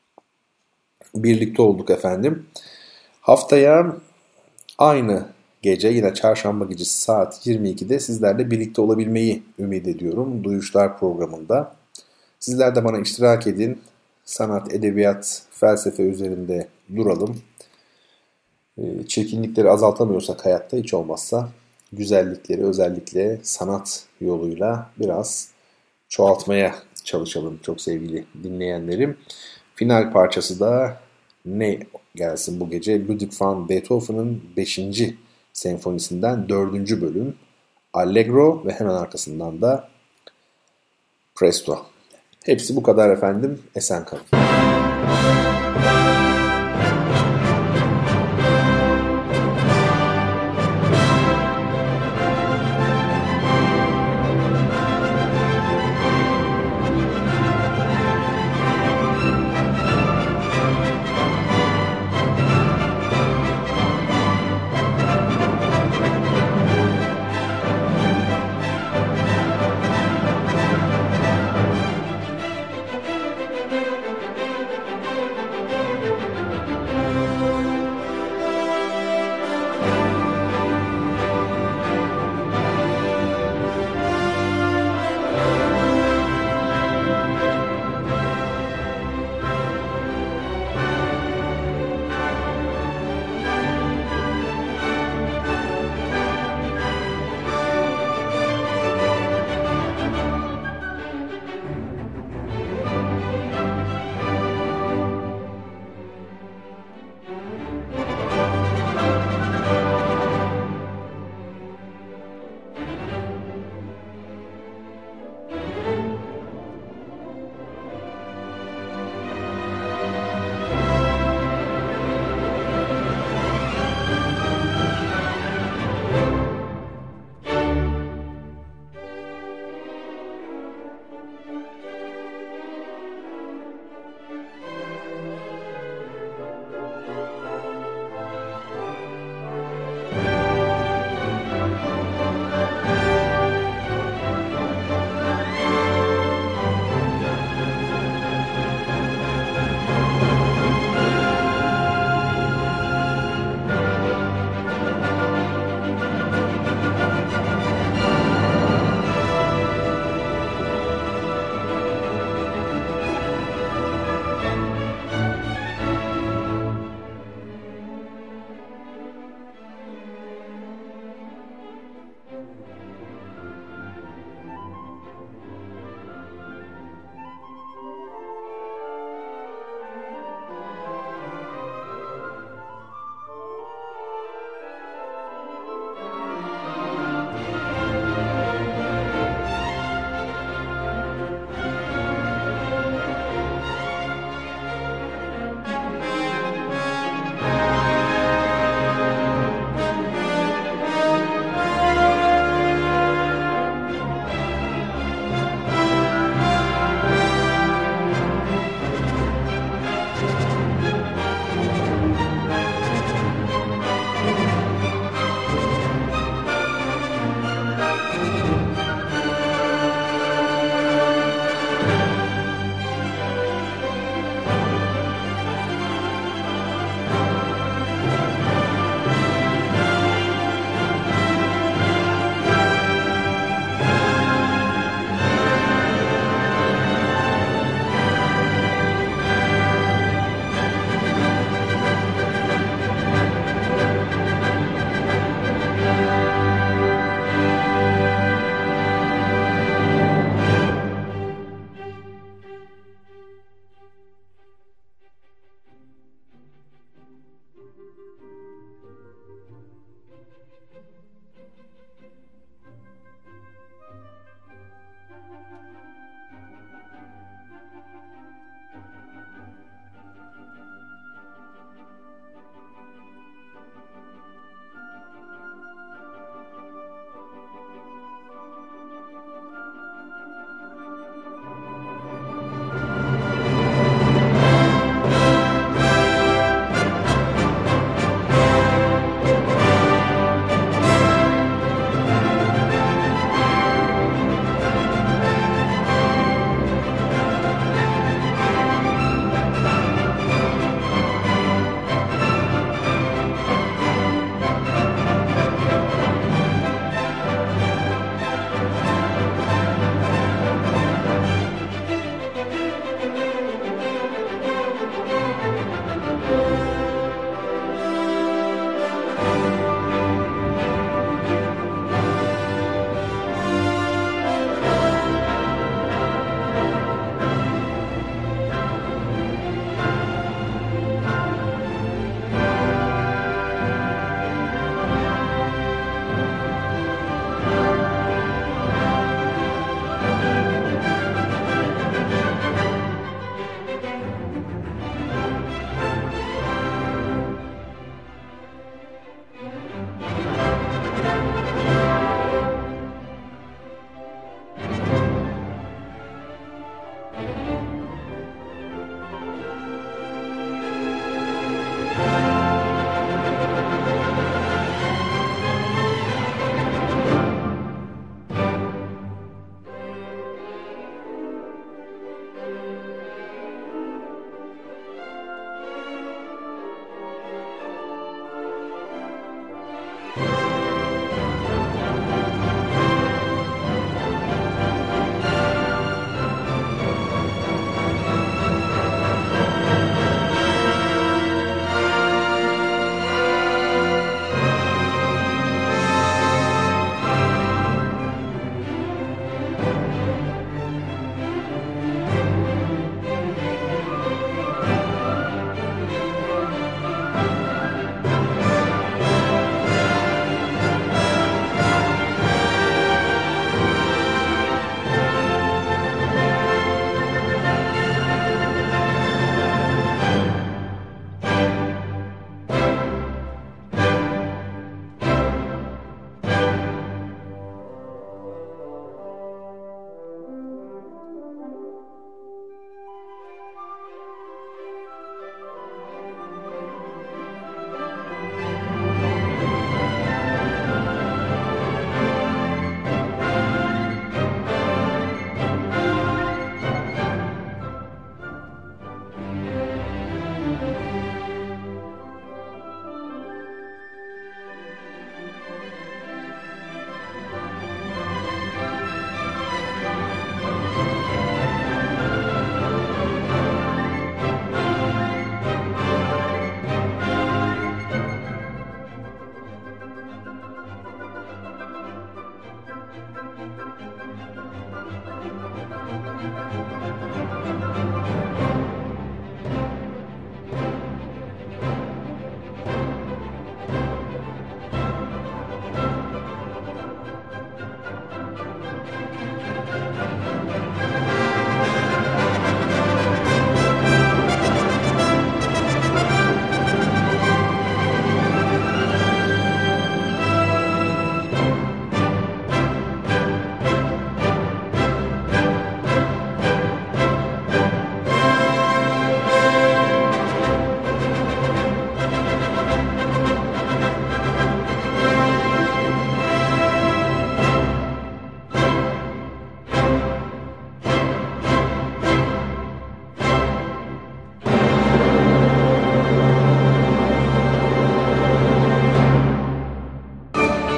birlikte olduk efendim. Haftaya aynı gece yine çarşamba gecesi saat yirmi ikide sizlerle birlikte olabilmeyi ümit ediyorum Duyuşlar programında. Sizler de bana iştirak edin. Sanat, edebiyat, felsefe üzerinde duralım. Çirkinlikleri azaltamıyorsak hayatta hiç olmazsa güzellikleri özellikle sanat yoluyla biraz çoğaltmaya çalışalım çok sevgili dinleyenlerim. Final parçası da ne gelsin bu gece? Ludwig van Beethoven'ın beşinci senfonisinden dördüncü bölüm Allegro ve hemen arkasından da Presto. Hepsi bu kadar efendim. Esen kalın.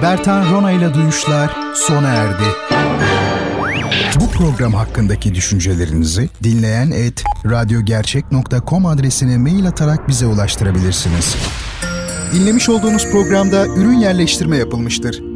Bertan Rona ile Duyuşlar sona erdi. Bu program hakkındaki düşüncelerinizi dinleyen et radyogercek nokta com adresine mail atarak bize ulaştırabilirsiniz. Dinlemiş olduğunuz programda ürün yerleştirme yapılmıştır.